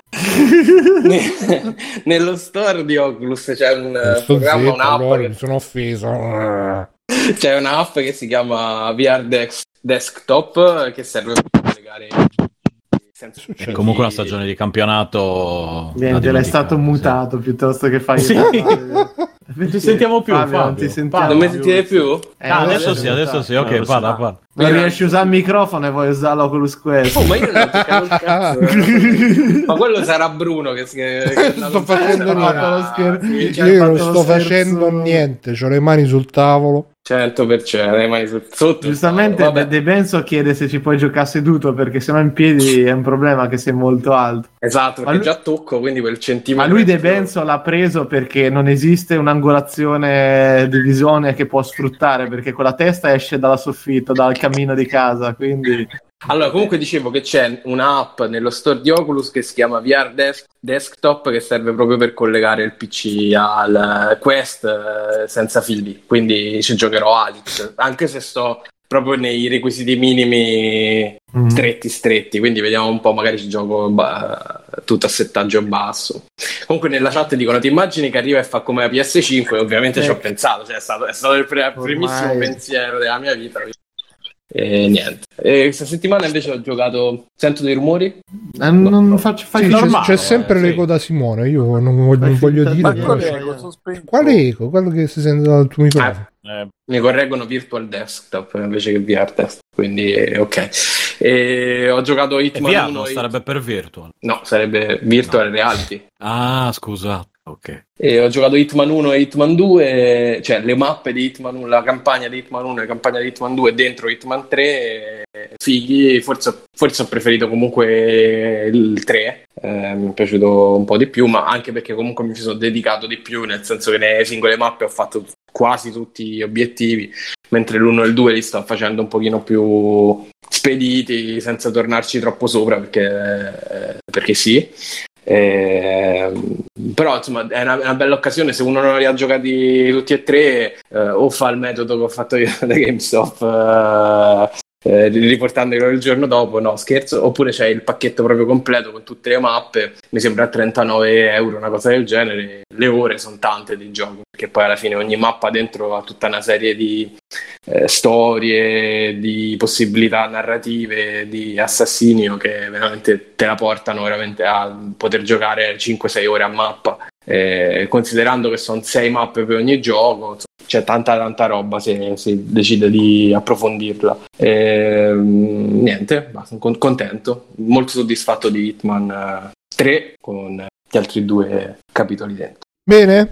Nello store di Oculus c'è un programma, un'app. Mi sono offeso. C'è un'app che si chiama VR Desktop che serve per collegare. È comunque una stagione di campionato. Niente, l'è stato mutato piuttosto che fai. Sì. Non ti sentiamo più, Fabio. Non mi sentite più? Adesso sì, ok, parla. Non riesci a usare il microfono e vuoi usare l'Oculus Quest. Ma io non ho toccato il cazzo. Ma quello sarà Bruno che sto facendo niente. Io non sto facendo niente, c'ho le mani sul tavolo. 100%, le mani sotto. Giustamente De Benzo chiede se ci puoi giocare seduto, perché sennò in piedi è un problema che sei molto alto. Esatto, perché già tocco, quindi quel centimetro. Ma lui De Benzo l'ha preso perché non esiste un'angolazione di visione che può sfruttare, perché con la testa esce dalla soffitto, dal camino di casa, quindi Allora, comunque dicevo che c'è un'app nello store di Oculus che si chiama VR Desktop, che serve proprio per collegare il PC al Quest senza fili, quindi ci giocherò Alex, anche se sto proprio nei requisiti minimi stretti, quindi vediamo un po', magari ci gioco tutto a settaggio basso. Comunque nella chat dicono: ti immagini che arriva e fa come la PS5? E ovviamente ci ho pensato, cioè è stato il primissimo pensiero della mia vita. E niente. E questa settimana invece ho giocato. Sento dei rumori? C'è sempre l'eco da Simone. Io non voglio dire. Quale eco? Quello che si sente dal tuo microfono. Mi correggono Virtual Desktop invece che VR Desktop, quindi ok. E ho giocato Hitman 1. Sarebbe per Virtual? No, sarebbe Virtual Reality. Ah, scusa. Ok. E ho giocato Hitman 1 e Hitman 2, cioè le mappe di Hitman 1, la campagna di Hitman 1 e la campagna di Hitman 2 dentro Hitman 3, fighi. Forse ho preferito comunque il 3, mi è piaciuto un po' di più, ma anche perché comunque mi sono dedicato di più, nel senso che nelle singole mappe ho fatto quasi tutti gli obiettivi, mentre l'1 e il 2 li sto facendo un pochino più spediti, senza tornarci troppo sopra, perché sì. Però insomma è una bella occasione, se uno non li ha giocati tutti e tre, o fa il metodo che ho fatto io da GameStop, riportandolo il giorno dopo, no scherzo, oppure c'è il pacchetto proprio completo con tutte le mappe, mi sembra a 39 euro, una cosa del genere. Le ore sono tante di gioco, perché poi alla fine ogni mappa dentro ha tutta una serie di storie, di possibilità narrative, di assassinio che veramente te la portano veramente a poter giocare 5-6 ore a mappa, considerando che sono 6 mappe per ogni gioco. C'è tanta roba se si decide di approfondirla. Niente, sono contento, molto soddisfatto di Hitman 3 con gli altri 2 capitoli dentro. Bene.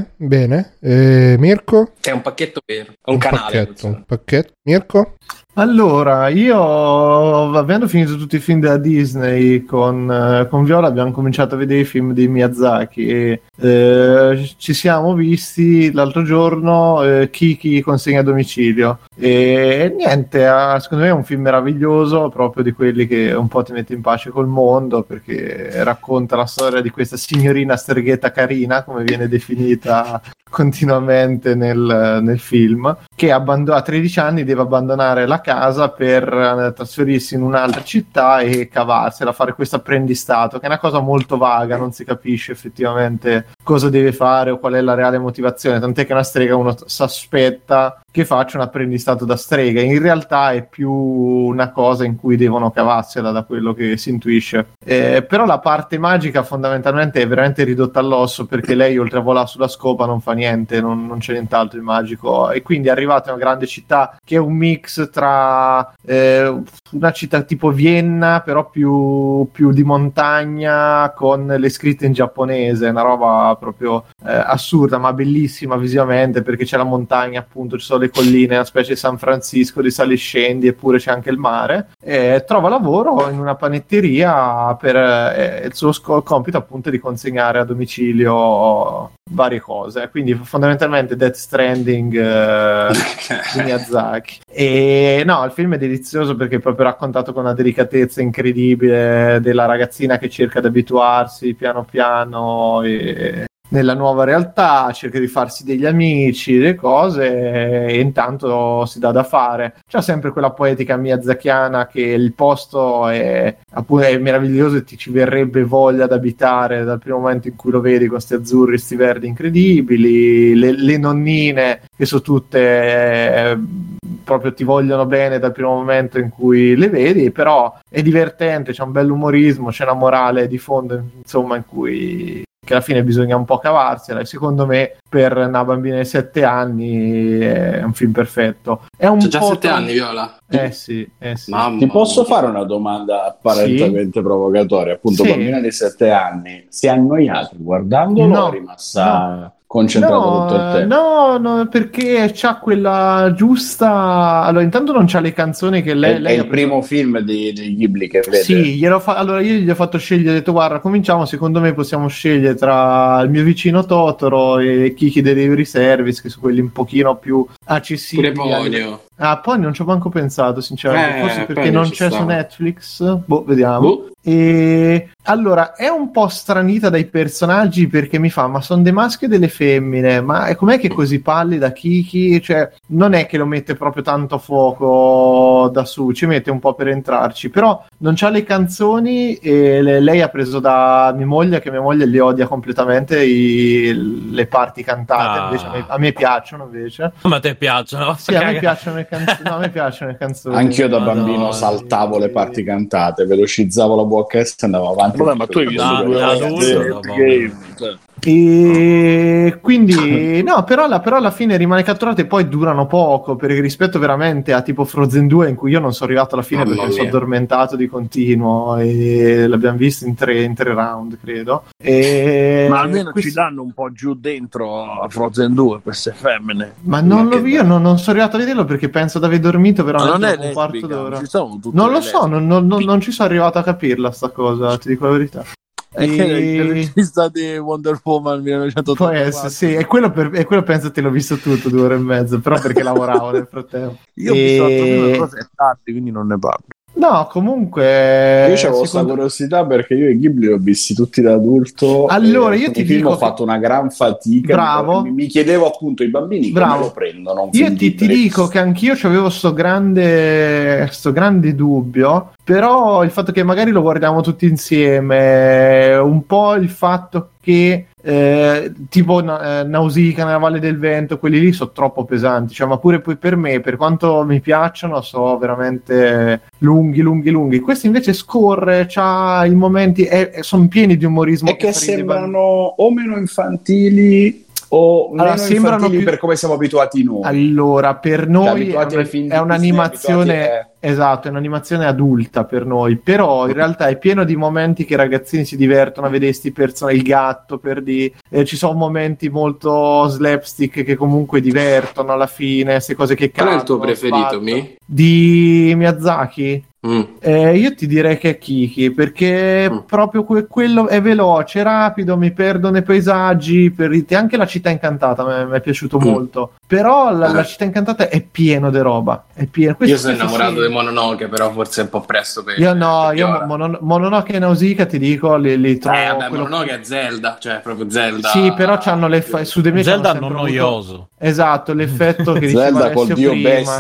Mirko? È un pacchetto vero, è un canale. Un pacchetto. Mirko? Allora, io avendo finito tutti i film della Disney con Viola abbiamo cominciato a vedere i film di Miyazaki e ci siamo visti l'altro giorno Kiki consegna a domicilio e niente, secondo me è un film meraviglioso, proprio di quelli che un po' ti mette in pace col mondo, perché racconta la storia di questa signorina streghetta carina, come viene definita continuamente nel film, che a 13 anni deve abbandonare la casa per trasferirsi in un'altra città e cavarsela, fare questo apprendistato, che è una cosa molto vaga, non si capisce effettivamente cosa deve fare o qual è la reale motivazione, tant'è che una strega uno si aspetta che faccia un apprendistato da strega, in realtà è più una cosa in cui devono cavarsela, da quello che si intuisce. Però la parte magica fondamentalmente è veramente ridotta all'osso, perché lei oltre a volare sulla scopa non fa niente, non c'è nient'altro di magico, e quindi è arrivata in una grande città che è un mix tra una città tipo Vienna però più di montagna, con le scritte in giapponese, una roba proprio assurda ma bellissima visivamente, perché c'è la montagna, appunto ci sono le colline, una specie di San Francisco di sali e scendi, eppure c'è anche il mare. Trova lavoro in una panetteria per il suo compito appunto di consegnare a domicilio varie cose, quindi fondamentalmente Death Stranding di Miyazaki. E no, il film è delizioso perché è proprio raccontato con una delicatezza incredibile della ragazzina che cerca di abituarsi piano piano nella nuova realtà, cerca di farsi degli amici, le cose, e intanto si dà da fare. C'è sempre quella poetica miyazakiana che il posto è meraviglioso e ti ci verrebbe voglia di abitare dal primo momento in cui lo vedi, con questi azzurri, questi verdi incredibili, le nonnine che sono tutte proprio ti vogliono bene dal primo momento in cui le vedi, però è divertente, c'è un bell'umorismo, c'è una morale di fondo, insomma, in cui che alla fine bisogna un po' cavarsela, e secondo me per una bambina di 7 anni è un film perfetto. È un C'è già 7 anni, Viola? Sì. Ti posso fare una domanda apparentemente provocatoria? Appunto, bambina di 7 anni, si è annoiato guardandolo o è rimasta concentrato tutto il tempo? No, perché c'ha quella giusta. Allora, intanto non c'ha le canzoni che lei è il primo film di Ghibli che vede. Sì, allora io gli ho fatto scegliere, ho detto guarda, cominciamo, secondo me possiamo scegliere tra Il mio vicino Totoro e Kiki Delivery Service, che sono quelli un pochino più accessibili Poi non ci ho manco pensato, sinceramente. Forse perché non c'è su Netflix. Vediamo. E allora è un po' stranita dai personaggi, perché mi fa: ma sono dei maschi e delle femmine? Ma com'è che è così pallida Kiki? Cioè, non è che lo mette proprio tanto a fuoco da su, ci mette un po' per entrarci, però non c'ha le canzoni. E lei ha preso da mia moglie, che mia moglie li odia completamente le parti cantate. Invece a me piacciono, invece. Ma a te piacciono? Sì, a me piacciono le canzoni. No, a me piacciono le canzoni. Anch'io da bambino saltavo le parti cantate, velocizzavo la VHS e andavo avanti. Vabbè, ma tu hai visto e quindi no, però alla fine rimane catturato, e poi durano poco, perché rispetto veramente a tipo Frozen 2, in cui io non sono arrivato alla fine perché mi sono addormentato di continuo, e l'abbiamo visto in tre round, credo. Ma almeno ci danno un po' giù dentro a Frozen 2 queste femmine. Ma non lo io non sono arrivato a vederlo perché penso di aver dormito veramente non è un quarto d'ora. Non lo so, non ci sono arrivato a capirla sta cosa, ti dico la verità. Il regista di Wonder Woman 1984. Può essere, sì, e quello penso te l'ho visto tutto 2 ore e mezzo, però perché lavoravo nel frattempo. Io ho visto le cose tardi, quindi non ne parlo. No, comunque io avevo questa curiosità perché io e Ghibli li ho visti tutti da adulto. Allora io ti dico, ho fatto una gran fatica. Bravo. Mi chiedevo appunto i bambini come lo prendono. Io ti dico che anch'io avevo sto grande dubbio, però il fatto che magari lo guardiamo tutti insieme, un po' il fatto che tipo Nausicaa nella Valle del Vento, quelli lì sono troppo pesanti, cioè, ma pure poi per me, per quanto mi piacciono, sono veramente lunghi. Questo invece scorre, c'ha i momenti, sono pieni di umorismo, e che sembrano o meno infantili o meno infantili per come siamo abituati noi. Allora, per noi è un'animazione esatto, è un'animazione adulta per noi, però in realtà è pieno di momenti che i ragazzini si divertono a vedere sti personaggi, il gatto ci sono momenti molto slapstick che comunque divertono alla fine, queste cose che cadono. Qual è il tuo preferito, di Miyazaki? Io ti direi che è Kiki, perché proprio quello è veloce, rapido, mi perdo nei paesaggi, anche la città incantata mi è piaciuto molto, però la città incantata è pieno di roba, è pieno. Io sono innamorato di Mononoke, però forse è un po' presto per Mononoke e Nausicaa ti dico li trovo. Mononoke è Zelda, cioè proprio Zelda. Sì, però c'hanno su di me Zelda non noioso. Esatto, l'effetto che diceva Alessio prima,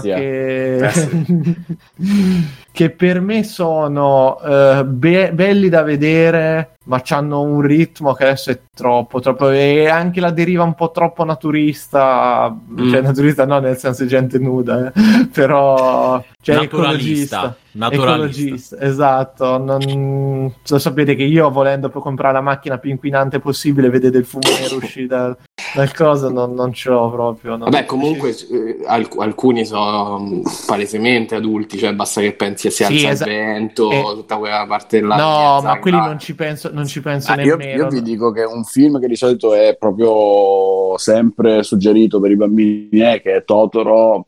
che per me sono belli da vedere, ma c'hanno un ritmo che adesso è troppo, e anche la deriva un po' troppo naturista, cioè naturista no nel senso gente nuda, però cioè ecologista, esatto. Lo sapete che io, volendo per comprare la macchina più inquinante possibile, vedere del fumo nero uscire dal coso, non ce l'ho proprio. Vabbè, comunque alcuni sono palesemente adulti, cioè basta che pensi a Si alza il vento, tutta quella parte là. No, ma quelli non ci penso nemmeno. Io vi dico che un film che di solito è proprio sempre suggerito per i bambini, che è Totoro,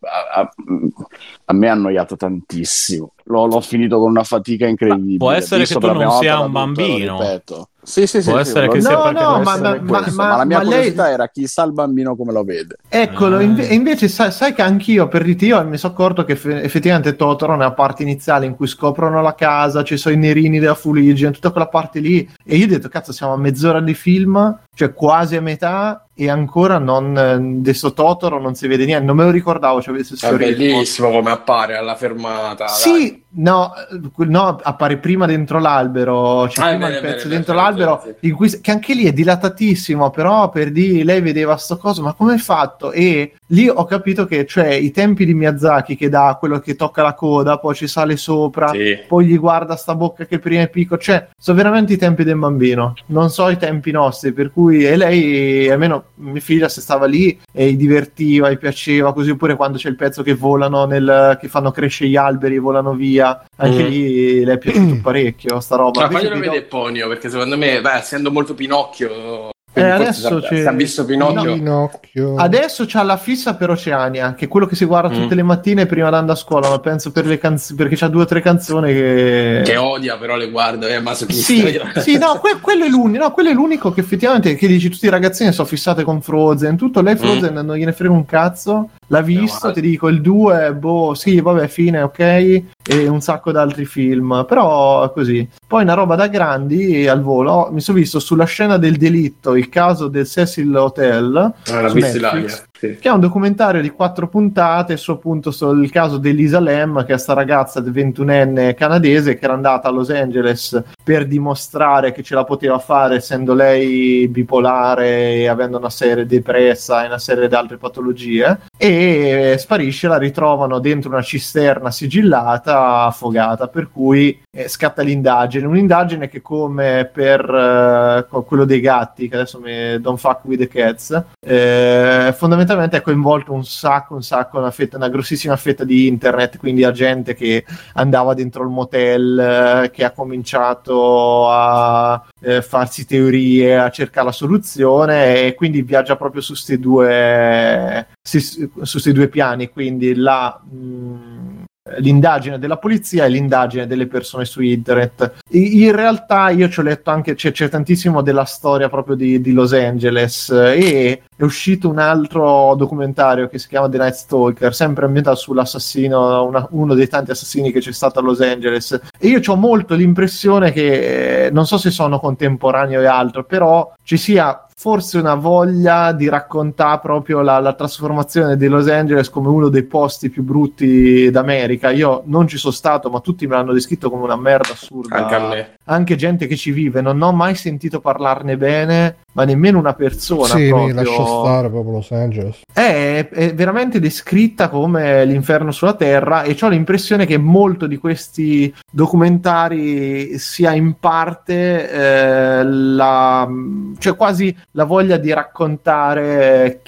a me ha annoiato tantissimo. L'ho finito con una fatica incredibile. Può essere che tu non sia un bambino. Ripeto. Sì, può essere che sia ma la mia curiosità era chissà il bambino come lo vede. Eccolo, invece sai che anch'io io mi sono accorto che effettivamente Totoro nella parte iniziale in cui scoprono la casa, ci sono i nerini della Fuligine, tutta quella parte lì, e io ho detto cazzo, siamo a mezz'ora di film, cioè quasi a metà, e ancora adesso Totoro non si vede niente, non me lo ricordavo, cioè, è bellissimo come appare alla fermata. Sì, no, appare prima dentro l'albero, c'è prima il pezzo dentro l'albero, in cui, che anche lì è dilatatissimo, però per dire lei vedeva sto coso, ma come è fatto? E lì ho capito che, cioè, i tempi di Miyazaki, che dà quello che tocca la coda, poi ci sale sopra, poi gli guarda sta bocca che prima è piccola, cioè sono veramente i tempi del bambino, non so i tempi nostri, per cui, e lei, almeno mia figlia, se stava lì e gli divertiva, gli piaceva, così, oppure quando c'è il pezzo che volano che fanno crescere gli alberi e volano via, anche lì le è piaciuto parecchio sta roba. Ma faglielo vedere Ponio, perché secondo me, essendo molto Pinocchio, adesso ha visto Pinocchio. Adesso c'ha la fissa per Oceania, che è quello che si guarda tutte le mattine prima di andare a scuola, ma penso per le canzoni, perché c'ha 2 o 3 canzoni che odia, però le guarda, è masochista. Sì, no, quello è l'unico che effettivamente, che dici, tutti i ragazzini sono fissati con Frozen, tutto, lei Frozen non gliene frega un cazzo, l'ha visto, ti dico il 2, boh, sì, vabbè, fine, ok, e un sacco d'altri film, però così. Poi una roba da grandi al volo, mi sono visto Sulla scena del delitto, il caso del Cecil Hotel, su Netflix, che è un documentario di 4 puntate su appunto sul caso di Elisa Lam, che è sta ragazza del 21enne canadese che era andata a Los Angeles per dimostrare che ce la poteva fare, essendo lei bipolare e avendo una serie depressa e una serie di altre patologie, e sparisce, la ritrovano dentro una cisterna sigillata, affogata, per cui scatta l'indagine, un'indagine che, come per quello dei gatti, che adesso don't fuck with the cats, fondamentalmente è coinvolto un sacco una grossissima fetta di internet, quindi a gente che andava dentro il motel, che ha cominciato a farsi teorie, a cercare la soluzione, e quindi viaggia proprio su sti due piani, quindi l'indagine della polizia e l'indagine delle persone su internet. In realtà io ci ho letto anche, c'è tantissimo della storia proprio di Los Angeles, e è uscito un altro documentario che si chiama The Night Stalker, sempre ambientato sull'assassino, uno dei tanti assassini che c'è stato a Los Angeles, e io ho molto l'impressione che, non so se sono contemporaneo e altro, però ci sia forse una voglia di raccontare proprio la trasformazione di Los Angeles come uno dei posti più brutti d'America. Io non ci sono stato, ma tutti me l'hanno descritto come una merda assurda. Anche a me. Anche gente che ci vive, non ho mai sentito parlarne bene, ma nemmeno una persona. Sì, proprio. mi lascio stare proprio Los Angeles. È veramente descritta come l'inferno sulla terra, e ho l'impressione che molto di questi documentari sia in parte cioè quasi la voglia di raccontare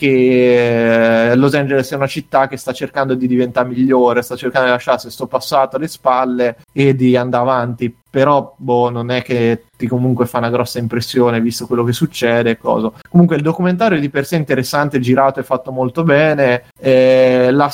che Los Angeles è una città che sta cercando di diventare migliore, sta cercando di lasciarsi sto passato alle spalle e di andare avanti. Però non è che ti comunque fa una grossa impressione visto quello che succede e cosa. Comunque il documentario di per sé è interessante, girato e fatto molto bene, la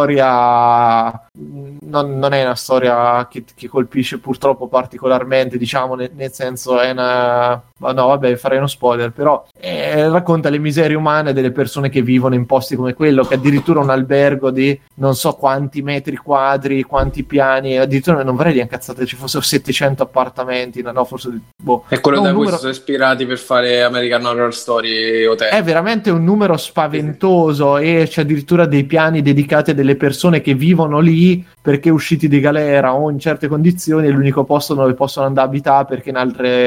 storia non è una storia che colpisce purtroppo particolarmente, diciamo, nel senso è una... no vabbè, farei uno spoiler, però racconta le miserie umane delle persone che vivono in posti come quello, che addirittura un albergo di non so quanti metri quadri, quanti piani, addirittura non vorrei dire incazzate, ci fossero 700 appartamenti, no, forse è quello da cui si sono ispirati per fare American Horror Story Hotel. È veramente un numero spaventoso, e c'è addirittura dei piani dedicati a delle persone che vivono lì perché usciti di galera o in certe condizioni è l'unico posto dove possono andare a abitare, perché in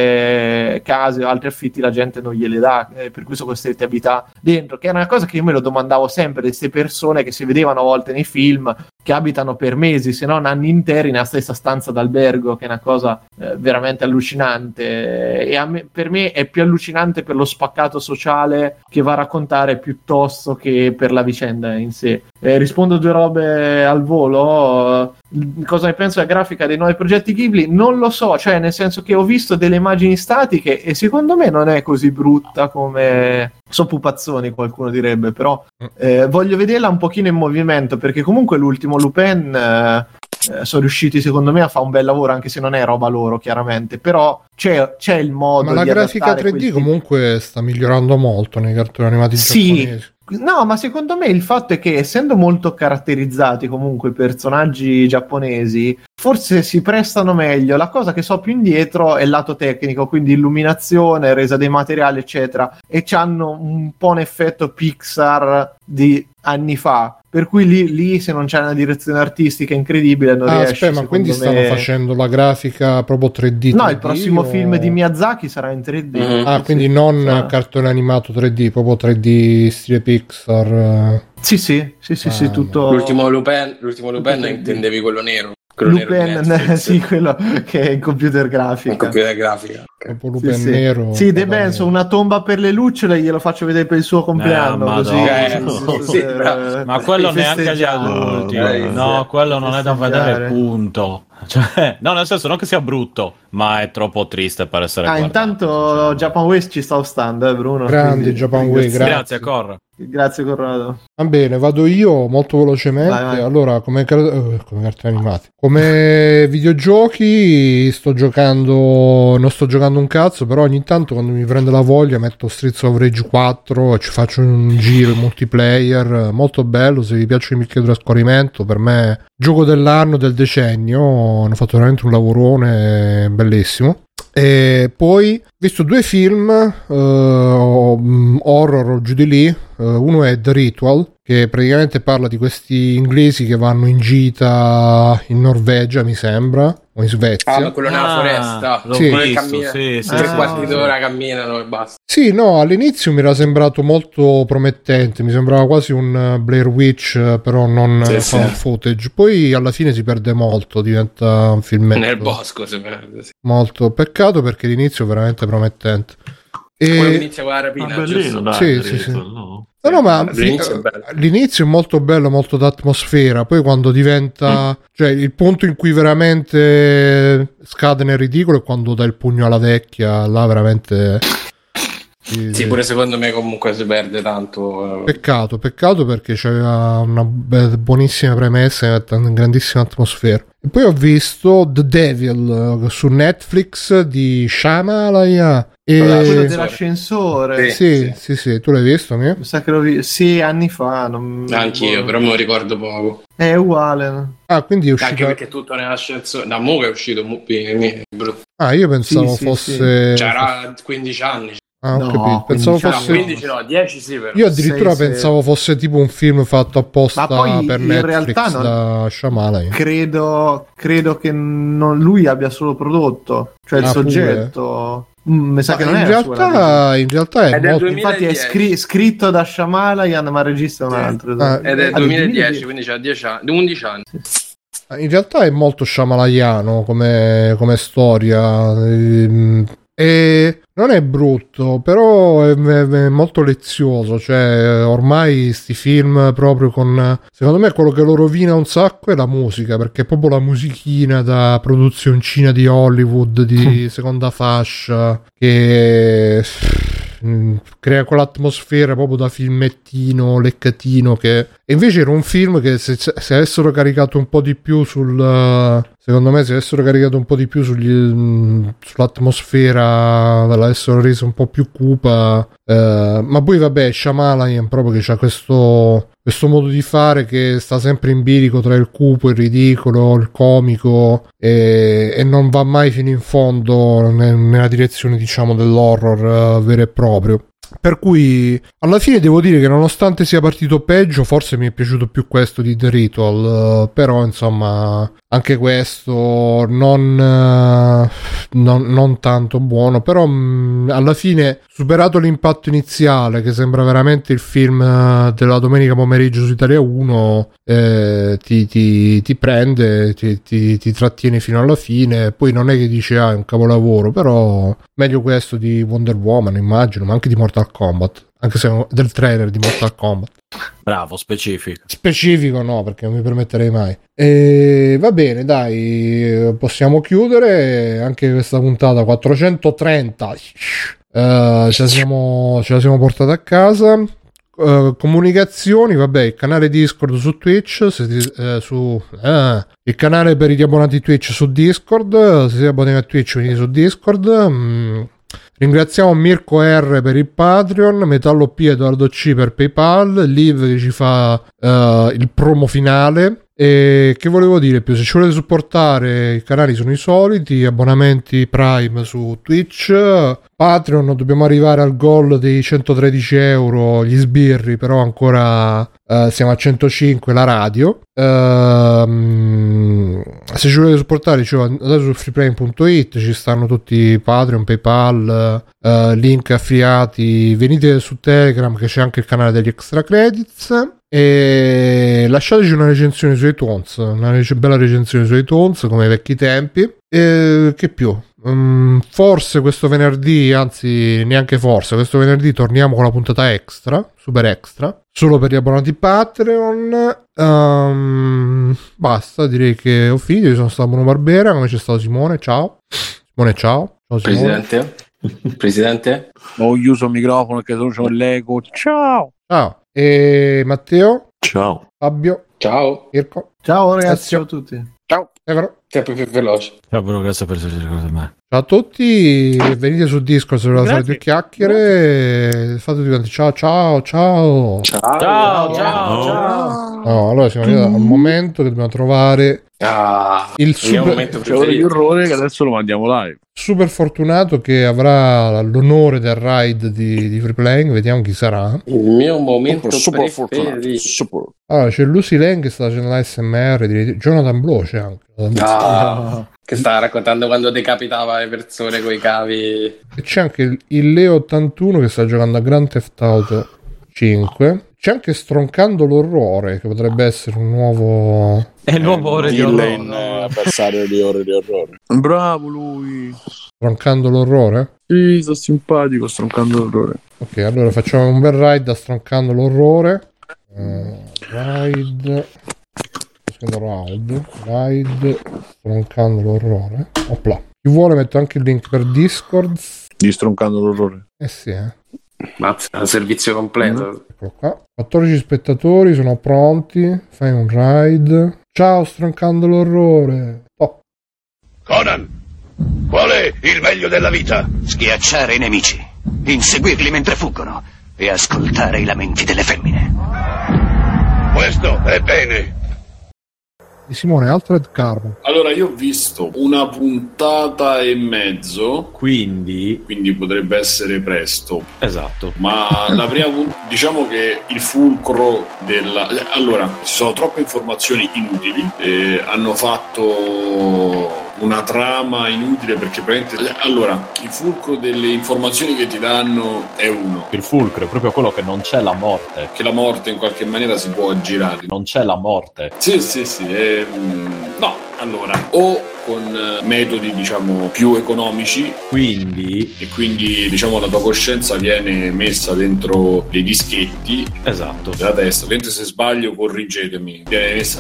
altre case o altri affitti la gente non gliele dà, per cui sono costretti a abitare dentro, che è una cosa che io me lo domandavo sempre, di queste persone che si vedevano a volte nei film, che abitano per mesi, se non anni interi, nella stessa stanza d'albergo, che è una cosa veramente allucinante, e per me è più allucinante per lo spaccato sociale che va a raccontare piuttosto che per la vicenda in sé. Rispondo due robe al volo. Cosa ne penso della grafica dei nuovi progetti Ghibli? Non lo so, cioè nel senso che ho visto delle immagini statiche e secondo me non è così brutta come pupazzoni, qualcuno direbbe, però voglio vederla un pochino in movimento, perché comunque l'ultimo Lupin sono riusciti secondo me a fare un bel lavoro, anche se non è roba loro chiaramente, però c'è il modo. Ma la grafica 3D comunque sta migliorando molto nei cartoni animati giapponesi. No, ma secondo me il fatto è che, essendo molto caratterizzati comunque i personaggi giapponesi, forse si prestano meglio. La cosa che so più indietro è il lato tecnico, quindi illuminazione, resa dei materiali eccetera, e c'hanno un po' un effetto Pixar di anni fa, per cui lì se non c'è una direzione artistica incredibile non riesce. Aspetta, ma quindi stanno facendo la grafica proprio 3D? No, il prossimo film di Miyazaki sarà in 3D. Quindi non cartone animato 3D, proprio 3D stile Pixar. Sì, tutto. L'ultimo Lupin intendevi quello nero? Lupin, sì, quello che è in computer grafica. Proprio Lupin nero. Sì, De Benson, una tomba per le lucciole, glielo faccio vedere per il suo compleanno. Così. Ma quello neanche agli adulti. No, quello non è da vedere, punto. Cioè, no, nel senso, non che sia brutto, ma è troppo triste per essere guardato. Intanto Japan Waste ci sta ostando, Bruno. Grandi Japan Waste, grazie Cor. Grazie Corrado. Va bene, vado io molto velocemente. Vai. Allora, come cartoni animati, come videogiochi non sto giocando un cazzo, però ogni tanto quando mi prende la voglia metto Streets of Rage 4 e ci faccio un giro in multiplayer, molto bello. Se vi piace il micro trascorrimento, per me gioco dell'anno, del decennio, hanno fatto veramente un lavorone bellissimo. E poi ho visto 2 film horror giù di lì. Uno è The Ritual, che praticamente parla di questi inglesi che vanno in gita in Norvegia, mi sembra, o in Svezia. Ma quello nella foresta, sì. Tre quarti d'ora camminano e basta. Sì, no, all'inizio mi era sembrato molto promettente, mi sembrava quasi un Blair Witch, però non found footage. Poi alla fine si perde molto, diventa un filmetto. Nel bosco si perde, sì. Molto peccato, perché l'inizio è veramente promettente. Quello che inizia con la rapina, giusto? Dai, sì. No, ma l'inizio è molto bello, molto d'atmosfera. Poi quando diventa, cioè il punto in cui veramente scade nel ridicolo è quando dà il pugno alla vecchia. Là veramente sì, pure secondo me comunque si perde tanto. Peccato perché c'aveva una buonissima premessa e una grandissima atmosfera. E poi ho visto The Devil su Netflix di Shyamalan. Quello dell'ascensore. Sì, tu l'hai visto? Mi sa che l'ho visto. Sì, anni fa. Anch'io, però me lo ricordo poco. È uguale. Quindi è uscito. Anche perché tutto nell'ascensore. Da mo' che è uscito brutto. Io pensavo fosse. C'era 15 anni. Ho capito. Pensavo fosse 15 no, 10 sì, però. Io addirittura pensavo fosse tipo un film fatto apposta per in Netflix realtà da Shyamalan. Credo che non lui abbia solo prodotto, cioè il soggetto. Mi sa che non è in realtà è molto... Infatti è scritto da Shyamalan, ma regista un altro. Ed è 2010, quindi c'ha 11 anni. In realtà è molto Shyamalaniano come storia. E non è brutto, però è molto lezioso. Cioè, ormai sti film proprio con... Secondo me quello che lo rovina un sacco è la musica, perché è proprio la musichina da produzioncina di Hollywood di seconda fascia che crea quell'atmosfera proprio da filmettino leccatino, che e invece era un film che se avessero caricato un po' di più secondo me se avessero caricato un po' di più sull'atmosfera, l'avessero reso un po' più cupa, ma poi vabbè, Shyamalan proprio che c'ha questo modo di fare che sta sempre in bilico tra il cupo, il ridicolo, il comico, e non va mai fino in fondo nella direzione, diciamo, dell'horror vero e proprio. Per cui alla fine devo dire che nonostante sia partito peggio, forse mi è piaciuto più questo di The Ritual, però insomma anche questo non tanto buono, però alla fine, superato l'impatto iniziale che sembra veramente il film della domenica pomeriggio su Italia 1, ti prende, ti trattiene fino alla fine. Poi non è che dice è un capolavoro, però meglio questo di Wonder Woman, immagino, ma anche di Mortal Kombat, anche se del trailer di Mortal Kombat. Bravo, specifico no, perché non mi permetterei mai. Va bene, dai, possiamo chiudere anche questa puntata 430. Ce la siamo portata a casa. Comunicazioni, vabbè, il canale Discord su Twitch, il canale per gli abbonati Twitch su Discord. Se siete abbonati a Twitch venite su Discord. Ringraziamo Mirko R per il Patreon, Metallo P, Edoardo C per PayPal, Liv che ci fa il promo finale. E che volevo dire più, se ci volete supportare, i canali sono i soliti: abbonamenti Prime su Twitch, Patreon dobbiamo arrivare al goal dei 113 euro gli sbirri, però ancora siamo a 105 la radio. Se ci volete supportare, andate su freeplane.it, ci stanno tutti Patreon, PayPal, link affiliati. Venite su Telegram che c'è anche il canale degli extra credits. E lasciateci una recensione su iTunes, una bella recensione su iTunes come ai vecchi tempi. Che più? Forse questo venerdì, anzi neanche forse, questo venerdì torniamo con la puntata extra, super extra, solo per gli abbonati Patreon. Basta, direi che ho finito. Io sono stato Bruno Barbera, come c'è stato Simone, ciao. Simone, ciao. Ciao Simone. Presidente? Ho chiuso il microfono perché sono l'eco. Ciao. E Matteo? Ciao. Fabio? Ciao. Mirko? Ciao ragazzi, ciao a tutti. Ciao. Evero? Sempre più veloce. Ciao, però grazie per essere ricordato a me. Ciao a tutti, venite su Discord se volete fare due chiacchiere. Fate tutti quanti ciao. Ciao. No, allora siamo arrivati al momento che dobbiamo trovare il super orrore che adesso lo mandiamo live. Super fortunato che avrà l'onore del raid di Free Playing. Vediamo chi sarà. Il mio momento super fortunato. preferito. Super. Allora c'è Lucy Lane che sta facendo l'ASMR di Jonathan Blow, c'è anche che stava raccontando quando decapitava le persone coi cavi. e c'è anche il Leo 81 che sta giocando a Grand Theft Auto 5. C'è anche Stroncando l'orrore che potrebbe essere un nuovo È il nuovo ore di villain, orrore. avversario di ore di orrore. Bravo lui. Stroncando l'orrore. Sì, sto simpatico, stroncando l'orrore. Ok, allora facciamo un bel raid a Stroncando l'orrore. Raid Stroncando l'orrore. Opla. Chi vuole metto anche il link per Discord. Di stroncando l'orrore. Sì, Mazza, servizio completo. Eccolo qua. 14 spettatori sono pronti. Fai un raid. Ciao Stroncando l'orrore. Oh. Conan, qual è il meglio della vita? Schiacciare i nemici, inseguirli mentre fuggono e ascoltare i lamenti delle femmine. Questo è bene. Di Simone Altered Carbon. Allora, io ho visto una puntata e mezzo, quindi potrebbe essere presto. Esatto. Ma la prima diciamo che il fulcro della... Allora, ci sono troppe informazioni inutili, hanno fatto una trama inutile perché praticamente... Allora, il fulcro delle informazioni che ti danno è uno. Il fulcro è proprio quello che non c'è la morte. Che la morte in qualche maniera si può aggirare. Non c'è la morte. Sì. No, allora, o con metodi diciamo più economici, quindi diciamo la tua coscienza viene messa dentro dei dischetti, esatto, della testa. Ovviamente se sbaglio corrigetemi, viene messa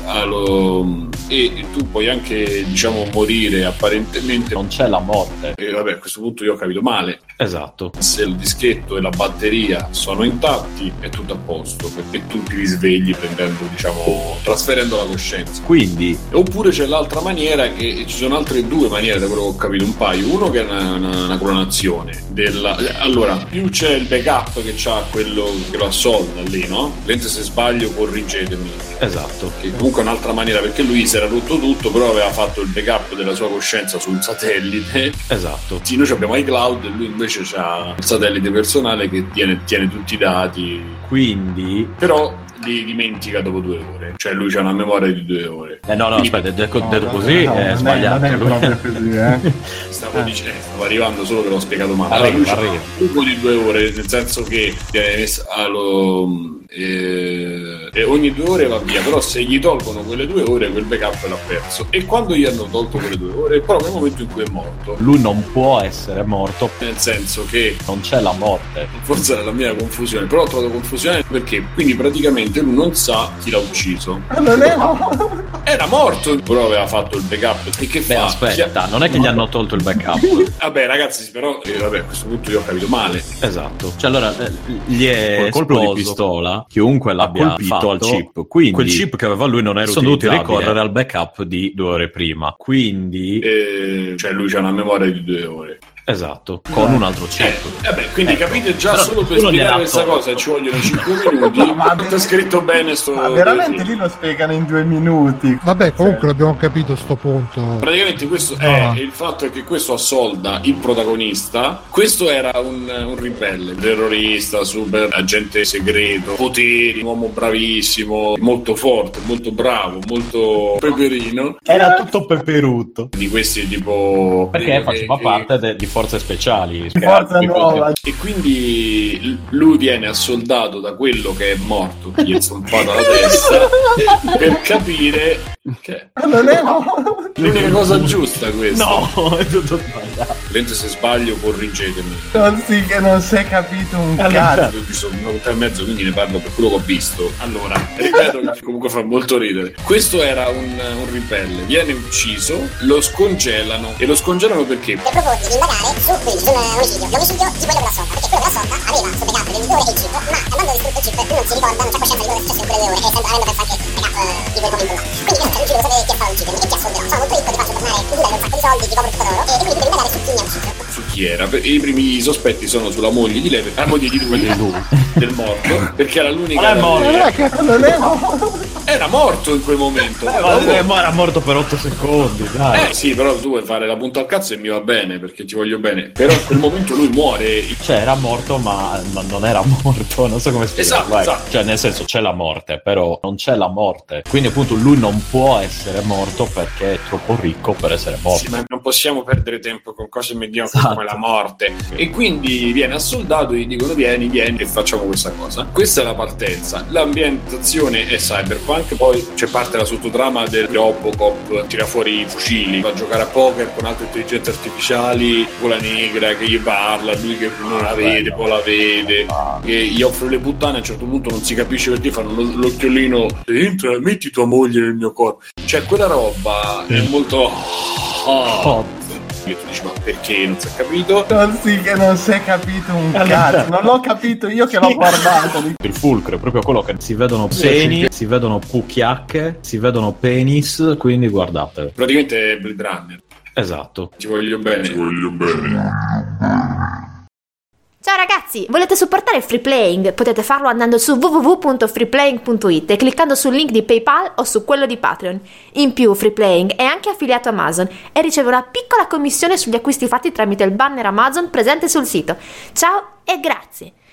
e tu puoi anche diciamo morire apparentemente. Non c'è la morte. E vabbè, a questo punto io ho capito male. Esatto. Se il dischetto e la batteria sono intatti è tutto a posto, perché tu ti risvegli trasferendo la coscienza. Quindi oppure c'è l'altra maniera, che ci sono altre due maniere da quello che ho capito, un paio. Uno che è una clonazione allora, più c'è il backup che c'ha quello che lo assolda lì, no? Mentre se sbaglio corrigetemi. Esatto. Che comunque è un'altra maniera, perché lui si era rotto tutto, però aveva fatto il backup della sua coscienza sul satellite. Esatto. Sì, noi abbiamo iCloud e lui invece c'ha il satellite personale che tiene tutti i dati. Quindi però li dimentica dopo 2 ore, cioè lui c'ha una memoria di 2 ore. No, aspetta, detto così è sbagliato. Non è proprio così, Stavo arrivando, solo che l'ho spiegato male. Arriva. Un po' di 2 ore, nel senso che ogni 2 ore va via, però se gli tolgono quelle 2 ore quel backup l'ha perso, e quando gli hanno tolto quelle 2 ore proprio nel momento in cui è morto, lui non può essere morto, nel senso che non c'è la morte. Forse era la mia confusione, però ho trovato confusione perché quindi praticamente lui non sa chi l'ha ucciso. Non è morto. Era morto, però aveva fatto il backup. E che fa? Aspetta, non è che gli hanno tolto il backup. Vabbè ragazzi, però a questo punto io ho capito male. Esatto. Cioè allora gli è colpo di pistola, chiunque l'abbia colpito fatto al chip, quindi quel chip che aveva lui non era sono dovuti utilizzabile. ricorrere al backup di 2 ore prima. Quindi cioè lui c'ha una memoria di 2 ore. Esatto, con un altro chip. Quindi capite già, Però solo per uno spiegare gliel'ha questa tolto. cosa ci vogliono 5 minuti. Ma sta scritto bene Ma veramente lì lo spiegano in 2 minuti. Vabbè, comunque l'abbiamo capito a sto punto. Praticamente questo il fatto è che questo assolda il protagonista. Questo era un ribelle, terrorista, super agente segreto, poteri, un uomo bravissimo, molto forte, molto bravo, molto peperino. Era tutto peperutto. Di questi tipo Perché faceva parte di forze speciali. Forza nuova. E quindi lui viene assoldato da quello che è morto, gli è zompato la testa, per capire che non è morto. l'unica cosa giusta questa. No, è tutto sbagliato. Mentre se sbaglio correggetemi. Sì, che non si è capito un cazzo. Ho visto un'ora e mezzo, quindi ne parlo per quello che ho visto. Allora, ripeto che comunque fa molto ridere. Questo era un ribelle, viene ucciso, lo scongelano. E lo scongelano perché? Per proporti di indagare su l'omicidio di quello della Sonda, perché quello della Sonda aveva sottogato l'editore e il chip, ma andando a distruggere il chip lui non si ricorda, non c'è coscienza di quello che è successo in quelle ore, e sempre avendo pensato che di quel momento là. Quindi io non riuscivo a sapere chi è stato uccidermi e chi ha soldato. Sono molto ricco, ti faccio tornare in un sacco di soldi, ti copro tutto d'oro, e quindi devo indagare su chi mi ha ucciso. Su chi era? I primi sospetti sono sulla moglie di lei, la moglie di lui, del morto, perché era l'unica. Non è morto. Era morto in quel momento. Era morto per 8 secondi, dai. Sì, però tu vuoi fare la punta al cazzo e mi va bene, perché ti voglio bene. Però in quel momento lui muore. Cioè, era morto, ma non era morto. Non so come spiegarlo. Esatto. Cioè, nel senso, c'è la morte, però non c'è la morte. Quindi, appunto, lui non può essere morto perché è troppo ricco per essere morto. Sì, ma non possiamo perdere tempo con cose mediocri come la morte. E quindi viene assoldato e gli dicono vieni e facciamo questa cosa. Questa è la partenza. L'ambientazione è cyberpunk, poi c'è parte la sottotrama del Robocop, tira fuori i fucili, va a giocare a poker con altre intelligenze artificiali, con la negra che gli parla, lui che non la vede, poi la vede, che gli offre le puttane, a un certo punto non si capisce perché fanno l'occhiolino, entra, metti tua moglie nel mio corpo. Cioè quella roba è molto e tu dici ma perché non si è capito? Sì, che non si è capito un cazzo. Non l'ho capito io che l'ho guardato. Il fulcro è proprio quello che si vedono peni, si vedono cucchiacche, si vedono penis, quindi guardate. Praticamente è Blade Runner. Esatto. Ti voglio bene. Ciao ragazzi, volete supportare il free playing? Potete farlo andando su www.freeplaying.it e cliccando sul link di PayPal o su quello di Patreon. In più, free playing è anche affiliato a Amazon e riceve una piccola commissione sugli acquisti fatti tramite il banner Amazon presente sul sito. Ciao e grazie!